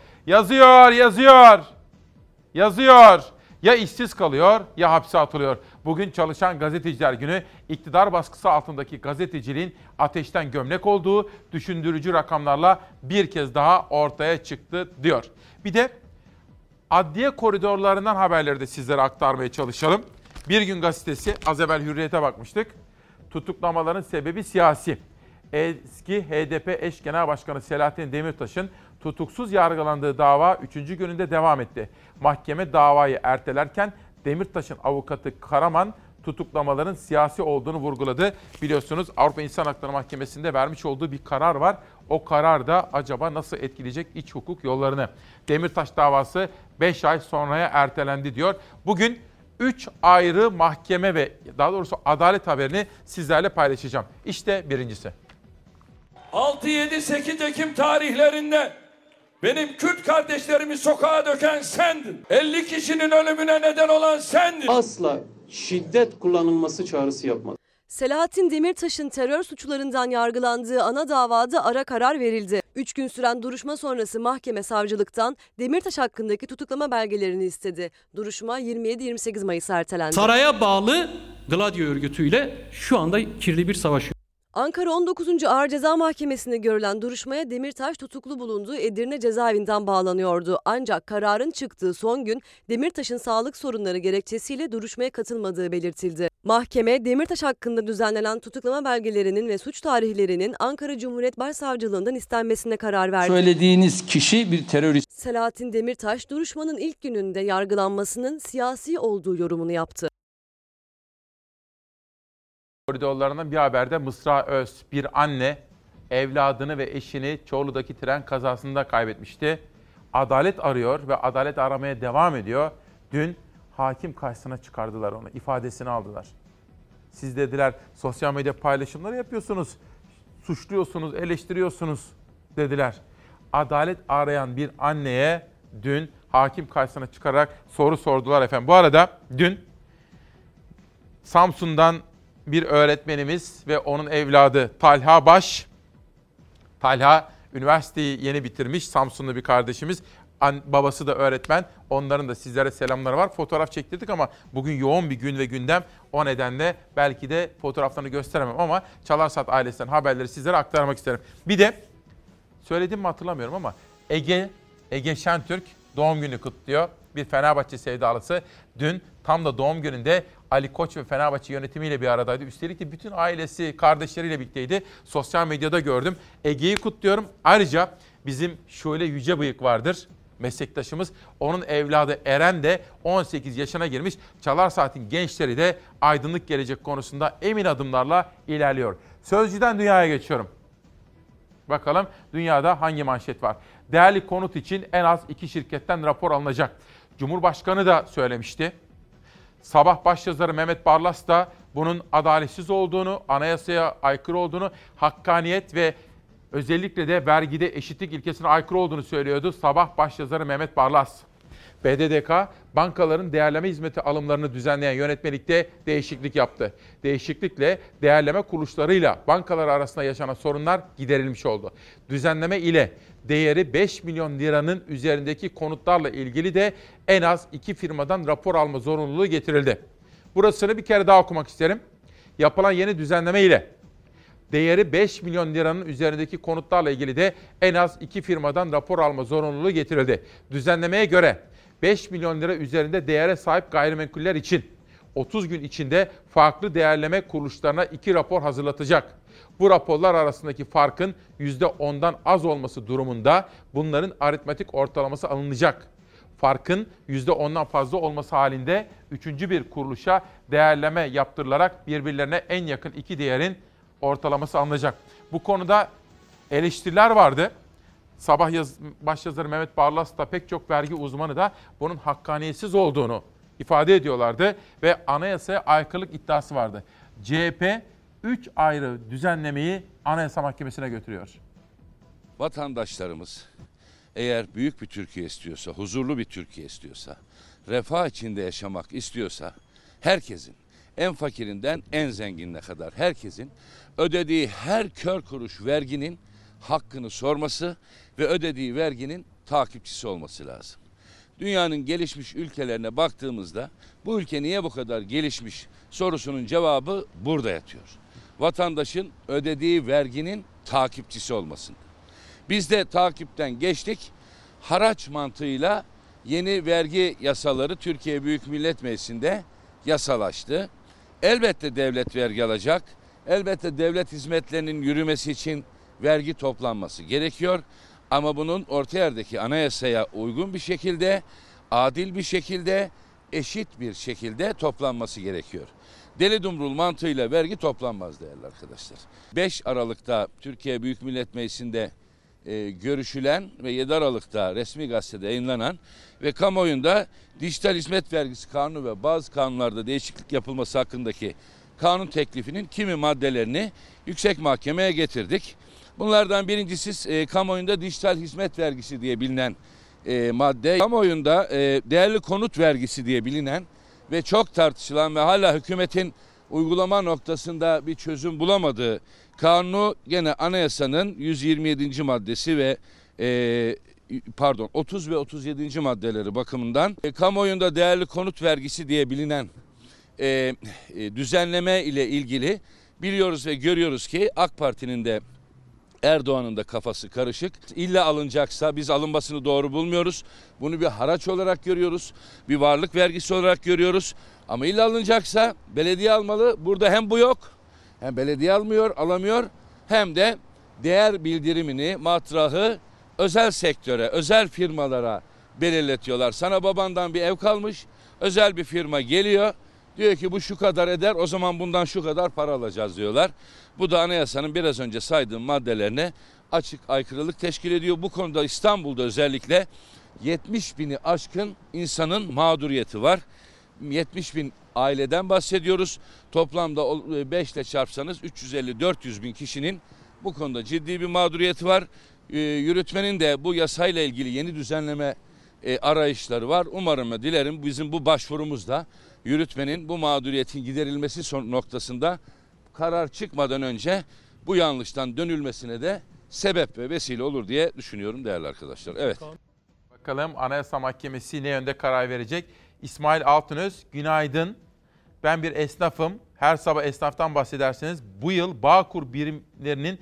Yazıyor. Ya işsiz kalıyor ya hapse atılıyor. Bugün Çalışan Gazeteciler Günü, iktidar baskısı altındaki gazeteciliğin ateşten gömlek olduğu düşündürücü rakamlarla bir kez daha ortaya çıktı diyor. Bir de adliye koridorlarından haberleri de sizlere aktarmaya çalışalım. Bir Gün Gazetesi, az evvel Hürriyet'e bakmıştık. Tutuklamaların sebebi siyasi. Eski HDP eş genel başkanı Selahattin Demirtaş'ın tutuksuz yargılandığı dava 3. gününde devam etti. Mahkeme davayı ertelerken Demirtaş'ın avukatı Karaman tutuklamaların siyasi olduğunu vurguladı. Biliyorsunuz Avrupa İnsan Hakları Mahkemesi'nde vermiş olduğu bir karar var. O karar da acaba nasıl etkileyecek iç hukuk yollarını? Demirtaş davası 5 ay sonraya ertelendi diyor. Bugün 3 ayrı mahkeme ve daha doğrusu adalet haberini sizlerle Benim Kürt kardeşlerimi sokağa döken sendin. 50 kişinin ölümüne neden olan sendin. Asla şiddet kullanılması çağrısı yapmadı. Selahattin Demirtaş'ın terör suçlarından yargılandığı ana davada ara karar verildi. 3 gün süren duruşma sonrası mahkeme savcılıktan Demirtaş hakkındaki tutuklama belgelerini istedi. Duruşma 27-28 Mayıs ertelendi. Saraya bağlı Gladio örgütüyle şu anda kirli bir savaş. Ankara 19. Ağır Ceza Mahkemesi'nde görülen duruşmaya Demirtaş tutuklu bulunduğu Edirne cezaevinden bağlanıyordu. Ancak kararın çıktığı son gün Demirtaş'ın sağlık sorunları gerekçesiyle duruşmaya katılmadığı belirtildi. Mahkeme Demirtaş hakkında düzenlenen tutuklama belgelerinin ve suç tarihlerinin Ankara Cumhuriyet Başsavcılığından istenmesine karar verdi. Söylediğiniz kişi bir terörist. Selahattin Demirtaş duruşmanın ilk gününde yargılanmasının siyasi olduğu yorumunu yaptı. Koridorlarından bir haberde Mısra Öz, bir anne evladını ve eşini Çorlu'daki tren kazasında kaybetmişti. Adalet arıyor ve adalet aramaya devam ediyor. Dün hakim karşısına çıkardılar onu, ifadesini aldılar. Siz dediler sosyal medya paylaşımları yapıyorsunuz, suçluyorsunuz, eleştiriyorsunuz dediler. Adalet arayan bir anneye dün hakim karşısına çıkarak soru sordular efendim. Bu arada dün Samsun'dan bir öğretmenimiz ve onun evladı Talha Baş. Talha üniversiteyi yeni bitirmiş, Samsunlu bir kardeşimiz. Babası da öğretmen. Onların da sizlere selamları var. Fotoğraf çektirdik ama bugün yoğun bir gün ve gündem. O nedenle belki de fotoğraflarını gösteremem ama Çalar Saat ailesinden haberleri sizlere aktarmak isterim. Bir de söyledim mi hatırlamıyorum ama Ege Şentürk doğum günü kutluyor. Bir Fenerbahçe sevdalısı. Dün tam da doğum gününde Ali Koç ve Fenerbahçe yönetimiyle bir aradaydı. Üstelik de bütün ailesi, kardeşleriyle birlikteydi. Sosyal medyada gördüm. Ege'yi kutluyorum. Ayrıca bizim Şule Yücebıyık vardır, meslektaşımız. Onun evladı Eren de 18 yaşına girmiş. Çalar Saat'in gençleri de aydınlık gelecek konusunda emin adımlarla ilerliyor. Sözcü'den dünyaya geçiyorum. Bakalım dünyada hangi manşet var? Değerli konut için en az 2 şirketten rapor alınacak. Cumhurbaşkanı da söylemişti. Sabah başyazarı Mehmet Barlas da bunun adaletsiz olduğunu, anayasaya aykırı olduğunu, hakkaniyet ve özellikle de vergide eşitlik ilkesine aykırı olduğunu söylüyordu Sabah başyazarı Mehmet Barlas. BDDK, bankaların değerleme hizmeti alımlarını düzenleyen yönetmelikte değişiklik yaptı. Değişiklikle değerleme kuruluşlarıyla bankalar arasında yaşanan sorunlar giderilmiş oldu. Düzenleme ile değeri 5 milyon liranın üzerindeki konutlarla ilgili de en az 2 firmadan rapor alma zorunluluğu getirildi. Burasını bir kere daha okumak isterim. Yapılan yeni düzenleme ile değeri 5 milyon liranın üzerindeki konutlarla ilgili de en az 2 firmadan rapor alma zorunluluğu getirildi. Düzenlemeye göre 5 milyon lira üzerinde değere sahip gayrimenkuller için 30 gün içinde farklı değerleme kuruluşlarına 2 rapor hazırlatacak. Bu raporlar arasındaki farkın %10'dan az olması durumunda bunların aritmetik ortalaması alınacak. Farkın %10'dan fazla olması halinde 3. bir kuruluşa değerleme yaptırılarak birbirlerine en yakın 2 değerin ortalaması alınacak. Bu konuda eleştiriler vardı. Başyazarı Mehmet Barlas da pek çok vergi uzmanı da bunun hakkaniyetsiz olduğunu ifade ediyorlardı ve anayasaya aykırılık iddiası vardı. CHP 3 ayrı düzenlemeyi Anayasa Mahkemesi'ne götürüyor. Vatandaşlarımız eğer büyük bir Türkiye istiyorsa, huzurlu bir Türkiye istiyorsa, refah içinde yaşamak istiyorsa herkesin, en fakirinden en zenginine kadar herkesin ödediği her kör kuruş verginin hakkını sorması ve ödediği verginin takipçisi olması lazım. Dünyanın gelişmiş ülkelerine baktığımızda bu ülke niye bu kadar gelişmiş sorusunun cevabı burada yatıyor. Vatandaşın ödediği verginin takipçisi olmasında. Biz de takipten geçtik. Haraç mantığıyla yeni vergi yasaları Türkiye Büyük Millet Meclisi'nde yasalaştı. Elbette devlet vergi alacak. Elbette devlet hizmetlerinin yürümesi için vergi toplanması gerekiyor. Ama bunun orta yerdeki anayasaya uygun bir şekilde, adil bir şekilde, eşit bir şekilde toplanması gerekiyor. Deli dumrul mantığıyla vergi toplanmaz değerli arkadaşlar. 5 Aralık'ta Türkiye Büyük Millet Meclisi'nde görüşülen ve 7 Aralık'ta resmi gazetede yayınlanan ve kamuoyunda dijital hizmet vergisi kanunu ve bazı kanunlarda değişiklik yapılması hakkındaki kanun teklifinin kimi maddelerini yüksek mahkemeye getirdik. Bunlardan birincisi kamuoyunda dijital hizmet vergisi diye bilinen madde. Kamuoyunda değerli konut vergisi diye bilinen ve çok tartışılan ve hala hükümetin uygulama noktasında bir çözüm bulamadığı kanunu gene anayasanın 127. maddesi ve 30 ve 37. maddeleri bakımından kamuoyunda değerli konut vergisi diye bilinen düzenleme ile ilgili biliyoruz ve görüyoruz ki AK Parti'nin de Erdoğan'ın da kafası karışık. İlla alınacaksa biz alınmasını doğru bulmuyoruz. Bunu bir haraç olarak görüyoruz. Bir varlık vergisi olarak görüyoruz. Ama illa alınacaksa belediye almalı. Burada hem bu yok, hem belediye alamıyor hem de değer bildirimini, matrahı özel sektöre, özel firmalara belirletiyorlar. Sana babandan bir ev kalmış, özel bir firma geliyor. Diyor ki bu şu kadar eder, o zaman bundan şu kadar para alacağız diyorlar. Bu da anayasanın biraz önce saydığım maddelerine açık aykırılık teşkil ediyor. Bu konuda İstanbul'da özellikle 70 bini aşkın insanın mağduriyeti var. 70 bin aileden bahsediyoruz. Toplamda 5 ile çarpsanız 350-400 bin kişinin bu konuda ciddi bir mağduriyeti var. Yürütmenin de bu yasayla ilgili yeni düzenleme arayışları var. Umarım ve dilerim bizim bu başvurumuzda yürütmenin bu mağduriyetin giderilmesi noktasında karar çıkmadan önce bu yanlıştan dönülmesine de sebep ve vesile olur diye düşünüyorum değerli arkadaşlar. Evet. Bakalım Anayasa Mahkemesi ne yönde karar verecek? İsmail Altınöz, günaydın. Ben bir esnafım. Her sabah esnaftan bahsederseniz bu yıl Bağkur birimlerinin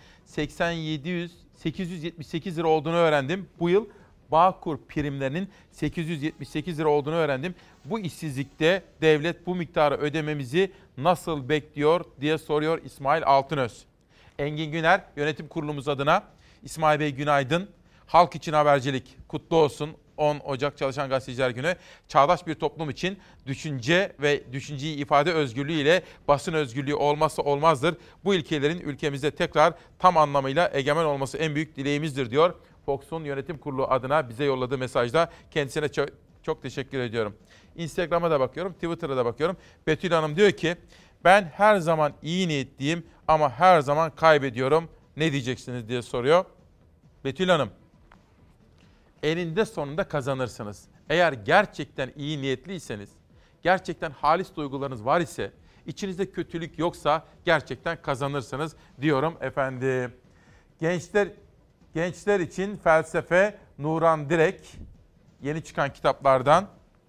878 lira olduğunu öğrendim. Bu yıl Bağkur primlerinin 878 lira olduğunu öğrendim. Bu işsizlikte devlet bu miktarı ödememizi nasıl bekliyor diye soruyor İsmail Altınöz. Engin Güner, yönetim kurulumuz adına. İsmail Bey günaydın. Halk için habercilik kutlu olsun. 10 Ocak Çalışan Gazeteciler Günü. Çağdaş bir toplum için düşünce ve düşünceyi ifade özgürlüğü ile basın özgürlüğü olmazsa olmazdır. Bu ilkelerin ülkemizde tekrar tam anlamıyla egemen olması en büyük dileğimizdir diyor. Fox'un yönetim kurulu adına bize yolladığı mesajda kendisine çok teşekkür ediyorum. Instagram'a da bakıyorum, Twitter'a da bakıyorum. Betül Hanım diyor ki ben her zaman iyi niyetliyim ama her zaman kaybediyorum. Ne diyeceksiniz diye soruyor. Betül Hanım, eninde sonunda kazanırsınız. Eğer gerçekten iyi niyetliyseniz, gerçekten halis duygularınız var ise, içinizde kötülük yoksa gerçekten kazanırsınız diyorum efendim. Gençler için felsefe Nuran Direk, yeni çıkan kitaplardan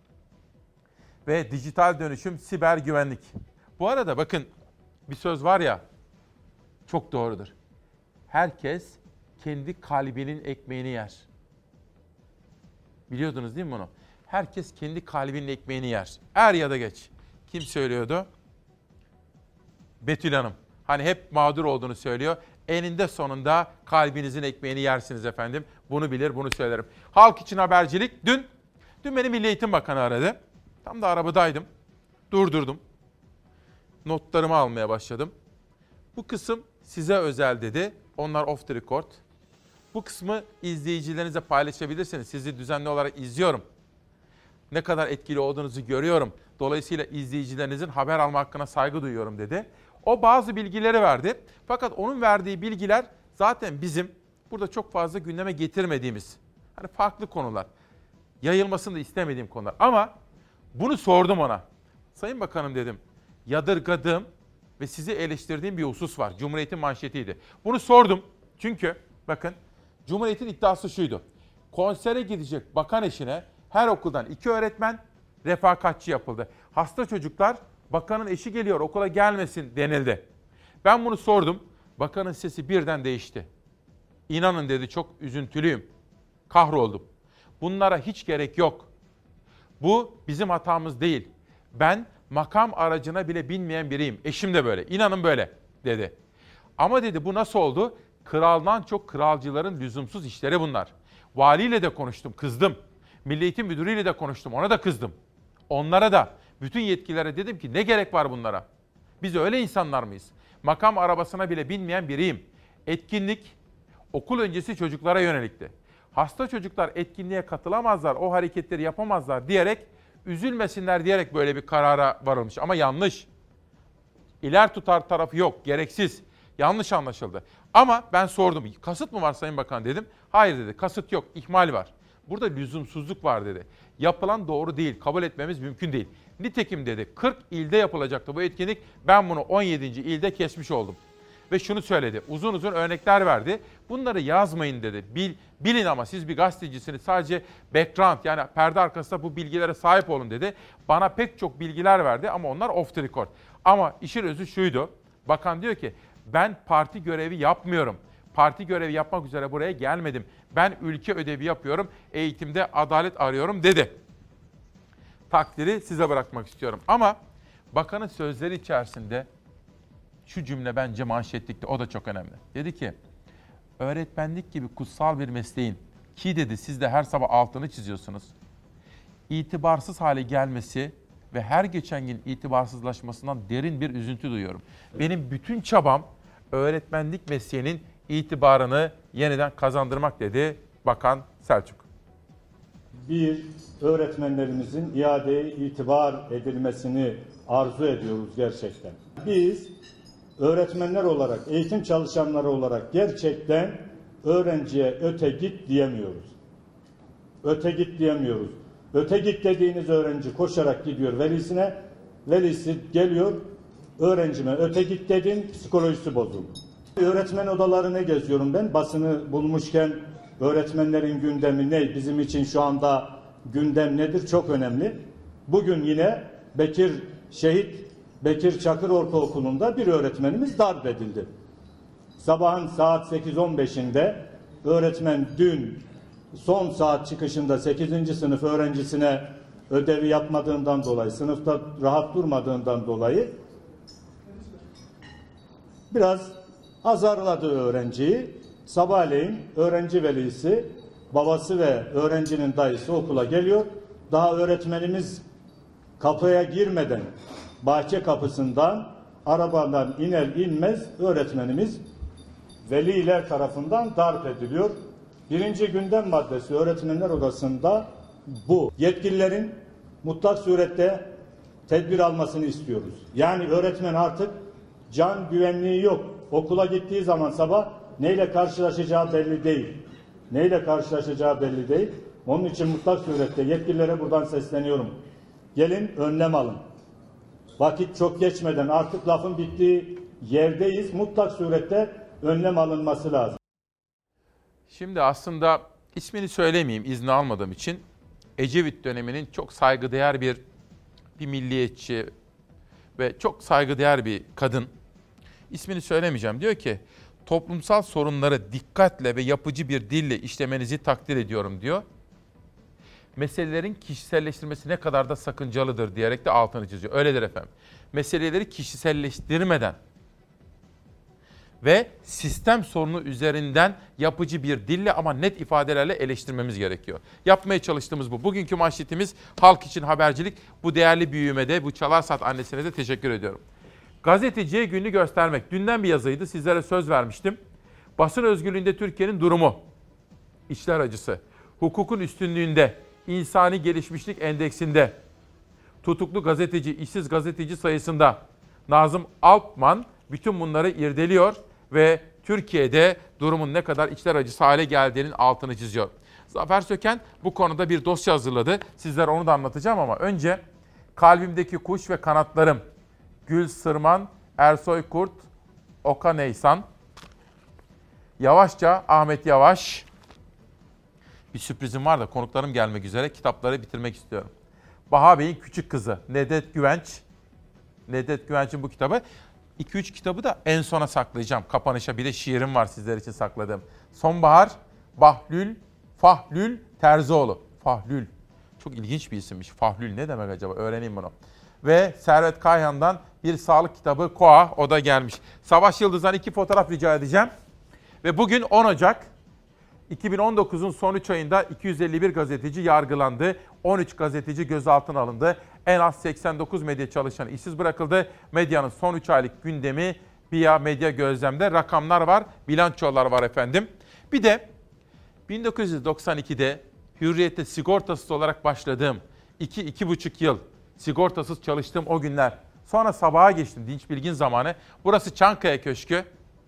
ve dijital dönüşüm, siber güvenlik. Bu arada bakın bir söz var ya, çok doğrudur. Herkes kendi kalbinin ekmeğini yer. Biliyordunuz değil mi bunu? Herkes kendi kalbinin ekmeğini yer. Er ya da geç. Kim söylüyordu? Betül Hanım. Hani hep mağdur olduğunu söylüyor. Eninde sonunda kalbinizin ekmeğini yersiniz efendim. Bunu bilir, bunu söylerim. Halk için habercilik. Dün beni Milli Eğitim Bakanı aradı. Tam da arabadaydım. Durdurdum. Notlarımı almaya başladım. Bu kısım size özel dedi. Onlar off the record. Bu kısmı izleyicilerinize paylaşabilirsiniz. Sizi düzenli olarak izliyorum. Ne kadar etkili olduğunuzu görüyorum. Dolayısıyla izleyicilerinizin haber alma hakkına saygı duyuyorum dedi. O bazı bilgileri verdi. Fakat onun verdiği bilgiler zaten bizim burada çok fazla gündeme getirmediğimiz, hani farklı konular. Yayılmasını da istemediğim konular. Ama bunu sordum ona. Sayın Bakanım dedim, yadırgadığım ve sizi eleştirdiğim bir husus var. Cumhuriyet'in manşetiydi. Bunu sordum çünkü bakın Cumhuriyet'in iddiası şuydu. Konsere gidecek bakan eşine her okuldan 2 öğretmen refakatçi yapıldı. Hasta çocuklar bakanın eşi geliyor okula gelmesin denildi. Ben bunu sordum. Bakanın sesi birden değişti. İnanın dedi çok üzüntülüyüm. Kahroldum. Bunlara hiç gerek yok. Bu bizim hatamız değil. Ben makam aracına bile binmeyen biriyim. Eşim de böyle. İnanın böyle dedi. Ama dedi bu nasıl oldu? Kraldan çok kralcıların lüzumsuz işleri bunlar. Valiyle de konuştum, kızdım. Milli Eğitim Müdürü'yle de konuştum, ona da kızdım. Onlara da, bütün yetkililere dedim ki ne gerek var bunlara? Biz öyle insanlar mıyız? Makam arabasına bile binmeyen biriyim. Etkinlik okul öncesi çocuklara yönelikti. Hasta çocuklar etkinliğe katılamazlar, o hareketleri yapamazlar diyerek, üzülmesinler diyerek böyle bir karara varılmış. Ama yanlış. İler tutar tarafı yok, gereksiz. Yanlış anlaşıldı. Ama ben sordum, kasıt mı var Sayın Bakan dedim. Hayır dedi, kasıt yok, ihmal var. Burada lüzumsuzluk var dedi. Yapılan doğru değil, kabul etmemiz mümkün değil. Nitekim dedi 40 ilde yapılacaktı bu etkinlik. Ben bunu 17. ilde kesmiş oldum. Ve şunu söyledi, uzun uzun örnekler verdi. Bunları yazmayın dedi. Bilin ama siz bir gazetecisiniz. Sadece background yani perde arkasında bu bilgilere sahip olun dedi. Bana pek çok bilgiler verdi ama onlar off the record. Ama işin özü şuydu. Bakan diyor ki ben parti görevi yapmıyorum. Parti görevi yapmak üzere buraya gelmedim. Ben ülke ödevi yapıyorum. Eğitimde adalet arıyorum dedi. Takdiri size bırakmak istiyorum. Ama bakanın sözleri içerisinde şu cümle bence manşetlikte, o da çok önemli. Dedi ki, öğretmenlik gibi kutsal bir mesleğin ki dedi siz de her sabah altını çiziyorsunuz. İtibarsız hale gelmesi ve her geçen gün itibarsızlaşmasından derin bir üzüntü duyuyorum. Benim bütün çabam öğretmenlik mesleğinin itibarını yeniden kazandırmak dedi Bakan Selçuk. Bir, öğretmenlerimizin iadeye itibar edilmesini arzu ediyoruz gerçekten. Biz öğretmenler olarak, eğitim çalışanları olarak gerçekten öğrenciye öte git diyemiyoruz. Öte git diyemiyoruz. Öte git dediğiniz öğrenci koşarak gidiyor velisine, velisi geliyor, öğrencime öte git dedin, psikolojisi bozuldu. Öğretmen odalarını geziyorum ben, basını bulmuşken öğretmenlerin gündemi ne? Bizim için şu anda gündem nedir? Çok önemli. Bugün yine Şehit Bekir Çakır Ortaokulu'nda bir öğretmenimiz darp edildi. Sabahın saat 8.15'inde öğretmen dün son saat çıkışında 8. sınıf öğrencisine ödevi yapmadığından dolayı, sınıfta rahat durmadığından dolayı biraz azarladı öğrenciyi. Sabahleyin öğrenci velisi, babası ve öğrencinin dayısı okula geliyor. Daha öğretmenimiz kapıya girmeden bahçe kapısından arabadan iner inmez öğretmenimiz veliler tarafından darp ediliyor. Birinci gündem maddesi öğretmenler odasında bu. Yetkililerin mutlak surette tedbir almasını istiyoruz. Yani öğretmen artık can güvenliği yok. Okula gittiği zaman sabah neyle karşılaşacağı belli değil. Neyle karşılaşacağı belli değil. Onun için mutlak surette yetkililere buradan sesleniyorum. Gelin önlem alın. Vakit çok geçmeden artık lafın bittiği yerdeyiz. Mutlak surette önlem alınması lazım. Şimdi aslında ismini söylemeyeyim izni almadığım için. Ecevit döneminin çok saygıdeğer bir milliyetçi ve çok saygıdeğer bir kadın. İsmini söylemeyeceğim. Diyor ki toplumsal sorunları dikkatle ve yapıcı bir dille işlemenizi takdir ediyorum diyor. Meselelerin kişiselleştirmesi ne kadar da sakıncalıdır diyerek de altını çiziyor. Öyledir efendim. Meseleleri kişiselleştirmeden ve sistem sorunu üzerinden yapıcı bir dille ama net ifadelerle eleştirmemiz gerekiyor. Yapmaya çalıştığımız bu. Bugünkü manşetimiz halk için habercilik. Bu değerli büyümede, bu Çalarsat annesine de teşekkür ediyorum. Gazeteciye gününü göstermek. Dünden bir yazıydı. Sizlere söz vermiştim. Basın özgürlüğünde Türkiye'nin durumu. İçler acısı. Hukukun üstünlüğünde, insani gelişmişlik endeksinde, tutuklu gazeteci, işsiz gazeteci sayısında Nazım Alpman bütün bunları irdeliyor ve Türkiye'de durumun ne kadar içler acısı hale geldiğinin altını çiziyor. Zafer Söken bu konuda bir dosya hazırladı. Sizlere onu da anlatacağım ama önce Kalbimdeki Kuş ve Kanatlarım. Gül Sırman, Ersoy Kurt, Okan Eysan. Yavaşça Ahmet Yavaş. Bir sürprizim var da konuklarım gelmek üzere. Kitapları bitirmek istiyorum. Baha Bey'in Küçük Kızı, Nedet Güvenç. Nedet Güvenç'in bu kitabı. 2-3 kitabı da en sona saklayacağım. Kapanışa bir de şiirim var sizler için sakladığım. Sonbahar, Fahlül Terzioğlu. Fahlül. Çok ilginç bir isimmiş. Fahlül ne demek acaba? Öğreneyim bunu. Ve Servet Kayhan'dan bir sağlık kitabı Koa, o da gelmiş. Savaş Yıldız'dan 2 fotoğraf rica edeceğim. Ve bugün 10 Ocak 2019'un son 3 ayında 251 gazeteci yargılandı. 13 gazeteci gözaltına alındı. En az 89 medya çalışanı işsiz bırakıldı. Medyanın son 3 aylık gündemi BİA Medya Gözlem'de rakamlar var, bilançolar var efendim. Bir de 1992'de Hürriyet'te sigortasız olarak başladığım 2-2,5 yıl sigortasız çalıştığım o günler. Sonra sabaha geçtim Dinç Bilgin zamanı. Burası Çankaya Köşkü.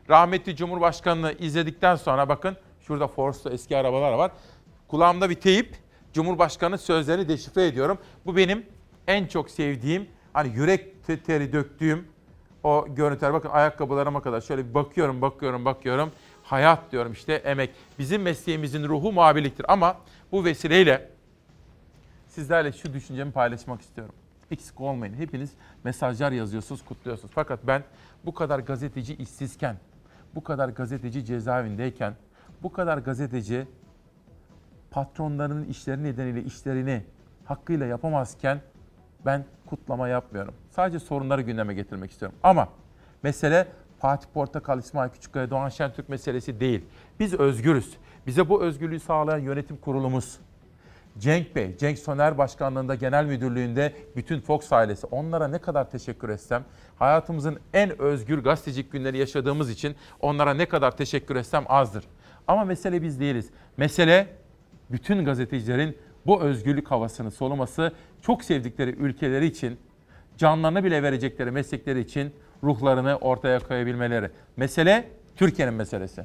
rahmetli Cumhurbaşkanı'nı izledikten sonra bakın şurada Force'lu eski arabalar var. Kulağımda bir teyip, Cumhurbaşkanı sözlerini deşifre ediyorum. Bu benim en çok sevdiğim, hani yürek teri döktüğüm o görüntüler. Bakın ayakkabılarıma kadar şöyle bir bakıyorum. Hayat diyorum işte, emek. Bizim mesleğimizin ruhu muhabirliktir ama bu vesileyle sizlerle şu düşüncemi paylaşmak istiyorum. Eksik olmayın. Hepiniz mesajlar yazıyorsunuz, kutluyorsunuz. Fakat ben bu kadar gazeteci işsizken, bu kadar gazeteci cezaevindeyken, bu kadar gazeteci patronlarının işleri nedeniyle işlerini hakkıyla yapamazken ben kutlama yapmıyorum. Sadece sorunları gündeme getirmek istiyorum. Ama mesele Fatih Portakal, İsmail Küçükkaya, Doğan Şentürk meselesi değil. Biz özgürüz. Bize bu özgürlüğü sağlayan yönetim kurulumuz, Cenk Bey, Cenk Soner Başkanlığı'nda, genel müdürlüğünde bütün Fox ailesi, onlara ne kadar teşekkür etsem, hayatımızın en özgür gazetecilik günleri yaşadığımız için onlara ne kadar teşekkür etsem azdır. Ama mesele biz değiliz. Mesele bütün gazetecilerin bu özgürlük havasını soluması, çok sevdikleri ülkeleri için, canlarını bile verecekleri meslekleri için ruhlarını ortaya koyabilmeleri. Mesele Türkiye'nin meselesi.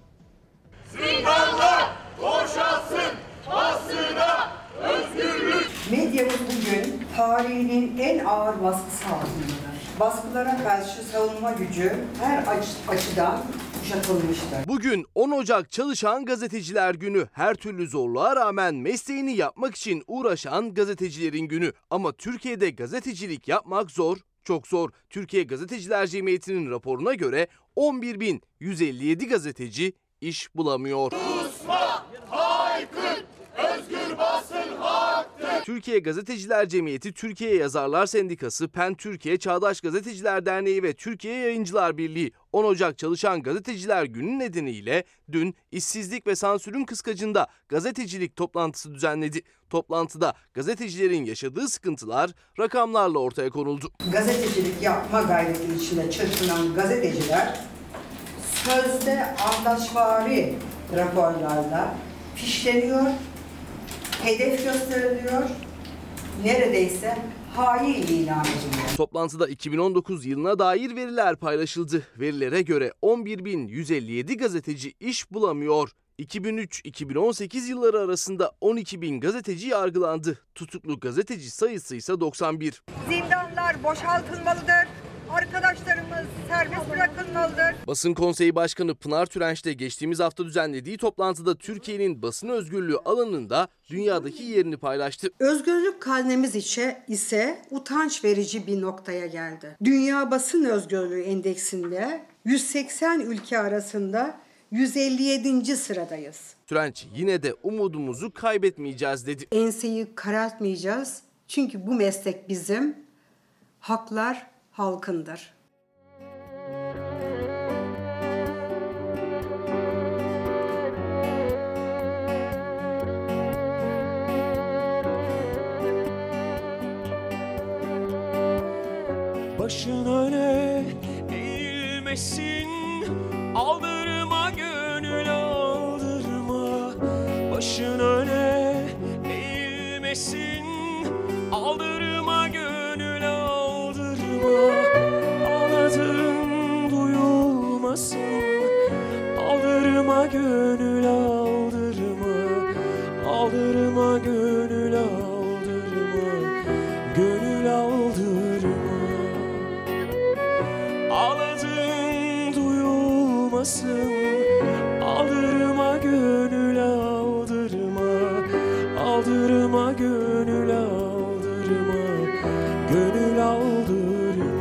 Zindanlar boşalsın, basına özgürlük. Medyamız bugün tarihinin en ağır baskısı altındadır. Baskılara karşı savunma gücü her açıdan kuşatılmıştır. Bugün 10 Ocak Çalışan Gazeteciler Günü. Her türlü zorluğa rağmen mesleğini yapmak için uğraşan gazetecilerin günü. Ama Türkiye'de gazetecilik yapmak zor, çok zor. Türkiye Gazeteciler Cemiyeti'nin raporuna göre 11.157 gazeteci iş bulamıyor. Susma, haykır, özgür basın haktır. Türkiye Gazeteciler Cemiyeti, Türkiye Yazarlar Sendikası, PEN Türkiye, Çağdaş Gazeteciler Derneği ve Türkiye Yayıncılar Birliği 10 Ocak Çalışan Gazeteciler Günü nedeniyle dün işsizlik ve sansürün kıskacında gazetecilik toplantısı düzenledi. Toplantıda gazetecilerin yaşadığı sıkıntılar rakamlarla ortaya konuldu. Gazetecilik yapma gayreti içinde çırpınan gazeteciler sözde anlaşvari raporlarda fişleniyor, hedef gösteriliyor, neredeyse hain ilan ediliyor. Toplantıda 2019 yılına dair veriler paylaşıldı. Verilere göre 11.157 gazeteci iş bulamıyor. 2003-2018 yılları arasında 12.000 gazeteci yargılandı. Tutuklu gazeteci sayısı ise 91. Zindanlar boşaltılmalıdır. Arkadaşlarımız serbest bırakılmalıdır. Basın Konseyi Başkanı Pınar Türenç de geçtiğimiz hafta düzenlediği toplantıda Türkiye'nin basın özgürlüğü alanında dünyadaki yerini paylaştı. Özgürlük karnemiz ise utanç verici bir noktaya geldi. Dünya Basın Özgürlüğü Endeksinde 180 ülke arasında 157. sıradayız. Türenç yine de umudumuzu kaybetmeyeceğiz dedi. Enseyi karartmayacağız çünkü bu meslek bizim, haklar halkındır. Başın öne eğilmesin, aldırma gönül aldırma. Başın öne eğilmesin, aldırma gönül aldırma. Ağladığın duyulmasın, aldırma gönül aldırma. Aldırma gönül aldırma, gönül aldırma. Ağladığın duyulmasın, aldırma gönül aldırma. Aldırma gönül aldırma, gönül aldırma.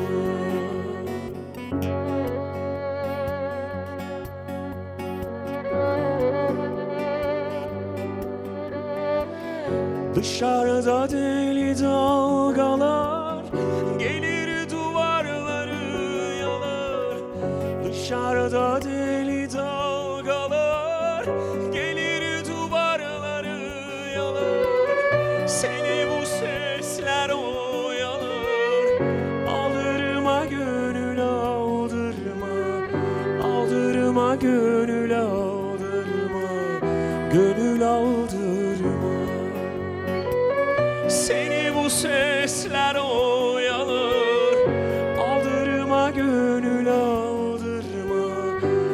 Dışarıda deli dalgalar gelir duvarları yalar. Dışarıda deli dalgalar gelir duvarları yalar. Seni bu sesler oyalar. Aldırma gönül aldırma. Aldırma gönül aldırma. Gönül aldırma. Seni bu sesler oyalar. Aldırma gönül aldırma.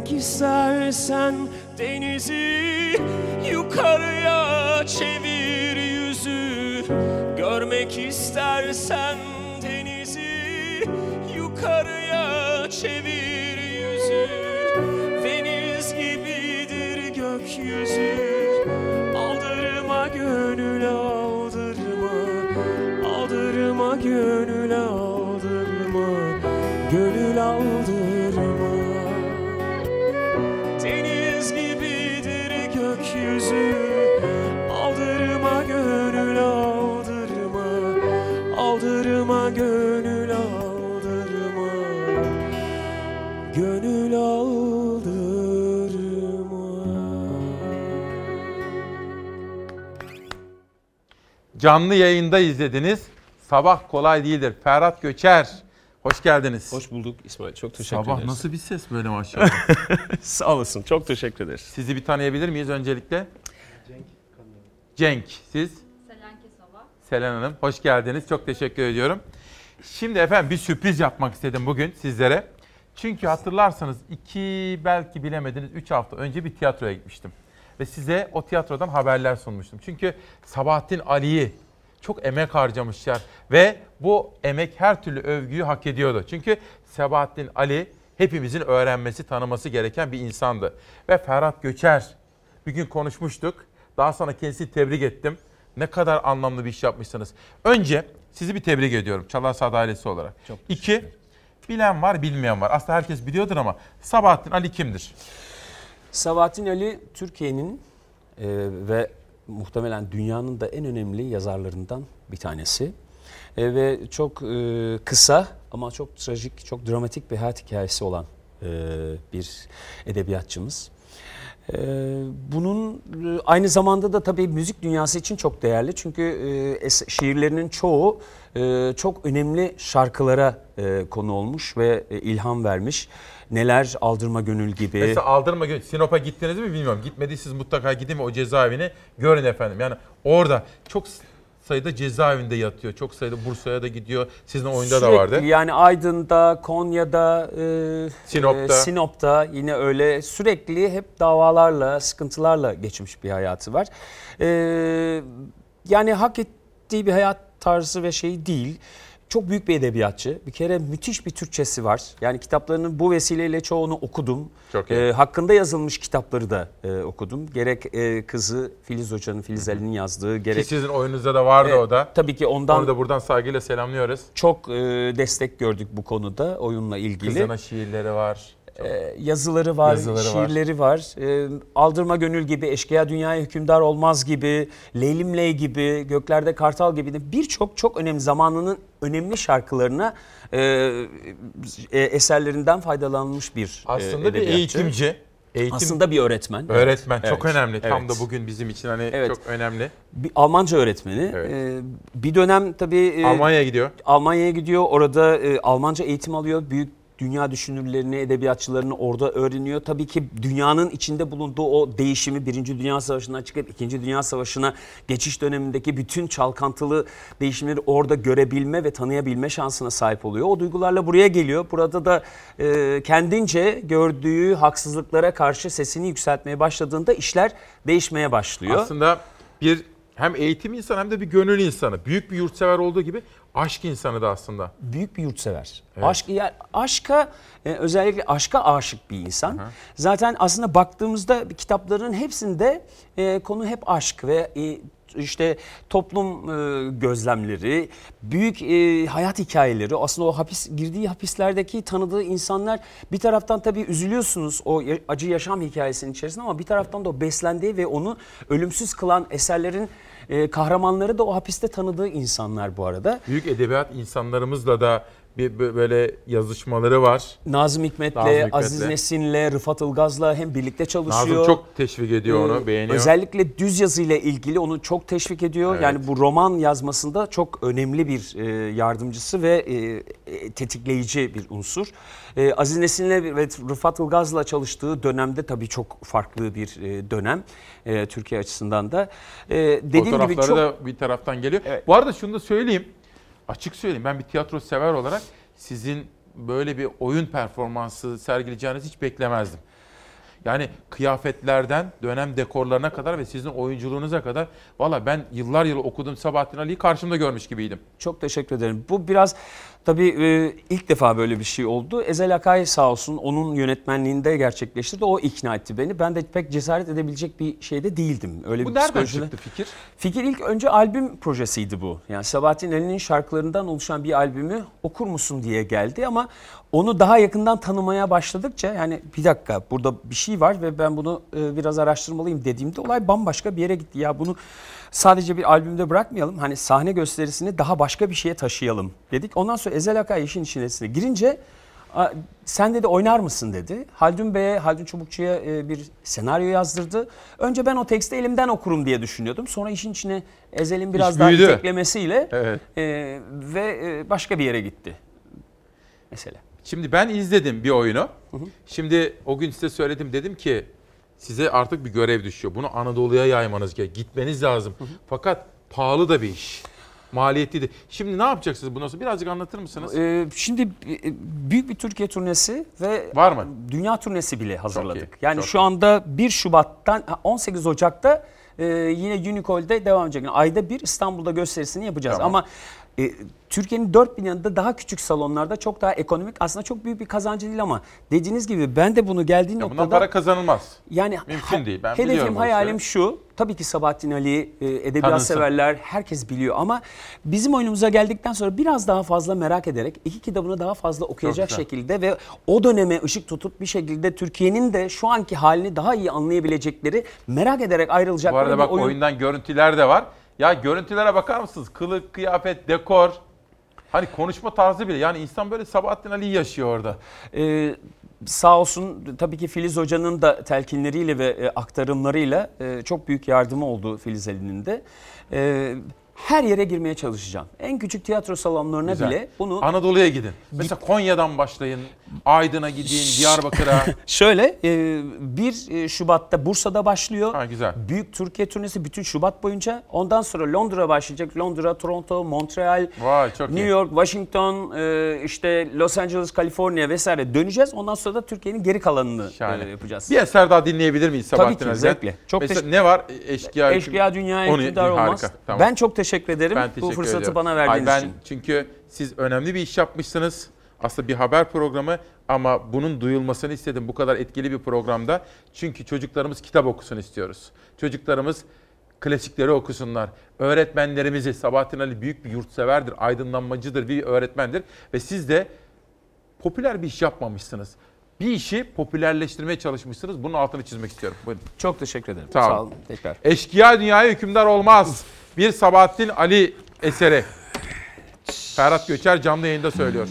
görmek istersen denizi yukarıya çevir yüzü. Görmek istersen denizi yukarıya çevir yüzü. Deniz gibidir gökyüzü. Aldırma gönül aldırma. Aldırma gönül aldırma. Gönül aldırma. Deniz gibidir gökyüzü. Aldırma gönül aldırma. Aldırma gönül aldırma. Gönül aldırma. Canlı yayında izlediniz. Sabah kolay değildir. Ferhat Göçer, hoş geldiniz. Hoş bulduk İsmail. Çok teşekkür ederiz. Sabah nasıl bir ses böyle maşallah. Sağ olasın. Çok teşekkür ederiz. Sizi bir tanıyabilir miyiz öncelikle? Cenk. Siz? Selen Kesova. Selen Hanım, hoş geldiniz. Çok teşekkür ediyorum. Şimdi efendim bir sürpriz yapmak istedim bugün sizlere. Çünkü hatırlarsanız 2 belki bilemediniz 3 hafta önce bir tiyatroya gitmiştim. Ve size o tiyatrodan haberler sunmuştum. Çünkü Sabahattin Ali'yi çok emek harcamışlar. Ve bu emek her türlü övgüyü hak ediyordu. Çünkü Sabahattin Ali hepimizin öğrenmesi, tanıması gereken bir insandı. Ve Ferhat Göçer, bir gün konuşmuştuk. Daha sonra kendisini tebrik ettim. Ne kadar anlamlı bir iş yapmışsınız. Önce sizi bir tebrik ediyorum Çalar Saat ailesi olarak. 2, bilen var, bilmeyen var. Aslında herkes biliyordur ama Sabahattin Ali kimdir? Sabahattin Ali Türkiye'nin ve muhtemelen dünyanın da en önemli yazarlarından bir tanesi. Ve çok kısa ama çok trajik, çok dramatik bir hayat hikayesi olan bir edebiyatçımız. Bunun aynı zamanda da tabii müzik dünyası için çok değerli. Çünkü şiirlerinin çoğu çok önemli şarkılara konu olmuş ve ilham vermiş. Neler Aldırma Gönül gibi. Mesela Aldırma Gönül, Sinop'a gittiniz mi bilmiyorum. Gitmediyseniz mutlaka gidin ve o cezaevini görün efendim. Yani orada çok sayıda cezaevinde yatıyor. Çok sayıda Bursa'ya da gidiyor. Sizin oyunda da vardı. Yani Aydın'da, Konya'da, Sinop'ta. Yine öyle sürekli hep davalarla, sıkıntılarla geçmiş bir hayatı var. Yani hak ettiği bir hayat tarzı ve şey değil. Çok büyük bir edebiyatçı. Bir kere müthiş bir Türkçesi var. Yani kitaplarının bu vesileyle çoğunu okudum. Çok iyi. Hakkında yazılmış kitapları da okudum. Gerek kızı Filiz Hoca'nın, Filiz Ali'nin yazdığı. Gerek Ki sizin oyununuzda da vardı o da. Tabii ki ondan. Onu da buradan saygıyla selamlıyoruz. Çok destek gördük bu konuda oyunla ilgili. Kızına şiirleri var. Yazıları var, şiirleri var. Aldırma Gönül gibi, Eşkıya Dünyaya Hükümdar Olmaz gibi, Leylim Ley gibi, Göklerde Kartal gibi de birçok çok önemli zamanının önemli şarkılarına eserlerinden faydalanmış bir aslında bir eğitimci. Aslında bir öğretmen. Öğretmen evet. çok önemli. Evet. Tam da bugün bizim için çok önemli. Bir Almanca öğretmeni. Evet. Bir dönem tabii Almanya'ya gidiyor. Orada Almanca eğitim alıyor. Büyük dünya düşünürlerini, edebiyatçılarını orada öğreniyor. Tabii ki dünyanın içinde bulunduğu o değişimi 1. Dünya Savaşı'ndan çıkıp 2. Dünya Savaşı'na geçiş dönemindeki bütün çalkantılı değişimleri orada görebilme ve tanıyabilme şansına sahip oluyor. O duygularla buraya geliyor. Burada da kendince gördüğü haksızlıklara karşı sesini yükseltmeye başladığında işler değişmeye başlıyor. Aslında bir hem eğitim insanı hem de bir gönül insanı. Büyük bir yurtsever olduğu gibi aşk insanı da aslında. Büyük bir yurtsever. Evet. Özellikle aşka aşık bir insan. Hı-hı. Zaten aslında baktığımızda kitapların hepsinde konu hep aşk ve işte toplum gözlemleri, büyük hayat hikayeleri. Aslında o girdiği hapislerdeki tanıdığı insanlar, bir taraftan tabii üzülüyorsunuz o acı yaşam hikayesinin içerisinde, ama bir taraftan da o beslendiği ve onu ölümsüz kılan eserlerin kahramanları da o hapiste tanıdığı insanlar bu arada. Büyük edebiyat insanlarımızla da bir böyle yazışmaları var. Nazım Hikmet'le, Aziz Nesin'le, Rıfat Ilgaz'la hem birlikte çalışıyor. Nazım çok teşvik ediyor onu, beğeniyor. Özellikle düz yazıyla ilgili onu çok teşvik ediyor. Evet. Yani bu roman yazmasında çok önemli bir yardımcısı ve tetikleyici bir unsur. Aziz Nesin'le ve Rıfat Ilgaz'la çalıştığı dönemde tabii çok farklı bir dönem Türkiye açısından da. Dediğim gibi çok da bir taraftan geliyor. Evet. Bu arada şunu da söyleyeyim. Açık söyleyeyim, ben bir tiyatro sever olarak sizin böyle bir oyun performansı sergileyeceğinizi hiç beklemezdim. Yani kıyafetlerden dönem dekorlarına kadar ve sizin oyunculuğunuza kadar valla ben yıllar yılı okuduğum Sabahattin Ali'yi karşımda görmüş gibiydim. Çok teşekkür ederim. Bu biraz tabii ilk defa böyle bir şey oldu. Ezel Akay sağ olsun onun yönetmenliğinde gerçekleştirdi. O ikna etti beni. Ben de pek cesaret edebilecek bir şeyde değildim. Öyle Bu bir nereden psikolojide çıktı fikir? Fikir ilk önce albüm projesiydi bu. Yani Sabahattin Ali'nin şarkılarından oluşan bir albümü okur musun diye geldi ama onu daha yakından tanımaya başladıkça yani bir dakika burada bir şey var ve ben bunu biraz araştırmalıyım dediğimde olay bambaşka bir yere gitti. Ya bunu sadece bir albümde bırakmayalım. Hani sahne gösterisini daha başka bir şeye taşıyalım dedik. Ondan sonra Ezel Akay işin içine girince sen dedi oynar mısın dedi. Haldun Çubukçu'ya bir senaryo yazdırdı. Önce ben o teksti elimden okurum diye düşünüyordum. Sonra işin içine Ezel'in biraz daha iteklemesiyle ve başka bir yere gitti mesela. Şimdi ben izledim bir oyunu. Şimdi o gün size söyledim, dedim ki size artık bir görev düşüyor. Bunu Anadolu'ya yaymanız gerekiyor. Gitmeniz lazım. Fakat pahalı da bir iş. Maliyetliydi. Şimdi ne yapacaksınız bundan sonra? Birazcık anlatır mısınız? Şimdi büyük bir Türkiye turnesi ve var mı? Dünya turnesi bile hazırladık. Çok iyi, yani şu anda 1 Şubat'tan 18 Ocak'ta yine Unicol'de devam edecek. Yani ayda bir İstanbul'da gösterisini yapacağız. Tamam. Ama Türkiye'nin 4 bin yanında daha küçük salonlarda çok daha ekonomik, aslında çok büyük bir kazancı değil ama dediğiniz gibi ben de bunu geldiği noktada... Bundan para kazanılmaz. Yani mümkün değil. Ben biliyorum. Hedefim, hayalim şu. Tabii ki Sabahattin Ali, edebiyat severler, herkes biliyor ama bizim oyunumuza geldikten sonra biraz daha fazla merak ederek 2 kitabını daha fazla okuyacak şekilde ve o döneme ışık tutup bir şekilde Türkiye'nin de şu anki halini daha iyi anlayabilecekleri, merak ederek ayrılacakları bu arada bak oyundan görüntüler de var. Ya görüntülere bakar mısınız? Kılık, kıyafet, dekor. Hani konuşma tarzı bile. Yani insan böyle Sabahattin Ali'yi yaşıyor orada. Sağ olsun tabii ki Filiz Hoca'nın da telkinleriyle ve aktarımlarıyla çok büyük yardımı oldu Filiz Ali'nin de. Her yere girmeye çalışacağım. En küçük tiyatro salonlarına bile bunu... Anadolu'ya gidin. Mesela Konya'dan başlayın, Aydın'a gidin, Diyarbakır'a. Şöyle 1 Şubat'ta Bursa'da başlıyor. Güzel. Büyük Türkiye turnesi bütün Şubat boyunca. Ondan sonra Londra başlayacak. Londra, Toronto, Montreal, New York, Washington, işte Los Angeles, Kaliforniya vesaire döneceğiz. Ondan sonra da Türkiye'nin geri kalanını yapacağız. Bir eser daha dinleyebilir miyiz Sabahattin Ali'den? Tabii ki, zevkle. Çok mesela ne var? Eşkıya Dünyaya Hükümdar Olmaz. Tamam. Ben çok teşekkür ederim bu fırsatı ediyorum. Bana verdiğiniz için. Çünkü siz önemli bir iş yapmışsınız. Aslında bir haber programı ama bunun duyulmasını istedim bu kadar etkili bir programda. Çünkü çocuklarımız kitap okusun istiyoruz. Çocuklarımız klasikleri okusunlar. Öğretmenlerimizi, Sabahattin Ali büyük bir yurtseverdir, aydınlanmacıdır, bir öğretmendir. Ve siz de popüler bir iş yapmamışsınız. Bir işi popülerleştirmeye çalışmışsınız. Bunun altını çizmek istiyorum. Buyurun. Çok teşekkür ederim. Sağ olun. Tekrar. Eşkıya Dünyaya Hükümdar Olmaz. Bir Sabahattin Ali eseri. Ferhat Göçer canlı yayında söylüyor.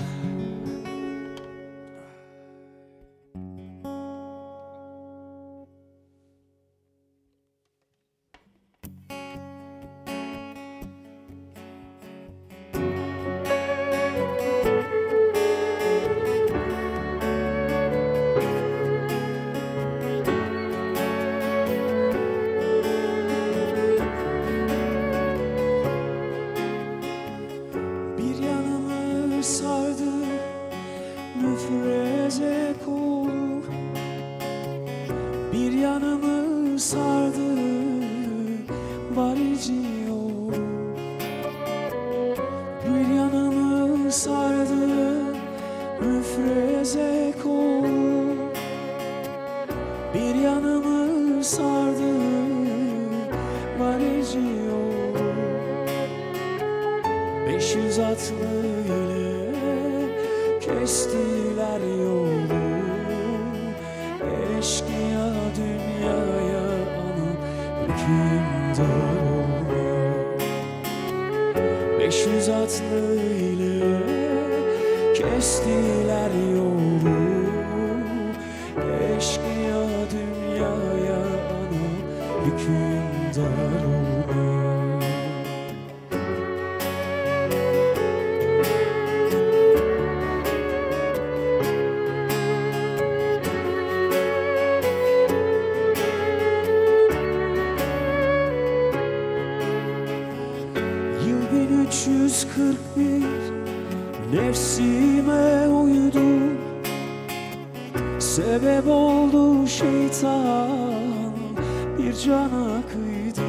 Sebep oldu şeytan bir cana kıydı.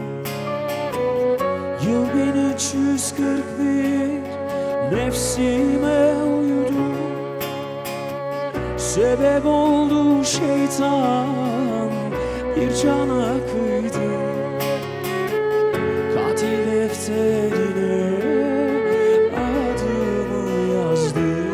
Yıl 1341 nefsime uyudu. Sebep oldu şeytan bir cana kıydı. Katil defterine adımı yazdım.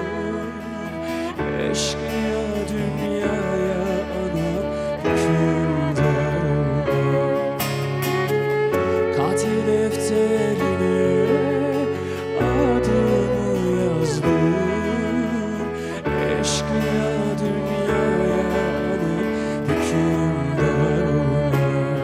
Eşkıya dünyaya anam hükümdar oldum. Katil defterine adımı yazdım. Eşkıya dünyaya anam hükümdar oldum.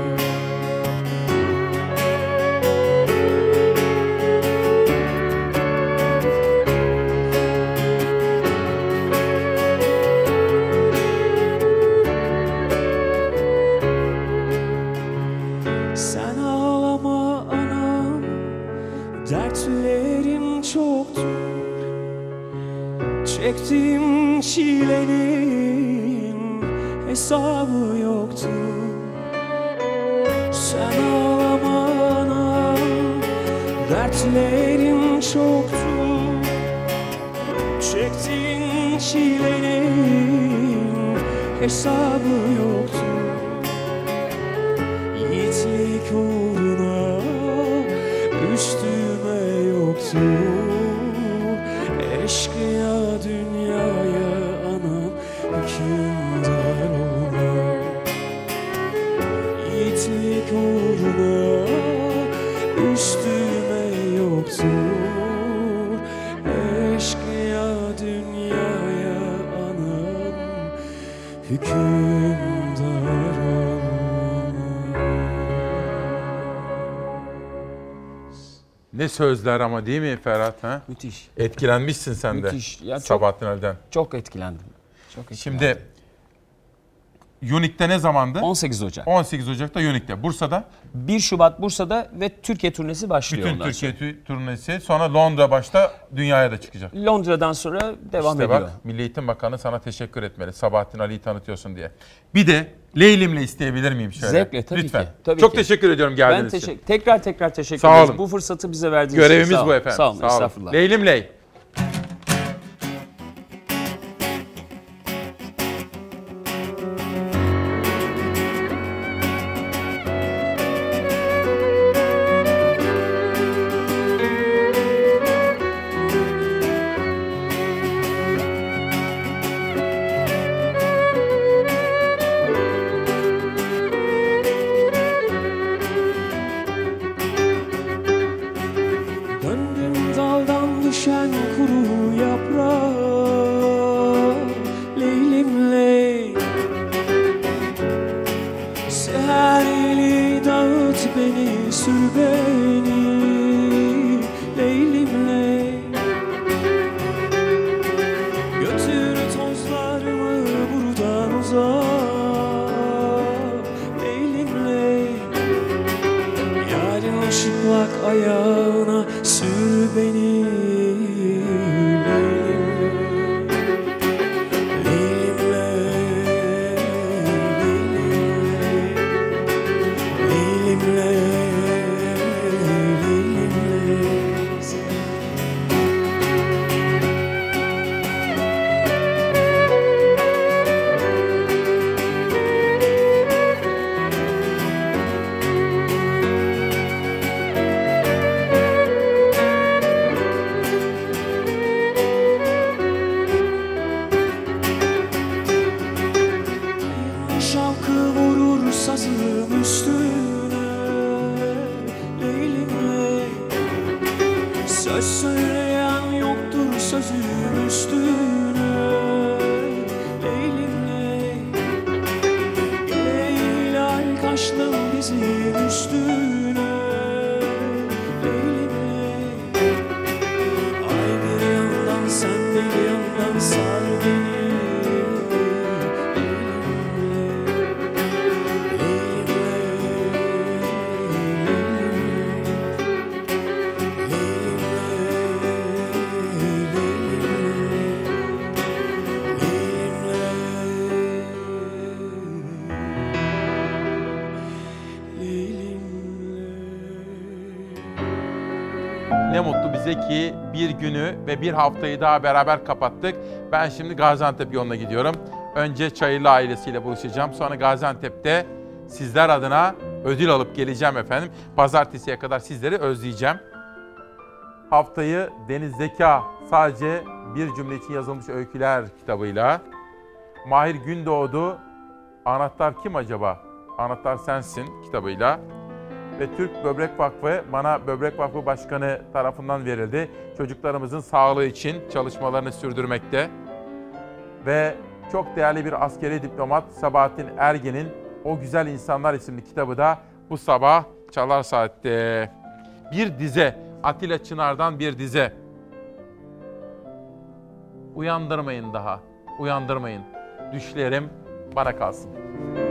Sen ağlama anam, dertlerim çoktur. Çektiğim çilenin hesabı yoktur. Sen ağlama anam, dertlerim çoktur. Çektiğim çilenin hesabı yoktur. Yiğitlik uğruna üstüme yoktur. Eşkıya dünyaya anam hükümdar olmam. Yiğitlik uğruna üstüme yoktur. Eşkıya dünyaya anam hükümdar olmam. Ne sözler ama değil mi Ferhat? Ha? Müthiş. Etkilenmişsin sen de. Müthiş. Ya Sabahattin Ali'den. Çok etkilendim. Şimdi Unique'de ne zamandı? 18 Ocak. 18 Ocak'ta Unique'de. Bursa'da? 1 Şubat Bursa'da ve Türkiye turnesi başlıyor. Bütün Türkiye turnesi. Sonra Londra başta dünyaya da çıkacak. Londra'dan sonra devam ediyor. Bak, Milli Eğitim Bakanı sana teşekkür etmeli. Sabahattin Ali'yi tanıtıyorsun diye. Bir de Leylim'le isteyebilir miyim şöyle? Zevkle tabii Lütfen. ki. Tabii Çok ki. teşekkür ediyorum geldiğiniz için. Tekrar teşekkür Sağ ederiz. olun. Bu fırsatı bize verdiğiniz için. Görevimiz bu efendim. Sağ olun. Estağfurullah. Leylim Ley. Döndüm daldan düşen kuru yaprağı, Leylim ley. Seherli dağıt beni, sür beni, Leylim ley. Götür tozlarımı buradan uzak, Leylim ley. Yarın o çıplak ayağına sür beni, Leylim ley. Leylim ley, Leylim ley, Leylim ley. Şavkı vurur sazım üstüne, Leylim ley. Söz söyleyen yoktur sözüm üstüne, Leylim ley. Leyla kaşlım dizim üstüne, Leylim ley. Ay bir yandan sen bir yandan sar beni, Ne mutlu bize ki bir günü ve bir haftayı daha beraber kapattık. Ben şimdi Gaziantep yoluna gidiyorum. Önce Çayırlı ailesiyle buluşacağım. Sonra Gaziantep'te sizler adına ödül alıp geleceğim efendim. Pazartesiye kadar sizleri özleyeceğim. Haftayı Deniz Zeka sadece bir cümle için yazılmış öyküler kitabıyla, Mahir Gündoğdu Anahtar Kim Acaba? Anahtar Sensin kitabıyla ve Türk Böbrek Vakfı bana Böbrek Vakfı Başkanı tarafından verildi. Çocuklarımızın sağlığı için çalışmalarını sürdürmekte ve çok değerli bir askeri diplomat Sabahattin Ergen'in O Güzel İnsanlar isimli kitabı da bu sabah Çalar Saat'te. Bir dize, Atilla Çınar'dan bir dize. Uyandırmayın daha, uyandırmayın. Düşlerim bana kalsın.